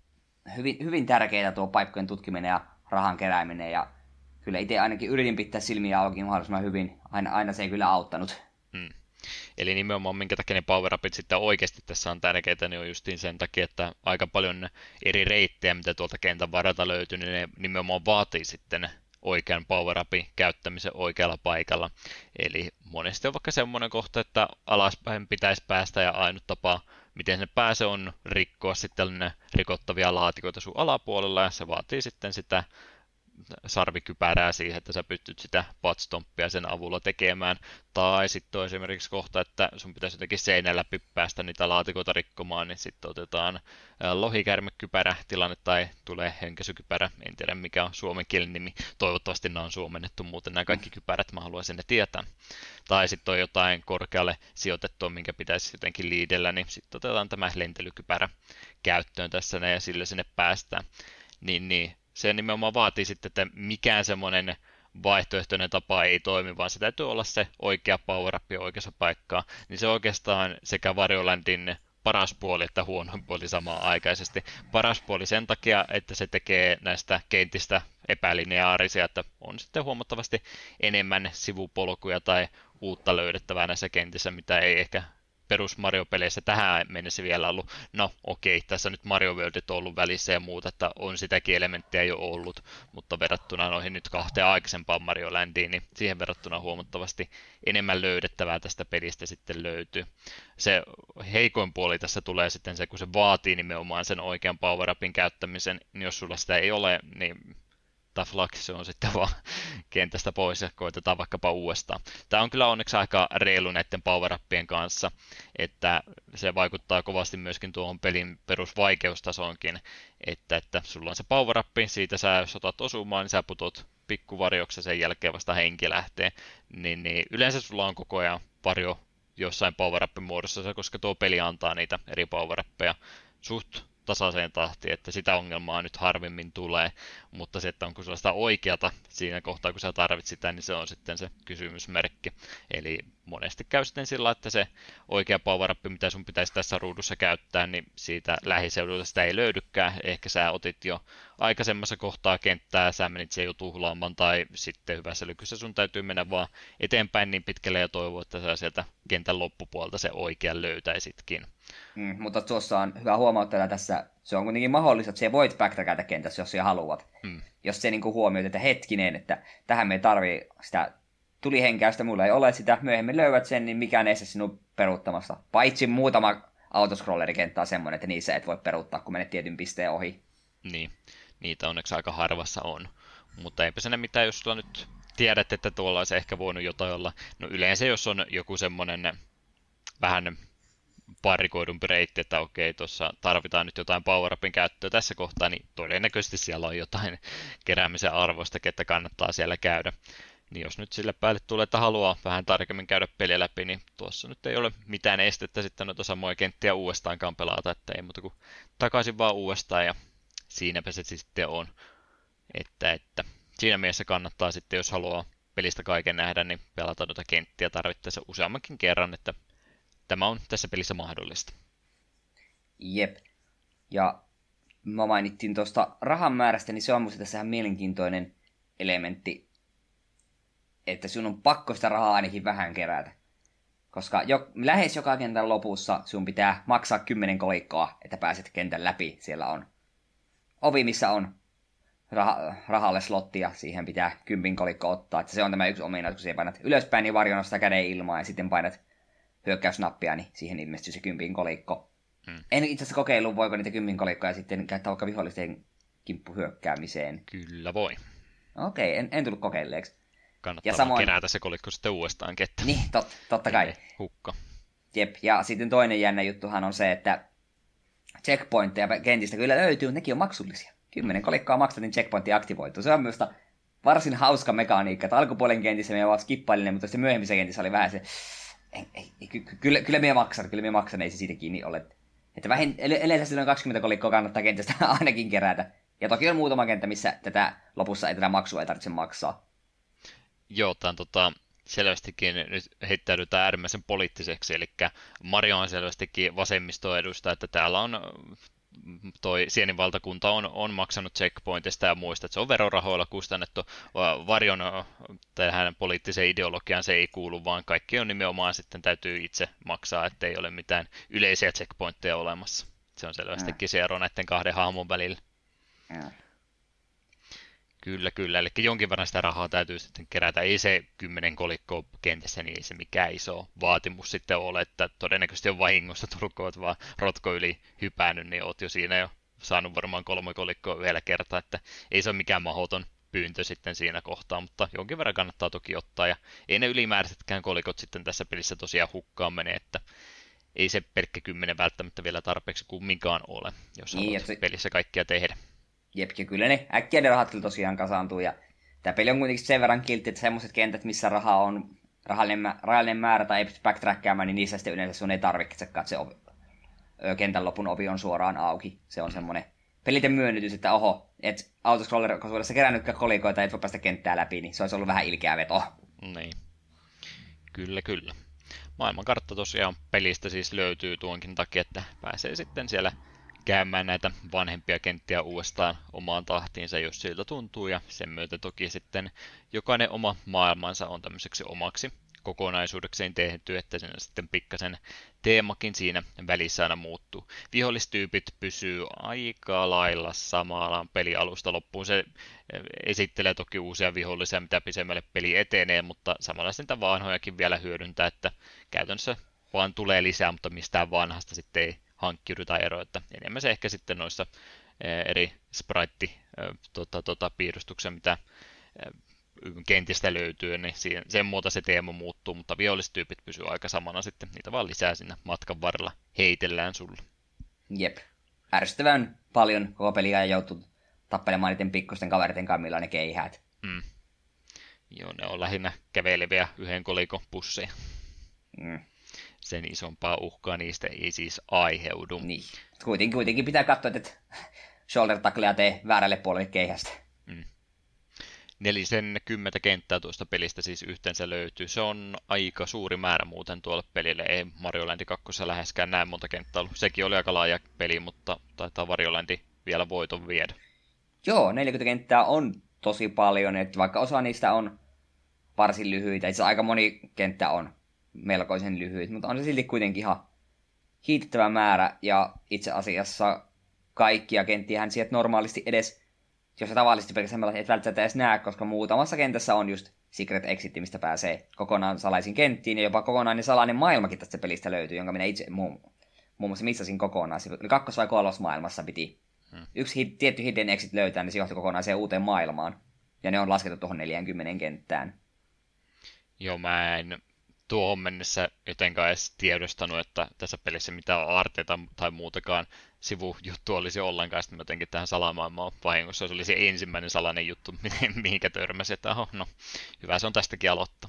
hyvin tärkeää tuo paikkojen tutkiminen ja rahan kerääminen, ja kyllä itse ainakin yritin pitää silmiä auki mahdollisimman hyvin. Aina se ei kyllä auttanut. Eli nimenomaan minkä takia ne power-upit sitten oikeasti tässä on tärkeitä, niin on justiin sen takia, että aika paljon eri reittejä, mitä tuolta kentän varalta löytyy, niin ne nimenomaan vaatii sitten oikean power-upin käyttämisen oikealla paikalla. Eli monesti on vaikka semmoinen kohta, että alaspäin pitäisi päästä ja ainut tapa, miten se pääsee, on rikkoa sitten ne rikottavia laatikoita sun alapuolella, ja se vaatii sitten sitä sarvikypärää siihen, että sä pystyt sitä butt-stomppia sen avulla tekemään. Tai sitten on esimerkiksi kohta, että sun pitäisi jotenkin seinän läpi päästä niitä laatikoita rikkomaan, niin sitten otetaan lohikärmekypärä tilanne tai tulee henkäsykypärä. En tiedä mikä on suomenkielinen nimi. Toivottavasti nämä on suomennettu, muuten nämä kaikki kypärät mä haluaisin ne tietää. Tai sitten on jotain korkealle sijoitettua, minkä pitäisi jotenkin liidellä, niin sitten otetaan tämä lentelykypärä käyttöön tässä ja sillä sinne päästään. Niin. Se nimenomaan vaatii sitten, että mikään semmoinen vaihtoehtoinen tapa ei toimi, vaan se täytyy olla se oikea power-up oikeassa paikkaa. Niin se oikeastaan sekä Varjolandin paras puoli että huono puoli samaan aikaisesti. Paras puoli sen takia, että se tekee näistä kentistä epälineaarisia, että on sitten huomattavasti enemmän sivupolkuja tai uutta löydettävää näissä kentissä, mitä ei ehkä perus Mario-peleissä tähän mennessä vielä ollut, no okei, tässä nyt Mario Worldit on ollut välissä ja muuta, että on sitäkin elementtiä jo ollut, mutta verrattuna noihin nyt 2 aikaisempaan Mario Landiin, niin siihen verrattuna huomattavasti enemmän löydettävää tästä pelistä sitten löytyy. Se heikoin puoli tässä tulee sitten se, kun se vaatii nimenomaan sen oikean power-upin käyttämisen, niin jos sulla sitä ei ole, niin tough luck, se on sitten vaan kentästä pois ja koitetaan vaikkapa uudestaan. Tämä on kyllä onneksi aika reilu näiden power-uppien kanssa, että se vaikuttaa kovasti myöskin tuohon pelin perusvaikeustasoonkin, että sulla on se power-up, siitä sä jos otat osumaan, niin sä putot pikkuvarjoksi ja sen jälkeen vasta henki lähtee, niin yleensä sulla on koko ajan varjo jossain power-upin muodossa, koska tuo peli antaa niitä eri power-uppeja suht tasaiseen tahtiin, että sitä ongelmaa nyt harvemmin tulee, mutta se, että onko sulla sitä oikeata siinä kohtaa, kun sä tarvit sitä, niin se on sitten se kysymysmerkki. Eli monesti käy sitten sillä, että se oikea power-up, mitä sun pitäisi tässä ruudussa käyttää, niin siitä lähiseudulta sitä ei löydykään. Ehkä sä otit jo aikaisemmassa kohtaa kenttää, sä menit sen jo tuhlaamaan, tai sitten hyvässä lykyssä sun täytyy mennä vaan eteenpäin niin pitkälle ja toivoa, että sä sieltä kentän loppupuolta se oikean löytäisitkin. Mutta tuossa on hyvä huomauttaa tässä, se on kuitenkin mahdollista, että sä voit backtrackata kentässä, jos sä haluat. Jos se niin huomioit, että hetkinen, että tähän me tarvii sitä tulihenkäystä, mulla ei ole sitä, myöhemmin löydät sen, niin mikään ei sinun peruuttamasta. Paitsi muutama autoscrollerikenttä on semmoinen, että niissä et voi peruuttaa, kun menet tietyn pisteen ohi. Niin, niitä onneksi aika harvassa on. Mutta eipä sinne mitään, jos sulla nyt tiedät, että tuolla olisi ehkä voinut jotain olla. No yleensä, jos on joku semmoinen vähän parikoidumpi reitti, että okei, tuossa tarvitaan nyt jotain power-upin käyttöä tässä kohtaa, niin todennäköisesti siellä on jotain keräämisen arvoista, että kannattaa siellä käydä. Niin jos nyt sille päälle tulee, että haluaa vähän tarkemmin käydä peliä läpi, niin tuossa nyt ei ole mitään estettä sitten noita samoja kenttiä uudestaankaan pelata, että ei muuta kuin takaisin vaan uudestaan ja siinäpä se sitten on. Että siinä mielessä kannattaa sitten, jos haluaa pelistä kaiken nähdä, niin pelata noita kenttiä tarvittaessa useammankin kerran, että tämä on tässä pelissä mahdollista. Jep. Ja mä mainittiin tuosta rahan määrästä, niin se on musta tässä ihan mielenkiintoinen elementti, että sun on pakko sitä rahaa ainakin vähän kerätä. Koska lähes joka kentän lopussa sun pitää maksaa 10 kolikkoa, että pääset kentän läpi. Siellä on ovi, missä on rahalle slottia, siihen pitää 10 kolikko ottaa. Että se on tämä yksi ominaisuus, kun sä painat ylöspäin, niin varjo nostaa käden ilmaan, ja sitten painat hyökkäysnappia, niin siihen ilmestyy se 10 kolikko. En itse asiassa kokeillut, voiko niitä 10 kolikkoja sitten käyttää vaikka vihollisten kimppuhyökkäämiseen. Kyllä voi. Okei, en tullut kokeilleeksi. Kannattaa samoin kerätä se kolikko sitten uudestaan kettä. Niin, totta kai. Hukka. Jep, ja sitten toinen jännä juttuhan on se, että checkpointteja kentistä kyllä löytyy, mutta nekin on maksullisia. 10 kolikkoa maksaa, niin checkpointti aktivoituu. Se on myös varsin hauska mekaniikka, että alkupuolen kentissä minä vaan skippailin, mutta sitten myöhemmissä kentissä oli vähän se, kyllä minä maksan, ei se siitä kiinni ole. Että yleensä silloin 20 kolikkoa kannattaa kentästä ainakin kerätä. Ja toki on muutama kenttä, missä tätä lopussa tätä maksua ei tarvitse maksaa. Joo, tämä on selvästikin nyt heittäydytään äärimmäisen poliittiseksi, eli Mario on selvästikin vasemmistoa edusta, että täällä on toi Sienin valtakunta on maksanut checkpointista ja muista, että se on verorahoilla kustannettu. Varjon tähän poliittiseen ideologiaan se ei kuulu, vaan kaikki on nimenomaan sitten täytyy itse maksaa, ettei ole mitään yleisiä checkpointteja olemassa. Se on selvästikin se ero näiden kahden hahmon välillä. Kyllä. Eli jonkin verran sitä rahaa täytyy sitten kerätä. Ei se 10 kolikkoa kentässä, niin ei se mikään iso vaatimus sitten ole, että todennäköisesti on vahingossa tullut, kun olet vaan rotko yli hypännyt, niin olet jo siinä jo saanut varmaan 3 kolikkoa vielä kertaa, että ei se ole mikään mahdoton pyyntö sitten siinä kohtaa, mutta jonkin verran kannattaa toki ottaa, ja ei ne ylimääräisetkään kolikot sitten tässä pelissä tosiaan hukkaan mene, että ei se pelkkä 10 välttämättä vielä tarpeeksi kumminkaan ole, jos haluat pelissä kaikkia tehdä. Jep, ja kyllä ne äkkiä ne rahat kyllä tosiaan kasaantuu, ja tämä peli on kuitenkin sen verran kiltti, että semmoiset kentät, missä raha on rajallinen määrä tai ei pysty backtrackkaamaan, niin niissä sitten yleensä sun ei tarvitse, että se kentän lopun ovi on suoraan auki. Se on semmoinen peliten myönnytys, että et autoscroller-kosuudessa kerännytkään kolikoita, et voi päästä kenttää läpi, niin se olisi ollut vähän ilkeä veto. Niin, kyllä. Maailmankartta tosiaan pelistä siis löytyy tuonkin takia, että pääsee sitten siellä käymään näitä vanhempia kenttiä uudestaan omaan tahtiinsa, jos siltä tuntuu, ja sen myötä toki sitten jokainen oma maailmansa on tämmöiseksi omaksi kokonaisuudekseen tehty, että siinä sitten pikkasen teemakin siinä välissä aina muuttuu. Vihollistyypit pysyy aika lailla samalla pelialusta loppuun. Se esittelee toki uusia vihollisia, mitä pisemmälle peli etenee, mutta samalla niitä vanhojakin vielä hyödyntää, että käytännössä vaan tulee lisää, mutta mistään vanhasta sitten ei hankkiuduta eroa, että enemmän se ehkä sitten noissa eri sprite-piirustuksia, mitä kentistä löytyy, niin sen muuta se teema muuttuu, mutta vihollistyypit pysyy aika samana sitten, niitä vaan lisää siinä matkan varrella heitellään sulle. Jep. Ärsyttävän paljon koko peliä ja joutuu tappelemaan niiden pikkusten kaveriten kanssa, millä ne keihäät. Joo, ne on lähinnä käveleviä yhden kolikon pusseja. Sen isompaa uhkaa niistä ei siis aiheudu. Niin. Kuitenkin pitää katsoa, että shoulder tacklea tee väärälle puolelle keihästä. 40 kenttää tuosta pelistä siis yhteensä löytyy. Se on aika suuri määrä muuten tuolle pelille. Ei Mario Land 2 läheskään näin monta kenttää ollut. Sekin oli aika laaja peli, mutta taitaa Mario Land vielä voiton viedä. Joo, 40 kenttää on tosi paljon, että vaikka osa niistä on varsin lyhyitä, itse aika moni kenttä on melkoisen lyhyt, mutta on se silti kuitenkin ihan hiitettävä määrä, ja itse asiassa kaikkia kenttiähän sieltä normaalisti edes, jos sä tavallisesti pelkästään et välttämättä edes näe, koska muutamassa kentässä on just Secret Exit, mistä pääsee kokonaan salaisiin kenttiin, ja jopa kokonainen salainen maailmakin tästä pelistä löytyy, jonka minä itse muun muassa missasin kokonaan. Eli 2. vai 3. maailmassa piti yksi tietty Hidden Exit löytää, niin se johti kokonaiseen uuteen maailmaan, ja ne on laskettu tuohon 40 kenttään. Joo, mä en tuohon mennessä jotenkaan edes tiedostanut, että tässä pelissä mitään aarteita tai muutakaan sivujuttu olisi ollenkaan. Sitten jotenkin tähän salamaailmaan vahingossa se oli se ensimmäinen salainen juttu, mihinkä törmäsi, että no, hyvä se on tästäkin aloittaa.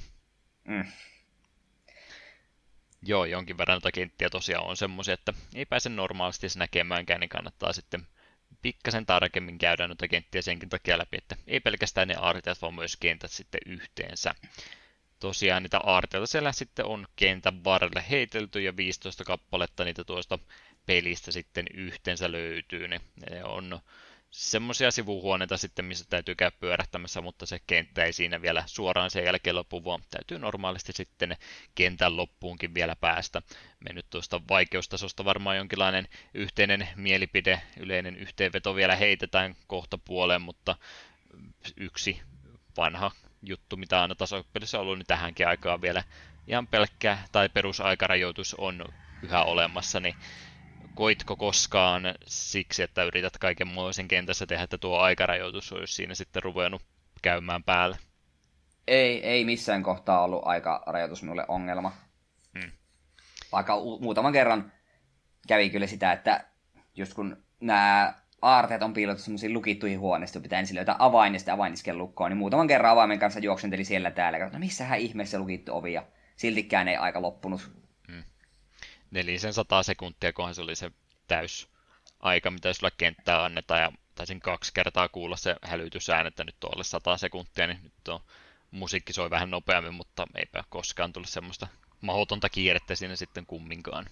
Joo, jonkin verran noita kenttiä tosiaan on semmoisia, että ei pääse normaalisti näkemäänkään, niin kannattaa sitten pikkasen tarkemmin käydä noita kenttiä senkin takia läpi, että ei pelkästään ne aarteet, vaan myös kentät sitten yhteensä. Tosiaan niitä aarteita siellä sitten on kentän varrelle heitelty ja 15 kappaletta niitä tuosta pelistä sitten yhteensä löytyy. Ne on semmoisia sivuhuoneita sitten, missä täytyy käydä pyörähtämässä, mutta se kenttä ei siinä vielä suoraan sen jälkeen lopu, vaan täytyy normaalisti sitten kentän loppuunkin vielä päästä. Me nyt tuosta vaikeustasosta varmaan jonkinlainen yhteinen mielipide, yleinen yhteenveto vielä heitetään kohta puoleen, mutta yksi vanha juttu, mitä aina tasopelissä on ollut, niin tähänkin aikaan vielä ihan pelkkä tai perusaikarajoitus on yhä olemassa, niin koitko koskaan siksi, että yrität kaikenmoisen kentässä tehdä, että tuo aikarajoitus olisi siinä sitten ruvennut käymään päällä? Ei missään kohtaa ollut aikarajoitus minulle ongelma. Vaikka muutaman kerran kävi kyllä sitä, että just kun nämä aarteet on piilotettu semmoisiin lukittuihin huoneisiin, pitää ensin löytää avain ja sitten avainisken lukkoon, niin muutaman kerran avaimen kanssa juoksenteli siellä täällä, että no missähän ihmeessä lukittu ovi, ja siltikään ei aika loppunut. 400 sekuntia, kunhan se oli se täys aika, mitä sulle kenttää annetaan, ja taisin 2 kertaa kuulla se hälytysään, että nyt on alle 100 sekuntia, niin nyt on musiikki soi vähän nopeammin, mutta eipä koskaan tullut semmoista mahdotonta kiirettä siinä sitten kumminkaan.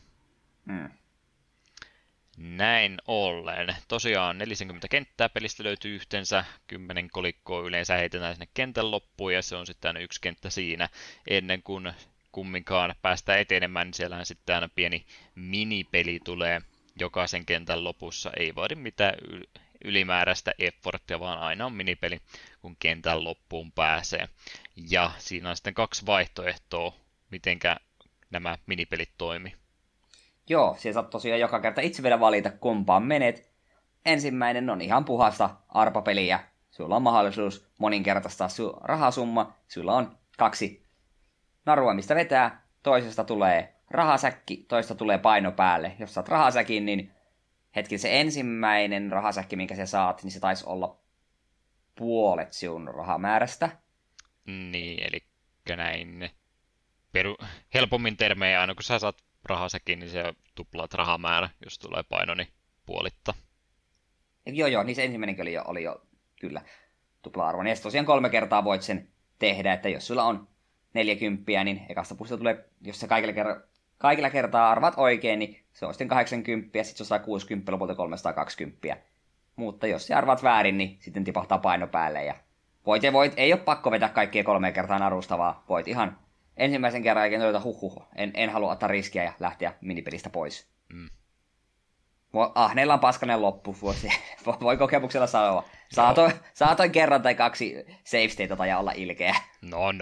Näin ollen. Tosiaan 40 kenttää pelistä löytyy yhteensä, 10 kolikkoa yleensä heitetään sinne kentän loppuun, ja se on sitten aina yksi kenttä siinä. Ennen kuin kumminkaan päästään etenemään, niin siellähän sitten aina pieni minipeli tulee jokaisen kentän lopussa. Ei vaadi mitään ylimääräistä efforttia, vaan aina on minipeli, kun kentän loppuun pääsee. Ja siinä on sitten 2 vaihtoehtoa, mitenkä nämä minipelit toimii. Joo, siellä saat tosiaan joka kerta itse vielä valita, kumpaan menet. Ensimmäinen on ihan puhasta arpapeliä. Sulla on mahdollisuus moninkertaistaa rahasumma. Sulla on 2 narua, mistä vetää. Toisesta tulee rahasäkki, toista tulee paino päälle. Jos saat rahasäkin, niin se ensimmäinen rahasäkki, minkä sä saat, niin se taisi olla puolet sinun rahamäärästä. Niin, eli näin helpommin termejä, aina kun sä saat rahasäkin, niin se tuplaat rahamäärä, jos tulee paino, niin puolitta. Joo, niin se ensimmäinenkin oli jo kyllä tupla-arvo. Ja tosiaan 3 kertaa voit sen tehdä, että jos sulla on 40, niin ekasta puolesta tulee, jos sä kaikilla kertaa arvaat oikein, niin se on sitten 80, ja sitten se on 160, lopulta 320. Mutta jos sä arvaat väärin, niin sitten tipahtaa paino päälle. Ja voit, ei ole pakko vetää kaikkia 3 kertaa narusta, vaan voit ihan ensimmäisen kerran jälkeen todeta en halua ottaa riskiä ja lähteä minipelistä pois. Ahneella on paskanen loppu, voi kokemuksella sanoa. Saatoin kerran tai 2 save stateta ja olla ilkeä. No.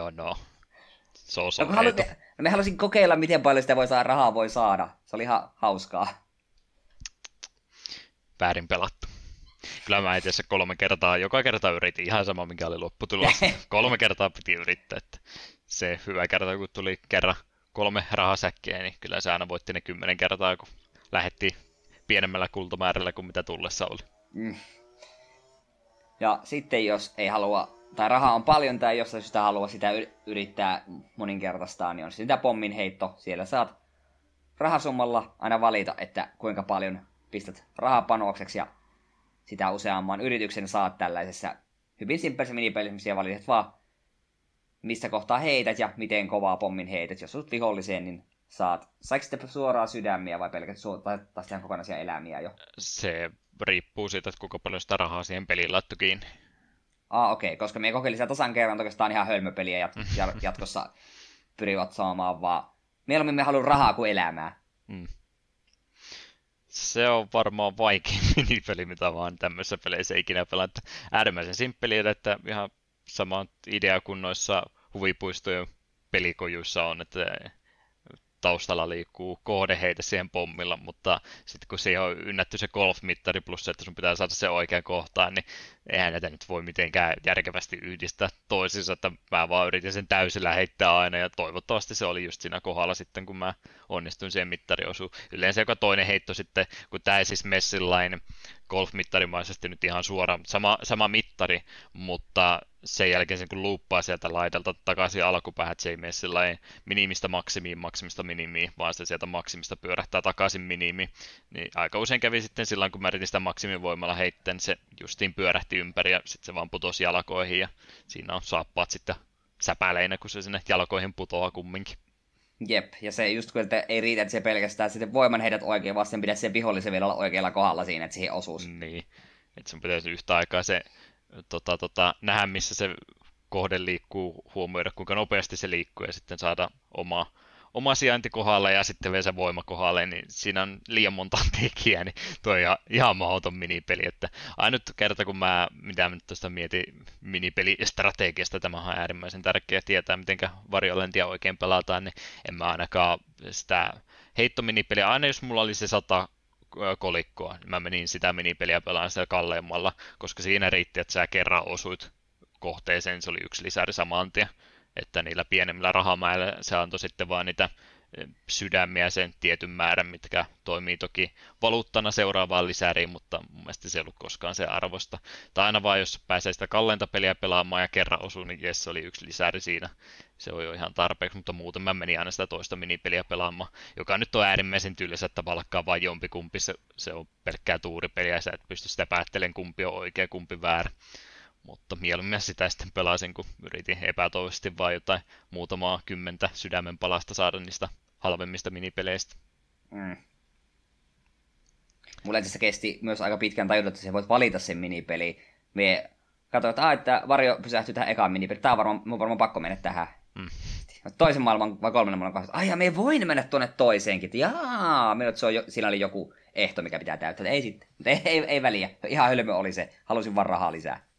Me halusin kokeilla, miten paljon sitä rahaa voi saada. Se oli ihan hauskaa. Väärin pelattu. Kyllä mä itse 3 kertaa, joka kerta yritin ihan sama, mikä oli lopputulos. 3 kertaa piti yrittää, että se hyvä kerta, kun tuli kerran 3 rahasäkkiä, niin kyllä se aina voitti ne 10 kertaa, kun lähdettiin pienemmällä kultamäärällä kuin mitä tullessa oli. Ja sitten jos ei halua, tai rahaa on paljon tai jos sitä halua sitä yrittää moninkertaistaa, niin on sitä pommin heitto. Siellä saat rahasummalla aina valita, että kuinka paljon pistät rahapanokseksi ja sitä useamman yrityksen saat tällaisessa hyvin simppelissä minipelissä, missä valitset vaan mistä kohtaa heität ja miten kovaa pommin heität. Jos olet viholliseen, niin saiko sitten suoraan sydämiä vai pelkästään tai ihan kokonaisia elämiä jo? Se riippuu siitä, että kuinka paljon sitä rahaa siihen peliin laittu kiinni. Okei, koska me kokeilin sitä tasan kerran, oikeastaan ihan hölmöpeliä ja jatkossa pyrivät saamaan vaan. Mieluummin me haluan rahaa kuin elämää. Se on varmaan vaikein minipeli, mitä vaan tämmöisessä peleissä ikinä pelata. Äärimmäisen simppeli, että ihan sama idea kuin noissa huvipuistojen pelikojuissa on, että taustalla liikkuu kohdeheite siihen pommilla, mutta sitten kun siihen on ynnätty se golf-mittari plus se, että sun pitää saada se oikean kohtaan, niin eihän näitä nyt voi mitenkään järkevästi yhdistää toisiinsa, että mä vaan yritin sen täysillä heittää aina ja toivottavasti se oli just siinä kohdalla sitten, kun mä onnistuin siihen mittariosuun. Yleensä joka toinen heitto sitten, kun tää ei siis mene sillain golf-mittarimaisesti nyt ihan suoraan, sama mittari, mutta sen jälkeen sen kun luuppaa sieltä laidalta takaisin alkupäähän, että se ei mene sillain minimistä maksimiin, maksimista minimiin, vaan se sieltä maksimista pyörähtää takaisin minimiin. Niin aika usein kävi sitten silloin, kun mä yritin sitä maksimivoimalla heittää, niin se justiin pyörähti ympäri ja sitten se vaan putosi jalkoihin ja siinä on saappaat sitten säpäleinä, kun se sinne jalkoihin putoaa kumminkin. Jep, ja se just kun ei riitä, että se pelkästään sitten voiman heidät oikein, vaan sen pitäisi sen vihollisen vielä olla oikealla kohdalla siinä, että siihen osuisi. Niin, että sun pitäisi yhtä aikaa se nähdä, missä se kohde liikkuu, huomioida kuinka nopeasti se liikkuu ja sitten saada oma sijainti kohdalle ja sitten vielä se voima kohdalle, niin siinä on liian monta tekijää, niin toi on ihan mahdoton minipeli, että ainut kerta kun mitä nyt tuosta mietin minipelistrategiasta, tämä on äärimmäisen tärkeää tietää, miten varjolentia oikein pelataan, niin en mä ainakaan sitä heittominipeliä, aina jos mulla oli se 100 kolikkoa, niin mä menin sitä minipeliä pelaan sitä kalleimmalla, koska siinä riitti, että sä kerran osuit kohteeseen, se oli 1 lisäri saman tien. Että niillä pienemmillä rahamäillä se antoi sitten vaan niitä sydämiä sen tietyn määrän, mitkä toimii toki valuuttana seuraavaan lisäriin, mutta mun mielestä se ei ollut koskaan se arvosta. Tai aina vaan, jos pääsee sitä kalleinta peliä pelaamaan ja kerran osuu, niin jes, se oli 1 lisäri siinä. Se on jo ihan tarpeeksi, mutta muuten mä menin aina sitä toista minipeliä pelaamaan, joka nyt on äärimmäisen tylsä, että valkkaa vain jompikumpi, se on pelkkää tuuripeliä ja sä et pysty sitä päättelemään, kumpi on oikea, kumpi väärä. Mutta mieluummin sitä sitten pelasin, kun yritin epätoivoisesti vain jotain muutamaa 10 sydämen palasta saada niistä halvemmista minipeleistä. Mulla itse kesti myös aika pitkään tajuta, että sä voit valita sen minipeli. Me katsoin, että Varjo pysähtyy tähän ekaan minipeliin. Tää on varmaan pakko mennä tähän. Toisen maailman vai 3. maailman kanssa. Ja me voin mennä tuonne toiseenkin. Jaa, siinä oli joku ehto, mikä pitää täyttää. Ei sitten. Ei väliä. Ihan hölmö oli se. Halusin vaan rahaa lisää.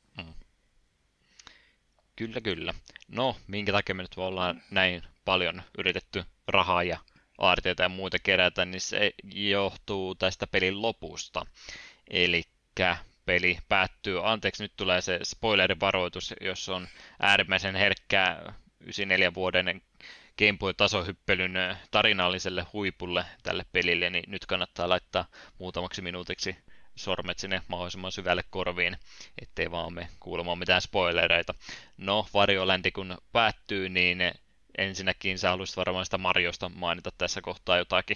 Kyllä. No, minkä takia me nyt ollaan näin paljon yritetty rahaa ja aarteita ja muita kerätä, niin se johtuu tästä pelin lopusta. Elikkä peli päättyy, anteeksi nyt tulee se spoilerivaroitus, jos on äärimmäisen herkkää 94 vuoden Game Boy-tasohyppelyn tarinalliselle huipulle tälle pelille, niin nyt kannattaa laittaa muutamaksi minuutiksi sormet sinne mahdollisimman syvälle korviin, ettei vaan me kuulemaan mitään spoilereita. No, Varjoländi kun päättyy, niin ensinnäkin sä haluaisit varmaan sitä Mariosta mainita tässä kohtaa jotakin.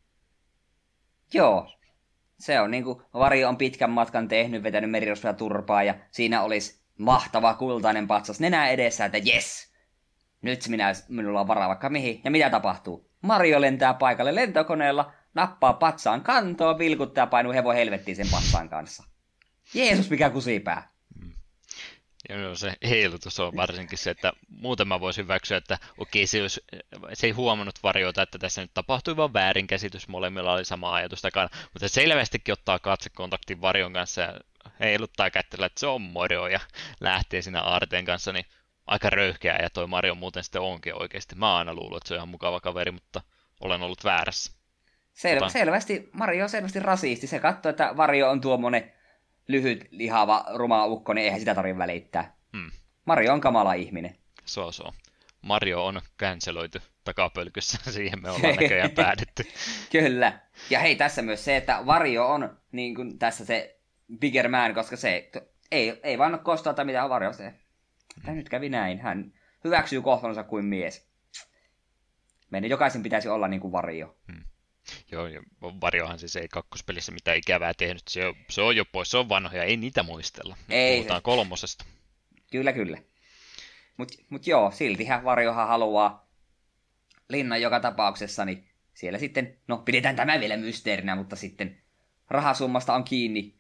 Joo, se on niinku Varjo on pitkän matkan tehnyt, vetänyt merirosvoja turpaa ja siinä olisi mahtava kultainen patsas nenä edessä, että jes, nyt minulla on varaa vaikka mihin. Ja mitä tapahtuu? Mario lentää paikalle lentokoneella, nappaa patsaan kantoon, vilkuttaa ja painuu hevo helvettiin sen patsaan kanssa. Jeesus, mikä kusipää. Ja no, se heilutus on varsinkin se, että muuten mä voisin hyväksyä, että okei, se ei huomannut varjoita, että tässä nyt tapahtui vaan väärinkäsitys, molemmilla oli sama ajatus takana, mutta se selvästikin ottaa katsekontaktin varjon kanssa ja heiluttaa kättellä, että se on moro ja lähtee siinä aarteen kanssa, niin aika röyhkeä ja toi Mario muuten sitten onkin oikeasti. Mä aina luullut, että se on ihan mukava kaveri, mutta olen ollut väärässä. Selvästi, Mario on selvästi rasisti. Se katsoo, että Mario on tuommoinen lyhyt, lihava, ruma ukko, niin eihän sitä tarvitse välittää. Mario on kamala ihminen. So. Mario on canceloitu takapölkyssä, siihen me ollaan näköjään päädytty. Kyllä. Ja hei, tässä myös se, että Mario on niin kuin tässä se bigger man, koska se ei vaan ole kostaa mitä on Mario se. Tämä nyt kävi näin. Hän hyväksyy kohtalonsa kuin mies. Meidän jokaisen pitäisi olla niin kuin Mario. Joo, ja Varjohan siis ei kakkospelissä mitään ikävää tehnyt. Se on jo pois, se on vanhoja, ei niitä muistella. Puhutaan kolmosesta. Kyllä. Mut joo, siltihän Varjohan haluaa linnan joka tapauksessa, niin siellä sitten, no pidetään tämä vielä mysteerinä, mutta sitten rahasummasta on kiinni.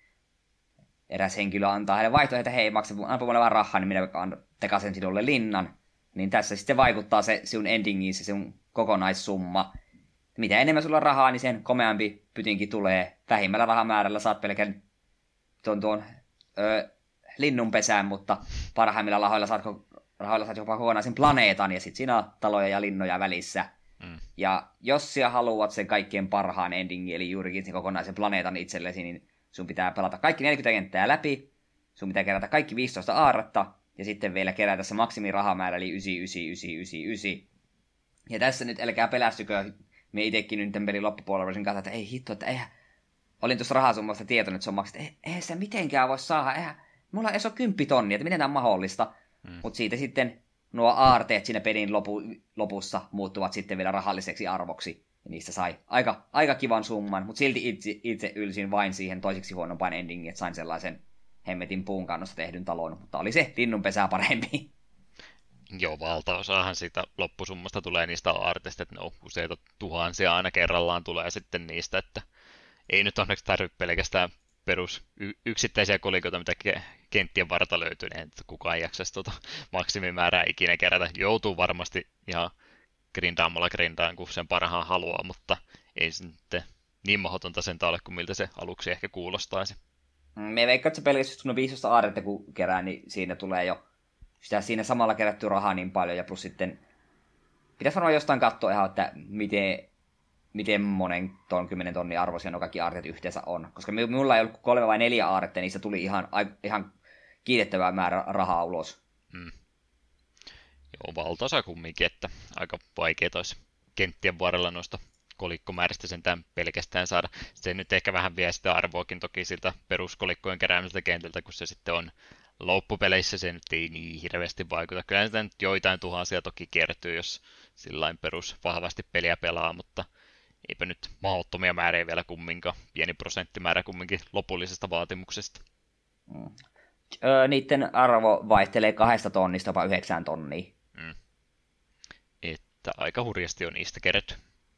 Eräs henkilö antaa heille vaihtoehto, että hei, anna mulle vaan rahaa, niin minä tekasen sinulle linnan. Niin tässä sitten vaikuttaa se sinun endingiin, se sinun kokonaissumma. Mitä enemmän sulla on rahaa, niin sen komeampi pytinki tulee. Vähimmällä rahamäärällä saat pelkän tuon linnunpesään, mutta parhaimmilla rahoilla saat jopa kokonaisen planeetan, ja sitten siinä on taloja ja linnoja välissä. Ja jos sinä haluat sen kaikkien parhaan endingin, eli juurikin sen kokonaisen planeetan itsellesi, niin sun pitää pelata kaikki 40 kenttää läpi, sun pitää kerätä kaikki 15 aarretta, ja sitten vielä kerätä se maksimirahamäärä, eli 999999. Ja tässä nyt älkää pelästykö, me itsekin nyt tämän pelin loppupuolella olisin katsoa, että ei hitto, että eihän, olin tuosta rahasummasta tietoinen, että se on maksettu, eihän se mitenkään voi saada, mulla ei ole 10 tonnia, että miten tämä on mahdollista. Mutta siitä sitten nuo aarteet siinä pelin lopussa muuttuvat sitten vielä rahalliseksi arvoksi. Ja niistä sai aika kivan summan, mutta silti itse ylsin vain siihen toiseksi huonompaan endingin, että sain sellaisen hemmetin puun kannosta tehdyn talon, mutta oli se linnunpesää parempi. Joo, valtaosahan siitä loppusummasta tulee niistä aarteista, että ne on useita tuhansia aina kerrallaan tulee sitten niistä, että ei nyt onneksi tarvitse pelkästään yksittäisiä kolikoita, mitä kenttien varta löytyy, niin että kukaan jaksaisi maksimimäärää ikinä kerätä. Joutuu varmasti ihan grindaan, kun sen parhaan haluaa, mutta ei se nyt niin mahdotonta sen ole, kuin miltä se aluksi ehkä kuulostaisi. Me veikkaan, että se pelkästään, kun on 15 aaretta kun kerää, niin siinä tulee jo sitä siinä samalla kerätty rahaa niin paljon, ja plus sitten pitäisi varmaan jostain katsoa ihan, että miten monen 10 tonnin arvoisia nuo kaikki aarteet yhteensä on. Koska minulla ei ollut 3 vai 4 aaretta, niin se tuli ihan kiitettävää määrä rahaa ulos. Joo, valtaosa kumminkin, että aika vaikeaa olisi kenttien varrella noista kolikkomääristä sentään pelkästään saada. Se nyt ehkä vähän vie sitä arvoakin toki siltä peruskolikkojen keräämiseltä kentältä, kun se sitten on loppupeleissä, se nyt ei niin hirveästi vaikuta. Kyllä sitä nyt joitain tuhansia toki kertyy, jos sillain perus vahvasti peliä pelaa, mutta eipä nyt mahdottomia määriä vielä kumminkaan. Pieni prosenttimäärä kumminkin lopullisesta vaatimuksesta. Niiden arvo vaihtelee 2 tonnista jopa 9 tonnia. Että aika hurjasti on niistä kerätty.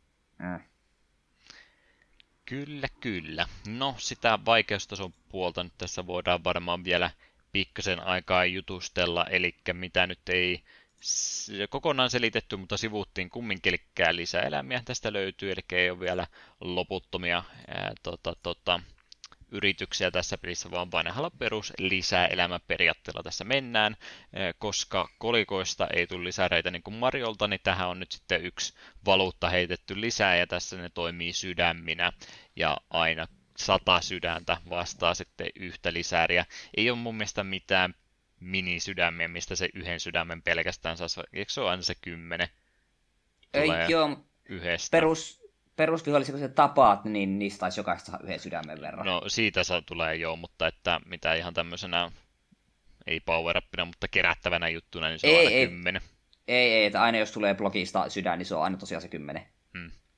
Kyllä. No, sitä vaikeustason puolta nyt tässä voidaan varmaan vielä pikkasen aikaa jutustella, eli mitä nyt ei kokonaan selitetty, mutta sivuttiin kumminkin, eli lisäelämiä tästä löytyy, eli ei ole vielä loputtomia yrityksiä tässä pelissä, vaan vanhalla perus lisäelämäperiaatteella tässä mennään, koska kolikoista ei tule lisäreitä niin kuin Mariolta, niin tähän on nyt sitten yksi valuutta heitetty lisää, ja tässä ne toimii sydäminä, ja aina 100 sydäntä vastaa sitten yhtä lisääriä. Ei ole mun mielestä mitään minisydämiä, mistä se yhden sydämen pelkästään saisi, eikö se ole aina se 10? Ei, joo, yhdestä. Perusvihollisia, kun sä tapaat, niin niistä taisi jokaista saada 1 sydämen verran. No siitä tulee joo, mutta että mitä ihan tämmöisenä, ei power-uppina, mutta kerättävänä juttuna, niin se on aina 10. Ei, että aina jos tulee blogista sydän, niin se on aina tosiaan se 10.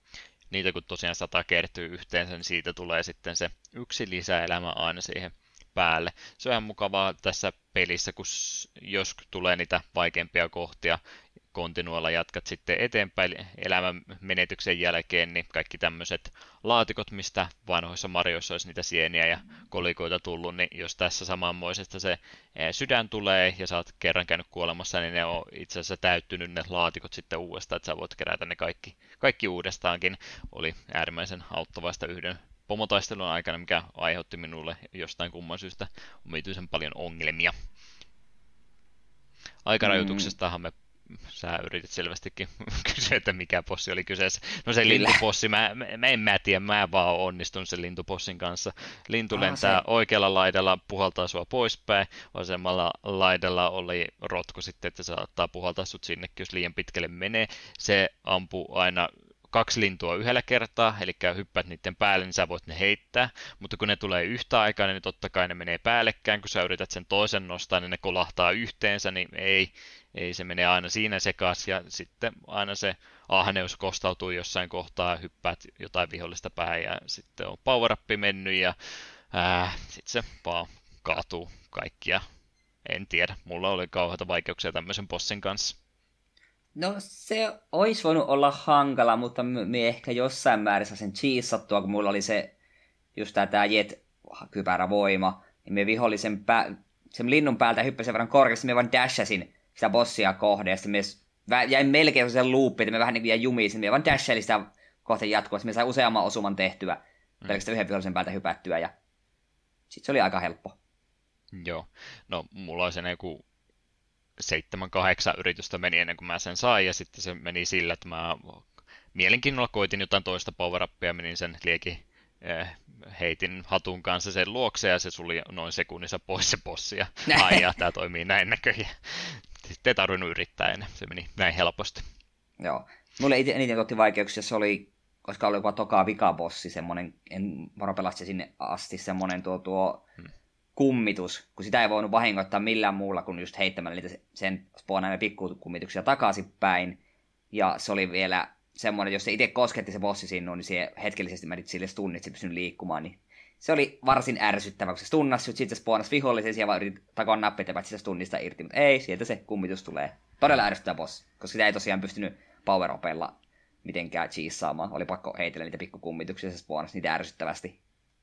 Niitä kun tosiaan 100 kertyy yhteensä, niin siitä tulee sitten se 1 lisäelämä aina siihen päälle. Se on ihan mukavaa tässä pelissä, kun jos tulee niitä vaikeampia kohtia, kontinuella jatkat sitten eteenpäin elämän menetyksen jälkeen, niin kaikki tämmöiset laatikot, mistä vanhoissa Marioissa olisi niitä sieniä ja kolikoita tullut, niin jos tässä samanmoisesta se sydän tulee ja sä oot kerran käynyt kuolemassa, niin ne on itse asiassa täyttynyt ne laatikot sitten uudestaan, että sä voit kerätä ne kaikki uudestaankin. Oli äärimmäisen auttavaista yhden pomotaistelun aikana, mikä aiheutti minulle jostain kumman syystä omituisen paljon ongelmia. Aikarajoituksestahan sä yritit selvästikin kysyä, että mikä bossi oli kyseessä. No se lintupossi, mä en tiedä, mä vaan oon onnistunut sen lintupossin kanssa. Lintu lentää oikealla laidalla, puhaltaa sua poispäin, vasemmalla laidalla oli rotko sitten, että se saattaa puhaltaa sut sinnekin, jos liian pitkälle menee. Se ampuu aina 2 lintua yhdellä kertaa, eli hyppäät niiden päälle, niin sä voit ne heittää, mutta kun ne tulee yhtä aikaa, niin totta kai ne menee päällekkäin, kun sä yrität sen toisen nostaa, niin ne kolahtaa yhteensä, niin ei se menee aina siinä sekaisin, ja sitten aina se ahneus kostautuu jossain kohtaa, hyppäät jotain vihollista päähän, ja sitten on power-up mennyt, ja sitten se vaan kaatuu kaikkia. En tiedä, mulla oli kauheita vaikeuksia tämmöisen bossin kanssa. No se olisi voinut olla hankala, mutta me ehkä jossain määrin sen cheesattua, kun mulla oli se just tää jet-kypärä voima, niin me vihollisen sen linnun päältä hyppäsin verran korkeasti, me vaan dashasin sitä bossia kohde, ja sitten me jäin melkein sen loopiin, että me vähän niin kuin jäin jumiin, sitten me vaan dashailin sitä kohteen jatkuvasti, me sai useamman osuman tehtyä, pelkästään yhden vihollisen päältä hypättyä, ja sitten se oli aika helppo. Joo, no mulla oli sen joku 7-8 yritystä meni ennen kuin mä sen sain, ja sitten se meni sillä, että mä mielenkiinnolla koitin jotain toista power-uppia, menin sen liekin heitin hatun kanssa sen luokse, ja se suli noin sekunnissa pois se bossi, ja tää toimii näin näköjään. Sitten ei tarvinnut yrittää enää, se meni näin helposti. Joo, mulle eniten otti vaikeuksia, se oli, koska oli jopa toka vikabossi, semmonen, en varo pelasti sinne asti, semmonen tuo kummitus, kun sitä ei voinut vahingoittaa millään muulla kuin just heittämällä niitä sen spawnaamia pikkukummituksia takaisinpäin. Ja se oli vielä semmoinen, jos se itse kosketti se bossi sinun, niin se hetkellisesti menit sille stunnit, se pysynyt liikkumaan. Niin se oli varsin ärsyttävä, kun se stunnasi, sitten se spawnasi vihollisen, ja vaan yritit takoa nappia, että sitä stunnista irti, mutta ei, sieltä se kummitus tulee. Todella ärsyttävä bossi, koska sitä ei tosiaan pystynyt power-opella mitenkään cheesaamaan. Oli pakko heitellä niitä pikkukummituksia, ja se spawnasi niitä ärsyttävästi.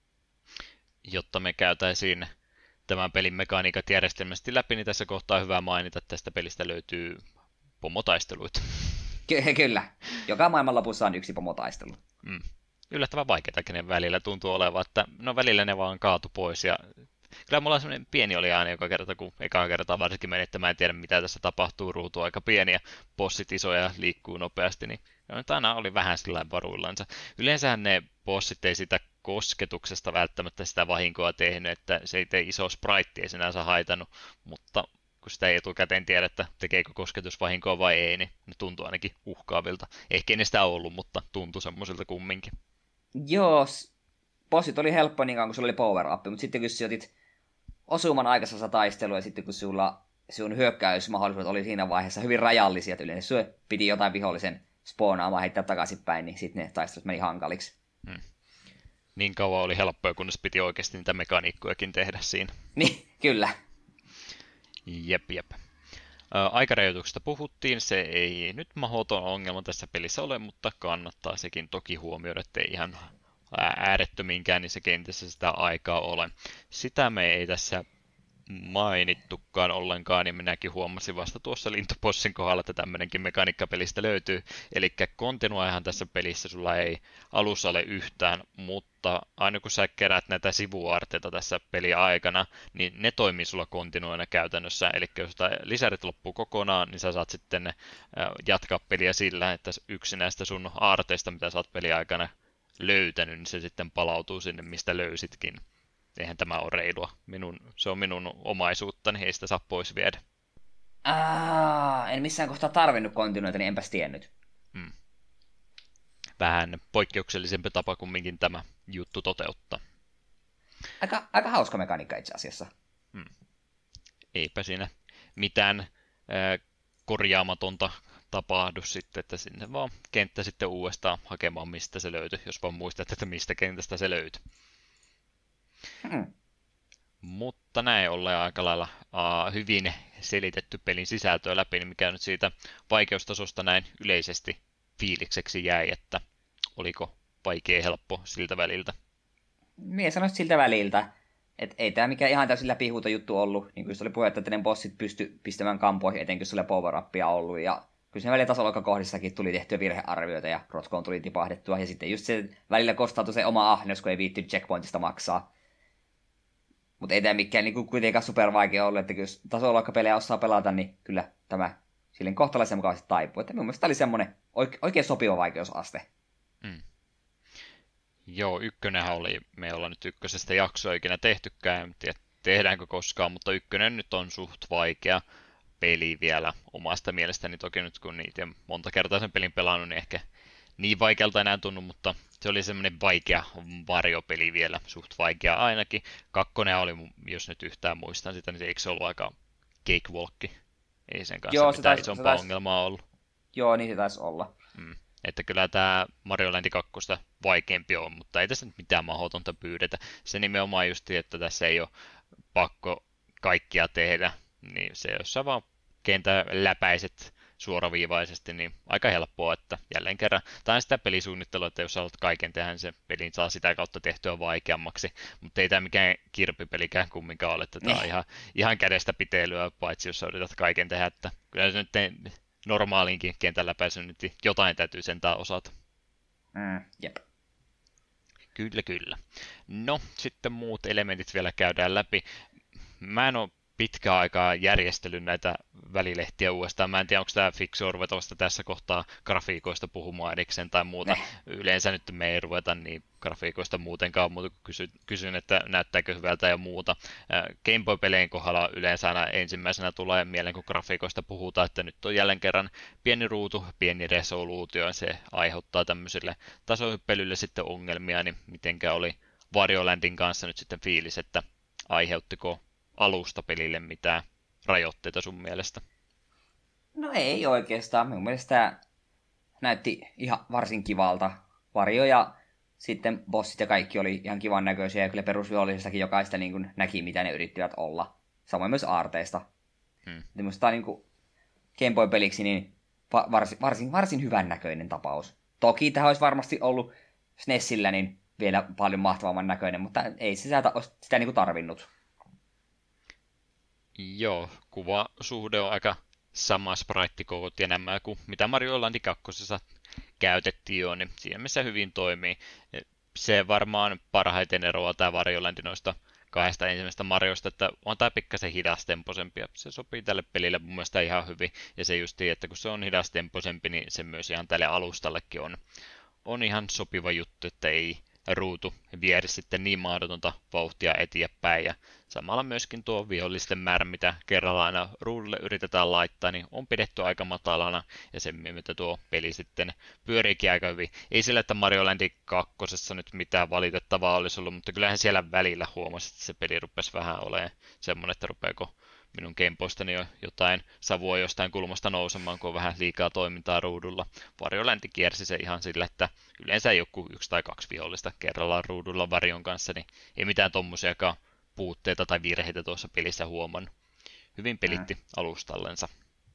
Jotta me käytäisiin tämän pelin mekaniikat järjestelmästi läpi, niin tässä kohtaa on hyvä mainita, että tästä pelistä löytyy pomotaisteluita. Kyllä. Joka maailman lopussa on yksi pomotaistelu. Yllättävän vaikeita, kenen välillä tuntuu olevan, että no välillä ne vaan kaatu pois. Ja kyllä mulla on semmoinen pieni oli aina joka kerta, kun ekaa kertaa varsinkin meni, että mä en tiedä mitä tässä tapahtuu, ruutu on aika pieni ja bossit isoja liikkuu nopeasti, niin aina oli vähän sillä varuillansa. Yleensähän ne bossit ei sitä kosketuksesta välttämättä sitä vahinkoa tehnyt, että se ei tee iso sprite, ei sinänsä haitannut, mutta kun sitä ei etukäteen tiedä, että tekeekö kosketus vahinkoa vai ei, niin ne tuntuu ainakin uhkaavilta. Ehkä ne sitä ollut, mutta tuntui semmoisilta kumminkin. Joo, bossit oli helppo niin kauan, kun sulla oli power-up, mutta sitten kun sä otit osuman aikaisessa taistelua, ja sitten kun sun hyökkäysmahdollisuudet oli siinä vaiheessa hyvin rajallisia, että yleensä sun piti jotain vihollisen spoonaamaan heittää takaisinpäin, niin sitten ne taistelut meni hankaliksi. Niin kauan oli helppoa, kunnes piti oikeasti niitä mekaniikkojakin tehdä siinä. Niin, kyllä. Jep. Aikarajoituksesta puhuttiin, se ei nyt mahdoton ongelma tässä pelissä ole, mutta kannattaa sekin toki huomioida, ettei ihan äärettöminkään niissä kentissä sitä aikaa ole. Sitä me ei tässä mainittukaan ollenkaan, niin minäkin huomasin vasta tuossa lintupossin kohdalla, että tämmöinenkin mekaniikka pelistä löytyy. Eli kontinuahan tässä pelissä sulla ei alussa ole yhtään, mutta aina kun sä kerät näitä sivuarteita tässä peliaikana, niin ne toimii sulla kontinuina käytännössä. Eli jos lisärit loppuu kokonaan, niin sä saat sitten jatkaa peliä sillä, että yksi näistä sun aarteista, mitä sä oot peliaikana löytänyt, niin se sitten palautuu sinne, mistä löysitkin. Eihän tämä ole reilua. Se on minun omaisuuttani, ei sitä saa pois viedä. En missään kohtaa tarvinnut kontinuita, niin enpäs tiennyt. Vähän poikkeuksellisempi tapa kumminkin tämä juttu toteuttaa. Aika hauska mekaniikka itse asiassa. Eipä siinä mitään korjaamatonta tapahdu sitten, että sinne vaan kenttä sitten uudestaan hakemaan, mistä se löytyy, jos vaan muistat, että mistä kentästä se löytyy. Mutta näin ollen aika lailla hyvin selitetty pelin sisältöä läpi, niin mikä nyt siitä vaikeustasosta näin yleisesti fiilikseksi jäi, että oliko vaikea helppo siltä väliltä? Mie sanoisin siltä väliltä, että ei tämä mikään ihan täysin läpihuuto juttu ollut. Niin kuin oli puhetta, että ne bossit pysty pistämään kampoihin, etenkin jos oli power-upia ollut. Ja kyllä siinä välillä tasoloikkakohdissakin tuli tehtyä virhearvioita ja rotkoon tuli tipahdettua. Ja sitten just se välillä kostautui se oma ahneus, kun ei viitty checkpointista maksaa. Mutta ei tämä mikään niin kuitenkaan supervaikea ollut, että jos tasoloikkapelejä osaa pelata, niin kyllä tämä silleen kohtalaisen mukaisesti taipuu. Että mun mielestä tämä oli semmoinen oikein sopiva vaikeusaste. Mm. Joo, ykkönenhän oli, me ei olla nyt ykkösestä jaksoa ikinä tehtykään, en tiedä tehdäänkö koskaan, mutta ykkönen nyt on suht vaikea peli vielä omasta mielestäni. Toki nyt kun niitä monta kertaa sen pelin pelannut, niin ehkä niin vaikealta enää tunnu, mutta se oli semmoinen vaikea varjopeli vielä, suht vaikea ainakin. Kakkonen oli, jos nyt yhtään muistan sitä, niin eikö se ollut aika cakewalkki? Ei sen kanssa mitään isompaa ongelmaa ollut. Joo, niin se taisi olla. Että kyllä tämä Mario Land 2 vaikeampi on, mutta ei tässä nyt mitään mahdotonta pyydetä. Se nimenomaan just, että tässä ei ole pakko kaikkia tehdä, niin se jos sä vaan kentää läpäiset suoraviivaisesti, niin aika helppoa, että jälleen kerran. Tämä on sitä pelisuunnittelua, että jos haluat kaiken tehdä, niin se pelin saa sitä kautta tehtyä vaikeammaksi, mutta ei tämä mikään kirppipelikään kumminkaan ole, että tämä on ihan kädestä pitelyä, paitsi jos sä yrität kaiken tehdä, että kyllä se nyt normaalinkin kentän läpäisyn nyt jotain täytyy sentään osata. Jep. Kyllä. No, sitten muut elementit vielä käydään läpi. Mä en ole pitkään aikaa järjestellyt näitä välilehtiä uudestaan. Mä en tiedä, onko tämä fiksua ruveta vasta tässä kohtaa grafiikoista puhumaan edikseen tai muuta. Yleensä nyt me ei ruveta niin grafiikoista muutenkaan, mutta kysyn, että näyttääkö hyvältä ja muuta. Game Boy-pelien kohdalla yleensä aina ensimmäisenä tulee mieleen, kun grafiikoista puhutaan, että nyt on jälleen kerran pieni ruutu, pieni resoluutio, ja se aiheuttaa tämmöisille tasohyppelyille sitten ongelmia, niin mitenkä oli Wario Landin kanssa nyt sitten fiilis, että aiheuttiko alusta pelille mitään rajoitteita sun mielestä? No ei oikeastaan. Minun mielestä tämä näytti ihan varsin kivalta. Vario ja sitten bossit ja kaikki oli ihan kivan näköisiä ja kyllä perusvihollisestakin jokaista niin kuin näki, mitä ne yrittivät olla. Samoin myös aarteista. Minusta niin kuin Game Boy-peliksi niin varsin hyvän näköinen tapaus. Toki tämä olisi varmasti ollut SNESillä niin vielä paljon mahtavamman näköinen, mutta ei se sitä niin kuin tarvinnut. Joo, kuvasuhde on aika sama sprite-koot ja nämä kuin mitä Mario Land 2 käytettiin jo, niin siinä missä hyvin toimii. Se varmaan parhaiten eroaa tämä Mario Land noista kahdesta ensimmäistä Mariosta, että on tämä pikkasen hidastempoisempi ja se sopii tälle pelille mun mielestä ihan hyvin. Ja se just että kun se on hidastempoisempi, niin se myös ihan tälle alustallekin on ihan sopiva juttu, että ei ruutu viedä sitten niin mahdotonta vauhtia eteenpäin. Ja samalla myöskin tuo vihollisten määrä, mitä kerralla aina ruudulle yritetään laittaa, niin on pidetty aika matalana. Ja sen myötä tuo peli sitten pyöriikin aika hyvin. Ei sillä, että Mario Land 2 nyt mitään valitettavaa olisi ollut, mutta kyllähän siellä välillä huomasi, että se peli rupesi vähän olemaan semmoinen, että rupeako minun Gameboystani jo jotain savua jostain kulmasta nousemaan, kun on vähän liikaa toimintaa ruudulla. Wario Land kiersi se ihan sillä, että yleensä ei ole kuin 1 tai 2 vihollista kerrallaan ruudulla Varion kanssa, niin ei mitään tommosiakaan puutteita tai virheitä tuossa pelissä huomannut. Hyvin pelitti alustallensa.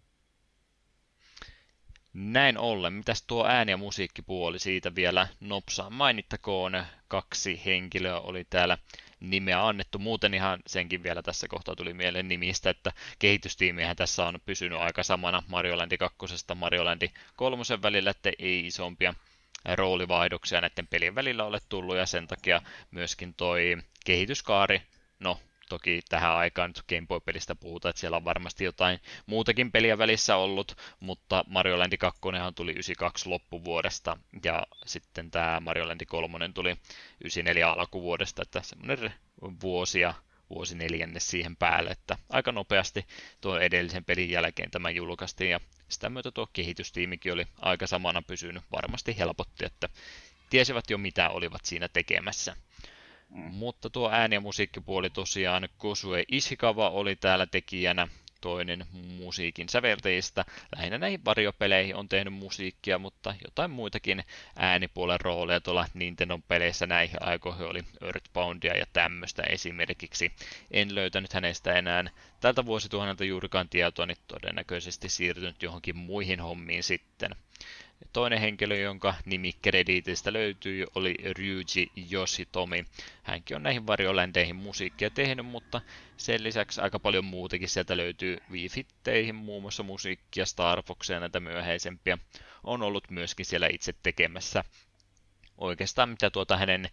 Näin ollen, mitäs tuo ääni- ja musiikkipuoli siitä vielä nopsaan mainittakoon. 2 henkilöä oli täällä nimeä annettu. Muuten ihan senkin vielä tässä kohtaa tuli mieleen nimistä, että kehitystiimihän tässä on pysynyt aika samana Mario Land 2. Mario Land 3 välillä, että ei isompia roolivaihdoksia näiden pelien välillä ole tullut, ja sen takia myöskin toi kehityskaari, no toki tähän aikaan nyt Game Boy-pelistä puhutaan, että siellä on varmasti jotain muutakin peliä välissä ollut, mutta Mario Land 2 tuli 92 loppuvuodesta, ja sitten tämä Mario Land 3 tuli 94 alkuvuodesta, että semmoinen vuosi neljännes siihen päälle, että aika nopeasti tuon edellisen pelin jälkeen tämä julkaistiin, ja sitä myötä tuo kehitystiimikin oli aika samana pysynyt, varmasti helpotti, että tiesivät jo mitä olivat siinä tekemässä. Mutta tuo ääni- ja musiikkipuoli tosiaan, Kosue Ishikawa oli täällä tekijänä, toinen musiikin säveltäjistä. Lähinnä näihin varjopeleihin on tehnyt musiikkia, mutta jotain muitakin äänipuolen rooleja tuolla Nintendon peleissä näihin aikoihin oli Earthboundia ja tämmöistä esimerkiksi. En löytänyt hänestä enää tältä vuosituhannelta juurikaan tietoa, niin todennäköisesti siirtynyt johonkin muihin hommiin sitten. Toinen henkilö, jonka nimi krediitistä löytyy, oli Ryuji Yoshitomi. Hänkin on näihin varjoländeihin musiikkia tehnyt, mutta sen lisäksi aika paljon muutakin sieltä löytyy Wii-fitteihin, muun muassa musiikkia, Star Foxia ja näitä myöhäisempiä. On ollut myöskin siellä itse tekemässä. Oikeastaan mitä tuota hänen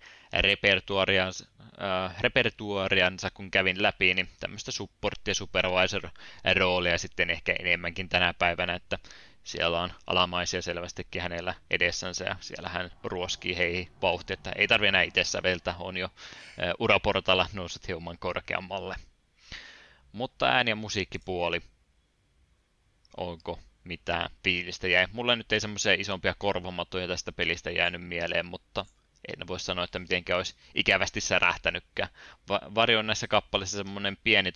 repertuariansa kun kävin läpi, niin tämmöistä support- ja supervisor-roolia sitten ehkä enemmänkin tänä päivänä, että siellä on alamaisia selvästikin hänellä edessänsä ja siellä hän ruoskii heihin vauhtia, että ei tarvitse enää itse säveltä, on jo uraportalla noussut hieman korkeammalle. Mutta ääni- ja musiikkipuoli, onko mitään fiilistä jäi? Mulla nyt ei semmoisia isompia korvamatoja tästä pelistä jäänyt mieleen, mutta en voi sanoa, että mitenkään olisi ikävästi särähtänytkään. Varjo on näissä kappaleissa semmoinen pieni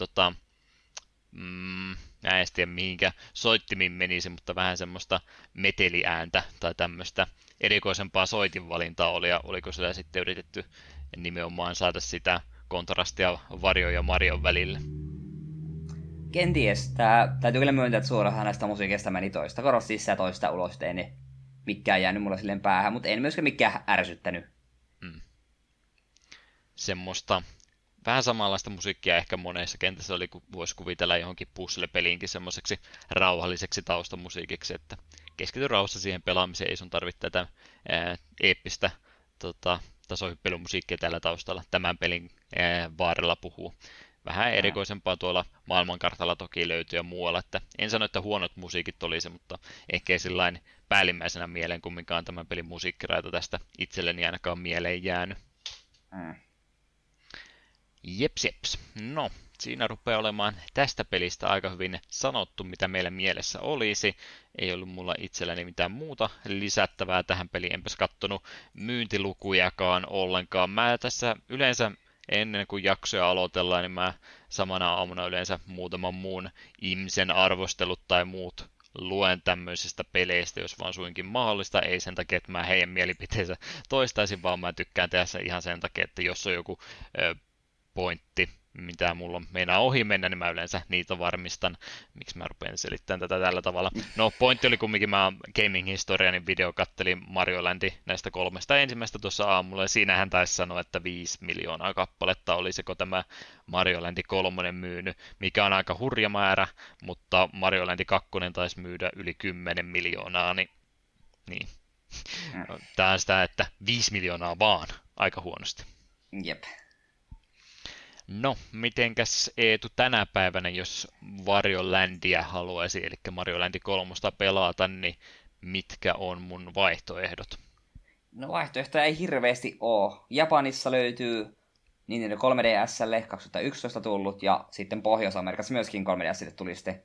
mä en tiedä mihinkä soittimin menisi, mutta vähän semmoista meteliääntä tai tämmöistä erikoisempaa soitinvalintaa oli, ja oliko siellä sitten yritetty nimenomaan saada sitä kontrastia Varjon ja Marion välille? Kenties. Täytyy kyllä myöntää, että suoraan näistä musiikista meni toista korosta sisään toista ulos, ei ne mikään jäänyt mulla silleen päähän, mutta en myöskään mikään ärsyttänyt. Semmoista vähän samanlaista musiikkia ehkä monessa kentässä oli, kun voisi kuvitella johonkin puzzle-peliinkin semmoiseksi rauhalliseksi taustamusiikiksi, että keskity rauhassa siihen pelaamiseen, ei sun tarvitse tätä eeppistä tasohyppelymusiikkia tällä taustalla tämän pelin vaarella puhuu. Vähän erikoisempaa tuolla maailmankartalla toki löytyy ja muualla, että en sano, että huonot musiikit olisi, mutta ehkä ei sillain päällimmäisenä mieleen kumminkaan tämän pelin musiikkiraita tästä itselleni ainakaan mieleen jäänyt. Jeps. No, siinä rupeaa olemaan tästä pelistä aika hyvin sanottu, mitä meillä mielessä olisi. Ei ollut mulla itselläni mitään muuta lisättävää tähän peliin, enpäs kattonut myyntilukujakaan ollenkaan. Mä tässä yleensä ennen kuin jaksoja aloitellaan, niin mä samana aamuna yleensä muutaman muun ihmisen arvostelut tai muut luen tämmöisistä peleistä, jos vaan suinkin mahdollista. Ei sen takia, että mä heidän mielipiteensä toistaisin, vaan mä tykkään tehdä sen ihan sen takia, että jos on joku pointti, mitä mulla on meinaa ohi mennä, niin mä yleensä niitä varmistan. Miksi mä rupean selittämään tätä tällä tavalla? No, pointti oli kumminkin, mä Gaming Historianin video kattelin Mario Landi näistä 3 ensimmäistä tuossa aamulla, ja siinähän taisi sanoa, että 5 miljoonaa kappaletta olisiko tämä Mario Landi 3 myynyt, mikä on aika hurja määrä, mutta Mario Landi 2 taisi myydä yli 10 miljoonaa, niin. Tää on sitä, että 5 miljoonaa vaan, aika huonosti. Jep. No, mitenkäs Eetu tänä päivänä, jos Wario Landia haluaisi, eli Mario Landi 3 pelata, niin mitkä on mun vaihtoehdot? No vaihtoehtoja ei hirveästi oo. Japanissa löytyy Nintendo 3DS:lle 2011 tullut, ja sitten Pohjois-Amerikassa myöskin 3DS:lle tuli sitten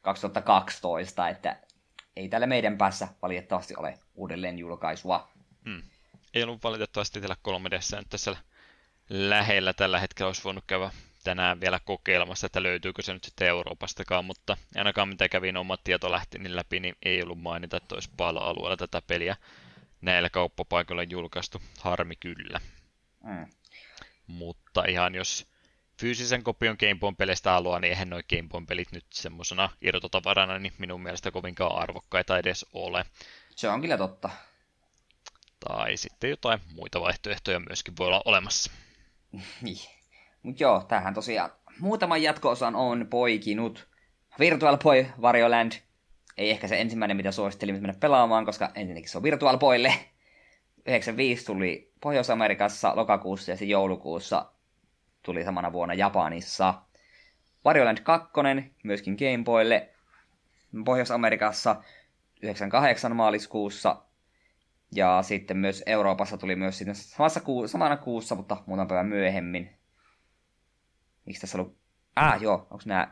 2012, että ei täällä meidän päässä valitettavasti ole uudelleen julkaisua. Ei ollut valitettavasti tällä 3DS nyt tässä lähellä tällä hetkellä, olisi voinut käydä tänään vielä kokeilemassa, että löytyykö se nyt sitten Euroopastakaan, mutta ainakaan mitä kävin omat tietolähteeni läpi, niin ei ollut mainita, että olisi pala-alueella tätä peliä näillä kauppapaikoilla julkaistu. Harmi kyllä. Mutta ihan jos fyysisen kopion Game Boyn peleistä haluaa, niin eihän noi Game Boyn pelit nyt semmosena irtotavarana, niin minun mielestä kovinkaan arvokkaita edes ole. Se on kyllä totta. Tai sitten jotain muita vaihtoehtoja myöskin voi olla olemassa. Niin. Mut joo, tämähän tosiaan muutaman jatko-osan on poikinut. Virtual Boy Wario Land. Ei ehkä se ensimmäinen, mitä suosittelin mennä pelaamaan, koska ensinnäkin se on Virtual Boylle. 95 tuli Pohjois-Amerikassa lokakuussa ja se joulukuussa tuli samana vuonna Japanissa. Wario Land 2 myöskin Game Boylle Pohjois-Amerikassa 98 maaliskuussa. Ja sitten myös Euroopassa tuli myös sitten samana kuussa, mutta muutaman päivän myöhemmin. Miksi tässä on ollut? Joo, onks nää?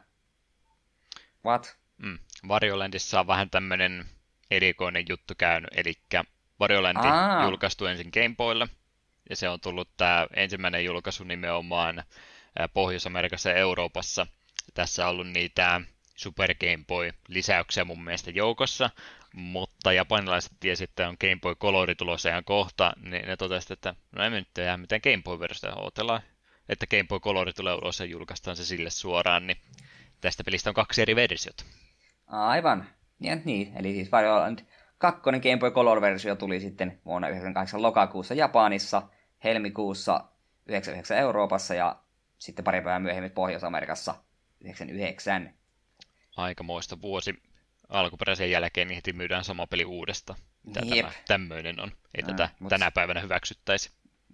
What? Wario Landissa on vähän tämmönen erikoinen juttu käynyt, eli Wario Landi julkaistu ensin Game Boylle, ja se on tullut tää ensimmäinen julkaisu nimenomaan Pohjois-Amerikassa ja Euroopassa. Tässä on ollut niitä Super Game Boy-lisäyksiä mun mielestä joukossa, mutta japanilaiset tiesi, että on Game Boy Color tulossa ihan kohta, niin ne totesivat, että no ei me nyt tehdä mitään Game Boy-versiota, odotellaan, että Game Boy Color tulee ulos ja julkaistaan se sille suoraan, niin tästä pelistä on 2 eri versiota. Aivan. Niin, eli siis Wario Land 2 Game Boy Color-versio tuli sitten vuonna 1998 lokakuussa Japanissa, helmikuussa 1999 Euroopassa ja sitten pari päivää myöhemmin Pohjois-Amerikassa 1999. Aikamoista vuosi alkuperäisen jälkeen, niin heti myydään sama peli uudestaan. Mitä tämä tämmöinen on? Ei tätä tänä päivänä hyväksyttäisi.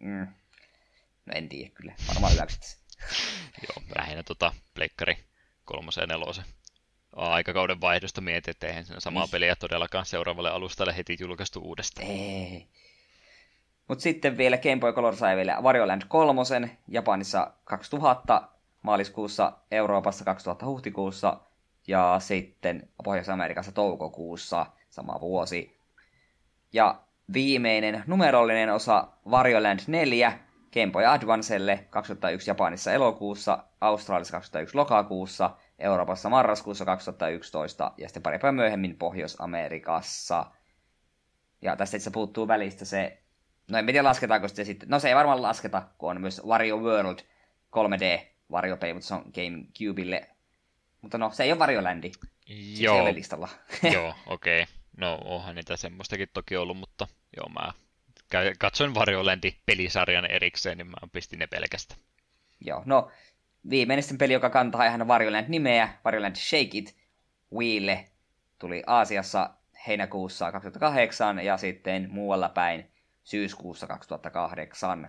No en tiedä kyllä, varmaan hyväksyttäisi. Joo, lähinnä Pleikkari 3 ja 4 aikakauden vaihdosta mietin, että eihän sen samaa peliä todellakaan seuraavalle alustalle heti julkaistu uudestaan. Ei. Mutta sitten vielä Game Boy Color sai vielä Wario Land 3, Japanissa 2000 maaliskuussa, Euroopassa 2000 huhtikuussa ja sitten Pohjois-Amerikassa toukokuussa sama vuosi. Ja viimeinen numerollinen osa Wario Land 4 Game Boy Advancelle 2001 Japanissa elokuussa, Australiassa 2001 lokakuussa, Euroopassa marraskuussa 2011 ja sitten pari päivää myöhemmin Pohjois-Amerikassa. Ja tästä itse puuttuu välistä se, no en tiedä lasketaanko se sitten, no se ei varmaan lasketa, kun on myös Wario World 3D Wario-peli, mutta se on GameCubelle. Mutta no, se ei ole Wario Landi. Joo. Se ei ole listalla. Joo, okei. Okay. No, onhan niitä semmoistakin toki ollut, mutta joo, mä katsoin Wario Landi-pelisarjan erikseen, niin mä pistin ne pelkästään. Joo, no viimeinen sitten peli, joka kantaa ihan Wario Land-nimeä, Wario Land Shake It Wiille, tuli Aasiassa heinäkuussa 2008 ja sitten muualla päin syyskuussa 2008.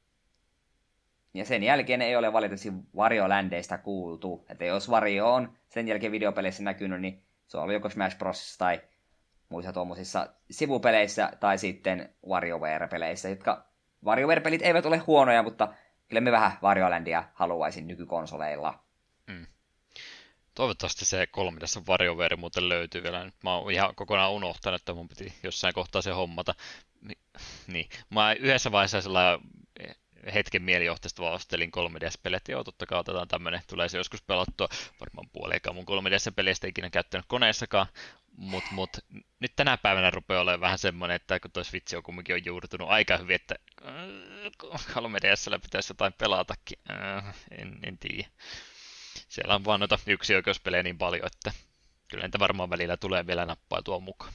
Ja sen jälkeen ei ole valitettavasti Wario Landeista kuultu. Että jos Wario on sen jälkeen videopeleissä näkynyt, niin se on ollut joko Smash Bros. Tai muissa tuommoisissa sivupeleissä tai sitten WarioWare-peleissä, jotka WarioWare-pelit eivät ole huonoja, mutta kyllä me vähän Wario Landia haluaisin nykykonsoleilla. Toivottavasti se 3D:ssä WarioWare muuten löytyy vielä. Nyt mä oon ihan kokonaan unohtanut, että mun piti jossain kohtaa se hommata. Niin. Mä yhdessä vaiheessa sellainen hetken mielijohteesta vaan ostelin 3DS-pelejä, että joo, totta kai otetaan tämmönen, tulee se joskus pelattua, varmaan puoliakaan mun 3DS-peleistä ikinä käyttänyt koneessakaan, mut nyt tänä päivänä rupeaa olemaan vähän semmoinen, että kun toi Switch on kumminkin on juurtunut aika hyvin, että 3DS:llä pitäisi jotain pelatakin, en tiedä. Siellä on vaan noita yksioikeuspelejä niin paljon, että kyllä niitä varmaan välillä tulee vielä nappaitua mukaan.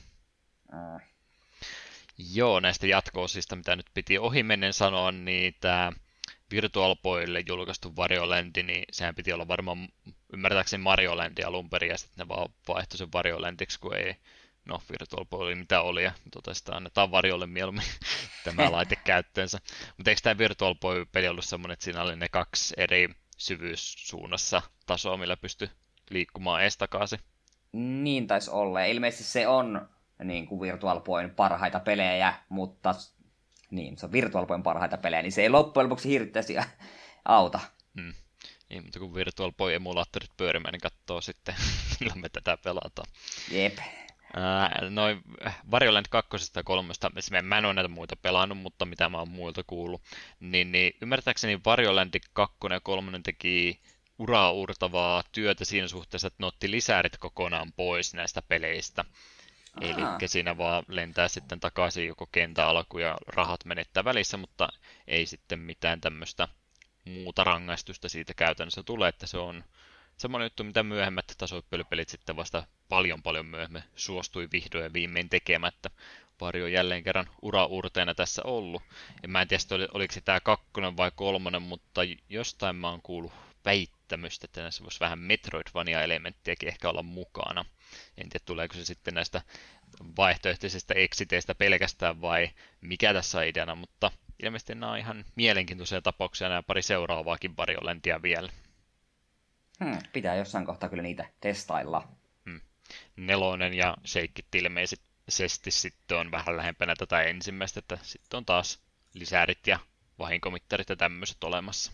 Joo, näistä jatko-osista, mitä nyt piti ohimennen sanoa, niin tämä Virtual Boylle julkaistu Wario Land, niin sehän piti olla varmaan ymmärtääkseni Mario Landi alun perin, ja sitten ne vaan vaihtoi sen Wario Landiksi, kun ei, no Virtual Boy mitä oli, ja totesi, annetaan Wariolle mieluummin tämä laite käyttöönsä. Mutta eikö tämä Virtual Boy-peli ollut semmoinen, että siinä oli ne 2 eri syvyyssuunnassa tasoa, millä pystyi liikkumaan eestakaisin? Niin taisi olla, ja ilmeisesti se on niin kuin Virtual Boyn parhaita pelejä, mutta niin, se on Virtual Boyn parhaita pelejä, niin se ei loppujen lopuksi hirveästi auta. Niin, mutta kun Virtual Boy-emulaattorit pyörimään, niin katsoo sitten, millä me tätä pelataan. Jep. Noin Wario Land 2 ja 3, mä en ole näitä muita pelannut, mutta mitä mä oon muilta kuullut, niin ymmärtääkseni Wario Land 2 ja 3 teki uraa uurtavaa työtä siinä suhteessa, että ne otti lisärit kokonaan pois näistä peleistä. Eli siinä vaan lentää sitten takaisin joko kentän alku ja rahat menettää välissä, mutta ei sitten mitään tämmöistä muuta rangaistusta siitä käytännössä tule, että se on semmoinen juttu, mitä myöhemmät tasoittelypelit sitten vasta paljon myöhemmin suostui vihdoin ja viimein tekemättä. Wario jälleen kerran ura-urteena tässä ollut. Ja mä en tiedä, oliko se tämä 2 vai 3, mutta jostain mä oon kuullut väittämystä, että näissä voisi vähän Metroidvania-elementtiäkin ehkä olla mukana. En tiedä, tuleeko se sitten näistä vaihtoehtoisista exiteistä pelkästään vai mikä tässä on ideana, mutta ilmeisesti nämä on ihan mielenkiintoisia tapauksia, nämä pari seuraavaakin Wario Landia vielä. Pitää jossain kohtaa kyllä niitä testailla. 4 ja Shake It ilmeisesti sitten on vähän lähempänä tätä ensimmäistä, että sitten on taas lisärit ja vahinkomittarit ja tämmöiset olemassa.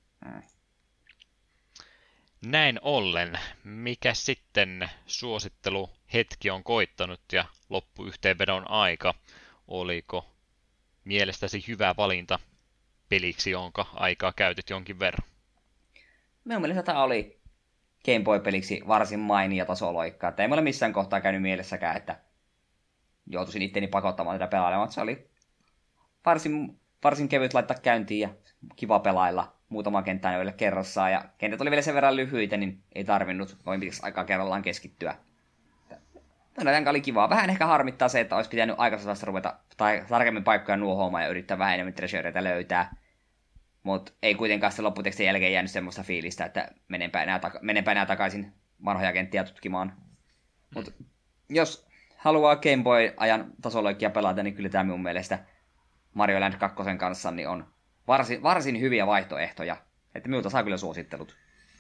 Näin ollen, mikä sitten suositteluhetki on koittanut ja loppuyhteenvedon aika? Oliko mielestäsi hyvä valinta peliksi, jonka aikaa käytit jonkin verran? Minun mielestä tämä oli Game Boy-peliksi varsin mainio tasoloikka. Että ei mulle missään kohtaa käynyt mielessäkään, että joutuisin itteni pakottamaan tätä pelailemaan. Se oli varsin kevyt laittaa käyntiin ja kiva pelailla muutama kenttään yhdelle kerrassaan. Ja kentät oli vielä sen verran lyhyitä, niin ei tarvinnut noin pitkäksi aikaa kerrallaan keskittyä. Tämän oli kivaa. Vähän ehkä harmittaa se, että olisi pitänyt aikaisesta ruveta tai tarkemmin paikkoja nuohoamaan ja yrittää vähän enemmän treasureita löytää. Mutta ei kuitenkaan sitten lopputekstin jälkeen jäänyt semmoista fiilistä, että menenpä enää takaisin vanhoja kenttiä tutkimaan. Mutta jos haluaa Game Boy-ajan tasoloikkia pelata, niin kyllä tämä minun mielestä Mario Land 2 kanssa niin on varsin hyviä vaihtoehtoja. Että minulta saa kyllä suosittelut.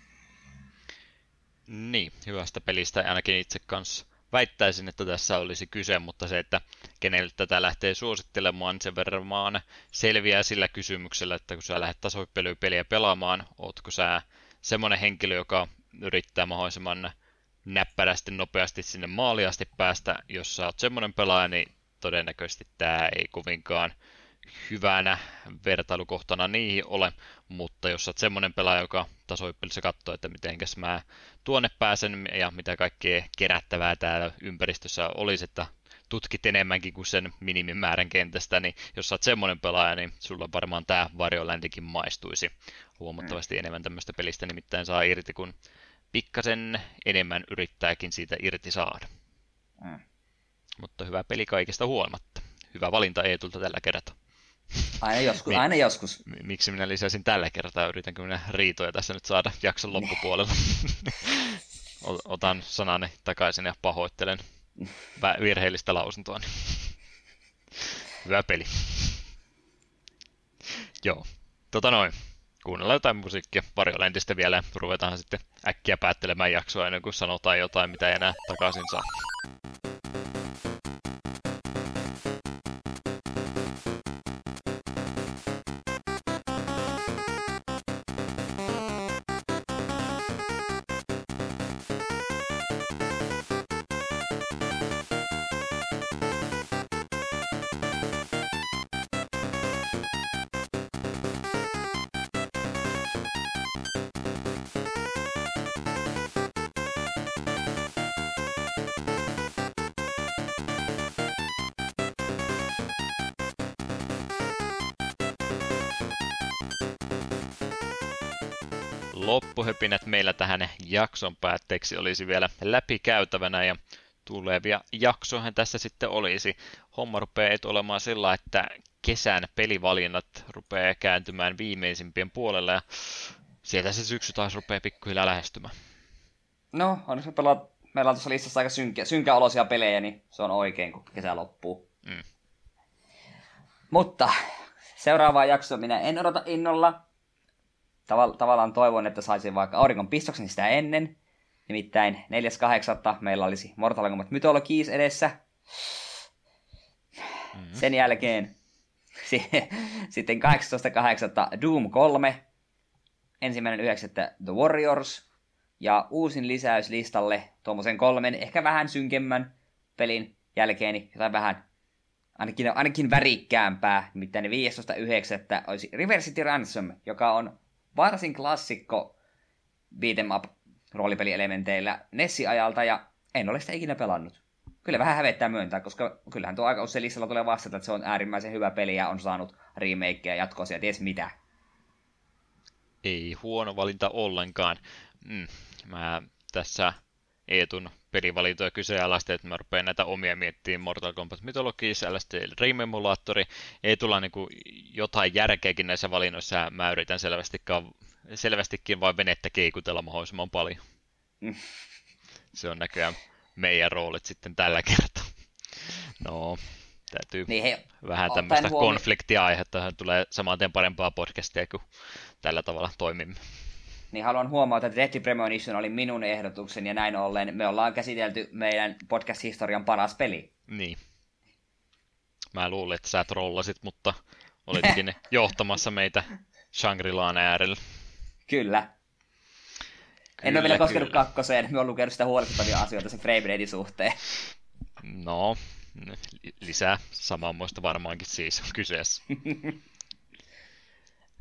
Niin, hyvästä pelistä ainakin itse kanssa väittäisin, että tässä olisi kyse, mutta se, että kenelle tätä lähtee suosittelemaan, sen verran vaan selviää sillä kysymyksellä, että kun sä lähdet tasopeliä pelaamaan, ootko sä semmoinen henkilö, joka yrittää mahdollisimman näppärästi, nopeasti sinne maaliin asti päästä. Jos sä oot semmoinen pelaaja, niin todennäköisesti tämä ei kovinkaan hyvänä vertailukohtana niihin ole, mutta jos olet semmoinen pelaaja, joka tasoippelissä katsoo, että mitenkäs mä tuonne pääsen ja mitä kaikkea kerättävää täällä ympäristössä olisi, että tutkit enemmänkin kuin sen minimimäärän kentästä, niin jos sä oot semmoinen pelaaja, niin sulla varmaan tämä Wario Landikin maistuisi huomattavasti enemmän tämmöistä pelistä, nimittäin saa irti, kun pikkasen enemmän yrittääkin siitä irti saada. Mutta hyvä peli kaikesta huolimatta. Hyvä valinta Eetulta tällä kertaa. Aina joskus. Miksi minä lisäsin tällä kertaa? Yritänkö minä riitoja tässä nyt saada jakson loppupuolella? Otan sanani takaisin ja pahoittelen virheellistä lausuntoa. Hyvä peli. Joo. Kuunnellaan jotain musiikkia Wario Landista vielä ja ruvetaan sitten äkkiä päättelemään jaksoa ennen kuin sanotaan jotain, mitä ei enää takaisin saa. Loppuhöpinät meillä tähän jakson päätteeksi olisi vielä läpikäytävänä ja tulevia jaksoihin tässä sitten olisi. Homma rupeaa olemaan sillä, että kesän pelivalinnat rupeaa kääntymään viimeisimpien puolella ja sieltä se syksy taas rupeaa pikkuhiljaa lähestymään. No, onneksi meillä on tuossa listassa aika synkäoloisia pelejä, niin se on oikein, kun kesä loppuu. Mutta seuraavaa jaksoa minä en odota innolla. Tavallaan toivon, että saisin vaikka auringon pistoksen sitä ennen. Nimittäin 4.8. meillä olisi Mortal Kombat Mythologies edessä. Sen jälkeen sitten 18.8. Doom 3. 1.9. The Warriors. Ja uusin lisäys listalle tuommoisen 3, ehkä vähän synkemmän pelin jälkeen, niin jotain vähän ainakin värikkäämpää. Nimittäin 15.9. olisi River City Ransom, joka on varsin klassikko beat'em up roolipelielementeillä Nessi-ajalta, ja en ole sitä ikinä pelannut. Kyllä vähän hävettää myöntää, koska kyllähän tuo aika usein listalla tulee vastata, että se on äärimmäisen hyvä peli ja on saanut remakeja, jatkoosia, ties mitä. Ei huono valinta ollenkaan. Mä tässä Eetun pelivalintoja kyseenalaista, että mä rupean näitä omia miettimään Mortal Kombat Mythologies, LSD Dream Emulaattori. Ei tulla niinku jotain järkeäkin näissä valinnoissa, mä yritän selvästikin vain venettä keikutella mahdollisimman paljon. Se on näköjään meidän roolit sitten tällä kertaa. No, täytyy vähän tämmöistä konfliktia aiheuttaa, tulee samaten parempaa podcastia, kun tällä tavalla toimimme. Niin haluan huomata, että Deadly Premonition oli minun ehdotukseni, ja näin ollen me ollaan käsitelty meidän podcast-historian paras peli. Niin. Mä luulin, että sä trollasit, mutta olitkin johtamassa meitä Shangri-Laan äärellä. Kyllä. En ole vielä koskenut kakkoseen, me on lukenut sitä huolestuttavia asioita sen frame ratein suhteen. No, lisää samanmoista varmaankin siis on kyseessä.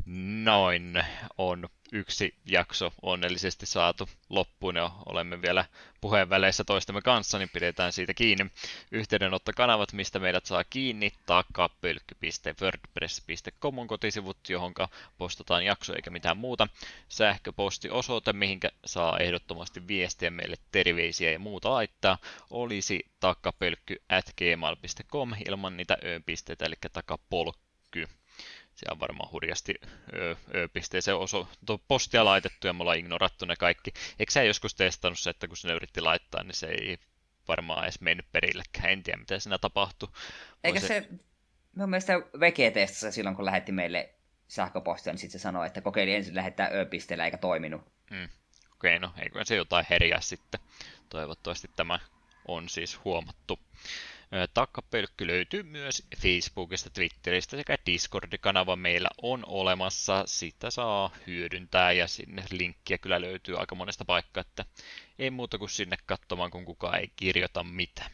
Noin on yksi jakso onnellisesti saatu loppuun ja olemme vielä puheenväleissä toistemme kanssa, niin pidetään siitä kiinni. Yhteydenottokanavat, mistä meidät saa kiinni, takapölkky.wordpress.com on kotisivut, johon postataan jakso eikä mitään muuta. Sähköpostiosoite, mihinkä saa ehdottomasti viestiä meille, terveisiä ja muuta laittaa, olisi takapölkky@gmail.com ilman niitä ö-pisteitä, eli takapolkky. Se on varmaan hurjasti ö-pisteeseen postia laitettu ja me ollaan ignorattu ne kaikki. Eikö sä joskus testannut se, että kun sinne yritti laittaa, niin se ei varmaan edes mennyt perillekään. En tiedä, mitä siinä tapahtui. Eikä se mun mielestä Veke testasi silloin, kun lähetti meille sähköpostia, niin sitten se sanoi, että kokeili ensin lähettää ö-pisteellä eikä toiminut. Okei, no eikö se jotain herjää sitten. Toivottavasti tämä on siis huomattu. Takapölkky löytyy myös Facebookista, Twitteristä sekä Discord-kanava meillä on olemassa. Sitä saa hyödyntää ja sinne linkkiä kyllä löytyy aika monesta paikkaa, että ei muuta kuin sinne katsomaan, kun kukaan ei kirjoita mitään.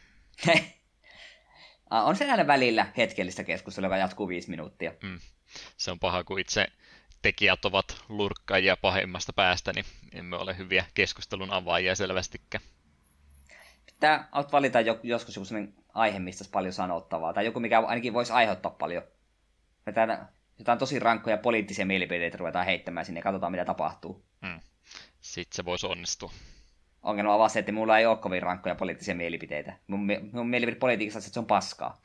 On se aina välillä hetkellistä keskustelua, joka jatkuu 5 minuuttia. Se on paha, kun itse tekijät ovat lurkkaajia pahimmasta päästä, niin emme ole hyviä keskustelun avaajia selvästikään. Pitää valita joskus joku sellainen aihe, mistä olisi paljon sanottavaa, tai joku, mikä ainakin voisi aiheuttaa paljon. Jotain tosi rankkoja poliittisia mielipiteitä ruvetaan heittämään sinne ja katsotaan, mitä tapahtuu. Sitten se voisi onnistua. Ongelma on vaan se, että mulla ei ole kovin rankkoja poliittisia mielipiteitä. Mun mielipide politiikassa, että se on paskaa.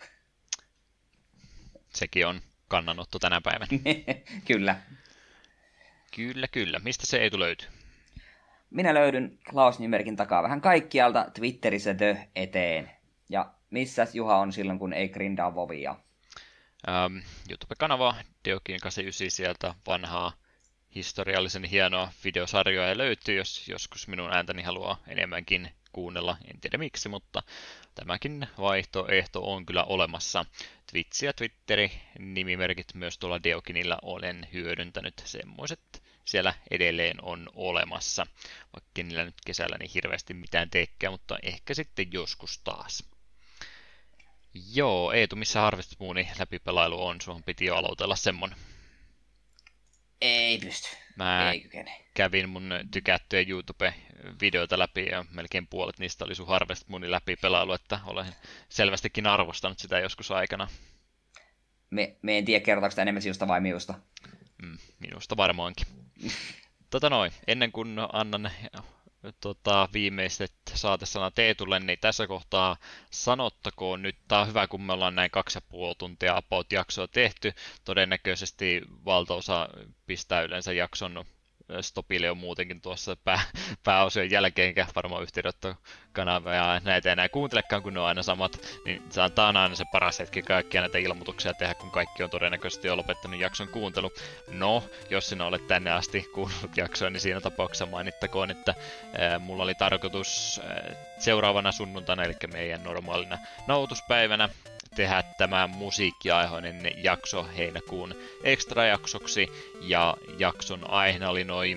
Sekin on kannanotto tänä päivänä. Kyllä. Kyllä. Mistä se Eetu löytyy? Minä löydyn Klaus Nymerkin takaa vähän kaikkialta, Twitterissä eteen. Ja missä Juha on silloin, kun ei grindaa vovia? YouTube-kanava Deokin89, sieltä vanhaa historiallisen hienoa videosarjoja löytyy, jos joskus minun ääntäni haluaa enemmänkin kuunnella. En tiedä miksi, mutta tämäkin vaihtoehto on kyllä olemassa. Twitch ja Twitteri nimimerkit myös tuolla Deokinilla olen hyödyntänyt. Semmoiset siellä edelleen on olemassa, vaikka niillä nyt kesällä niin hirveästi mitään teekään, mutta ehkä sitten joskus taas. Joo, Eetu, missä Harvest Moonin läpipelailu on? Suohon piti jo aloitella semmonen. Ei pysty. Ei kykene. Kävin mun tykättyjä YouTube-videoita läpi ja melkein puolet niistä oli sun Harvest Moonin läpipelailu, että olen selvästikin arvostanut sitä joskus aikana. Me en tiedä, kertotaanko sitä enemmän sinusta vai minusta. Minusta varmaankin. Ennen kuin annan viimeiset saatesanat Eetulle, niin tässä kohtaa sanottakoon nyt, tää on hyvä, kun me ollaan näin 2,5 tuntia about-jaksoa tehty. Todennäköisesti valtaosa pistää yleensä jakson stopille jo muutenkin tuossa pääosion jälkeen, eikä varmaan yhteydenottokanava ja näitä enää kuuntelekaan, kun ne on aina samat, niin tämä on aina se paras hetki kaikkia näitä ilmoituksia tehdä, kun kaikki on todennäköisesti jo lopettanut jakson kuuntelu. No, jos sinä olet tänne asti kuunnellut jaksoa, niin siinä tapauksessa mainittakoon, että mulla oli tarkoitus seuraavana sunnuntaina, eli meidän normaalina nauhoituspäivänä, tehdä tämä musiikkiaiheinen jakso heinäkuun extra-jaksoksi, ja jakson aiheena oli noin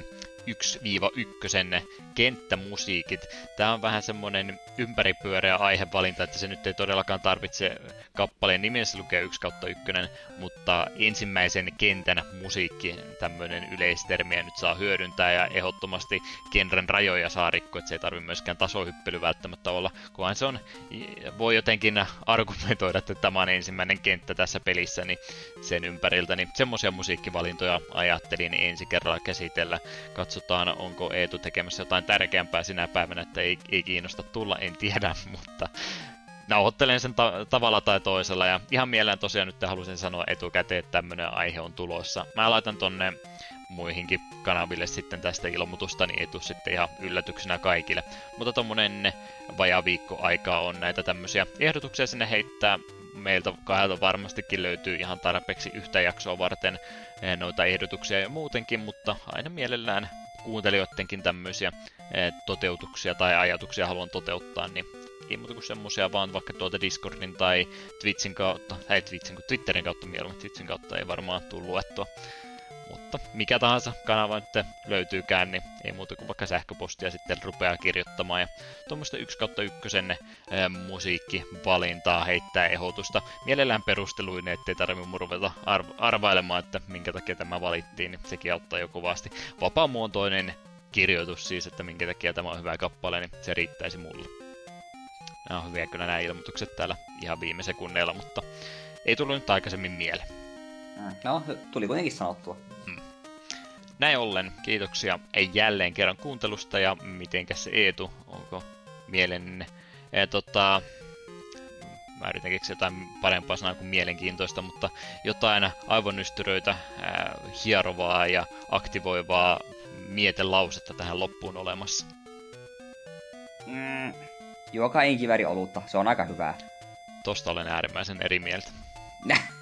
1-1 kenttämusiikit. Tämä on vähän semmonen ympäripyöreä aihevalinta, että se nyt ei todellakaan tarvitse kappaleen nimensä lukea 1/1, mutta ensimmäisen kentän musiikki, tämmöinen yleistermiä nyt saa hyödyntää ja ehdottomasti genren rajoja saa rikkoa, että se ei tarvitse myöskään tasohyppely välttämättä olla, kunhan se on, voi jotenkin argumentoida, että tämä on ensimmäinen kenttä tässä pelissä, niin sen ympäriltä, niin semmoisia musiikkivalintoja ajattelin ensi kerralla käsitellä. Katsotaan, onko Eetu tekemässä jotain tärkeämpää sinä päivänä, että ei kiinnosta tulla, en tiedä, mutta nauhoittelen sen tavalla tai toisella, ja ihan mielellään tosiaan nyt halusin sanoa etukäteen, että tämmönen aihe on tulossa. Mä laitan tonne muihinkin kanaville sitten tästä ilmoitusta, niin ei tuu sitten ihan yllätyksenä kaikille. Mutta tommonen vajaa viikko aikaa on näitä tämmöisiä ehdotuksia sinne heittää. Meiltä kahdelta varmastikin löytyy ihan tarpeeksi yhtä jaksoa varten noita ehdotuksia ja muutenkin, mutta aina mielellään kuuntelijoidenkin tämmöisiä toteutuksia tai ajatuksia haluan toteuttaa, niin ei muuta kuin semmosia vaan vaikka tuolta Discordin tai Twitchin kautta, Twitterin kautta mieluummin, Twitchin kautta ei varmaan tule luettua. Mutta mikä tahansa kanava nyt löytyykään, niin ei muuta kuin vaikka sähköpostia sitten rupeaa kirjoittamaan. Ja tuommoista 1/1 musiikkivalintaa heittää ehdotusta. Mielellään perusteluin, ettei tarvitse ruveta arvailemaan, että minkä takia tämä valittiin, niin sekin auttaa jo kovasti. Vapaamuotoinen kirjoitus siis, että minkä takia tämä on hyvä kappale, niin se riittäisi mulle. Nämä on hyviä kyllä nämä ilmoitukset täällä ihan viime sekunneilla, mutta ei tullut nyt aikaisemmin mieleen. No, tuli kuitenkin sanottua. Näin ollen, kiitoksia jälleen kerran kuuntelusta, ja mitenkäs se Eetu, onko mielenne? Mä yritän keksiä jotain parempaa sanaa kuin mielenkiintoista, mutta jotain aivonystyröitä, hierovaa ja aktivoivaa mietelausetta tähän loppuun olemassa. Juokaa inkiväri olutta, se on aika hyvää. Tosta olen äärimmäisen eri mieltä.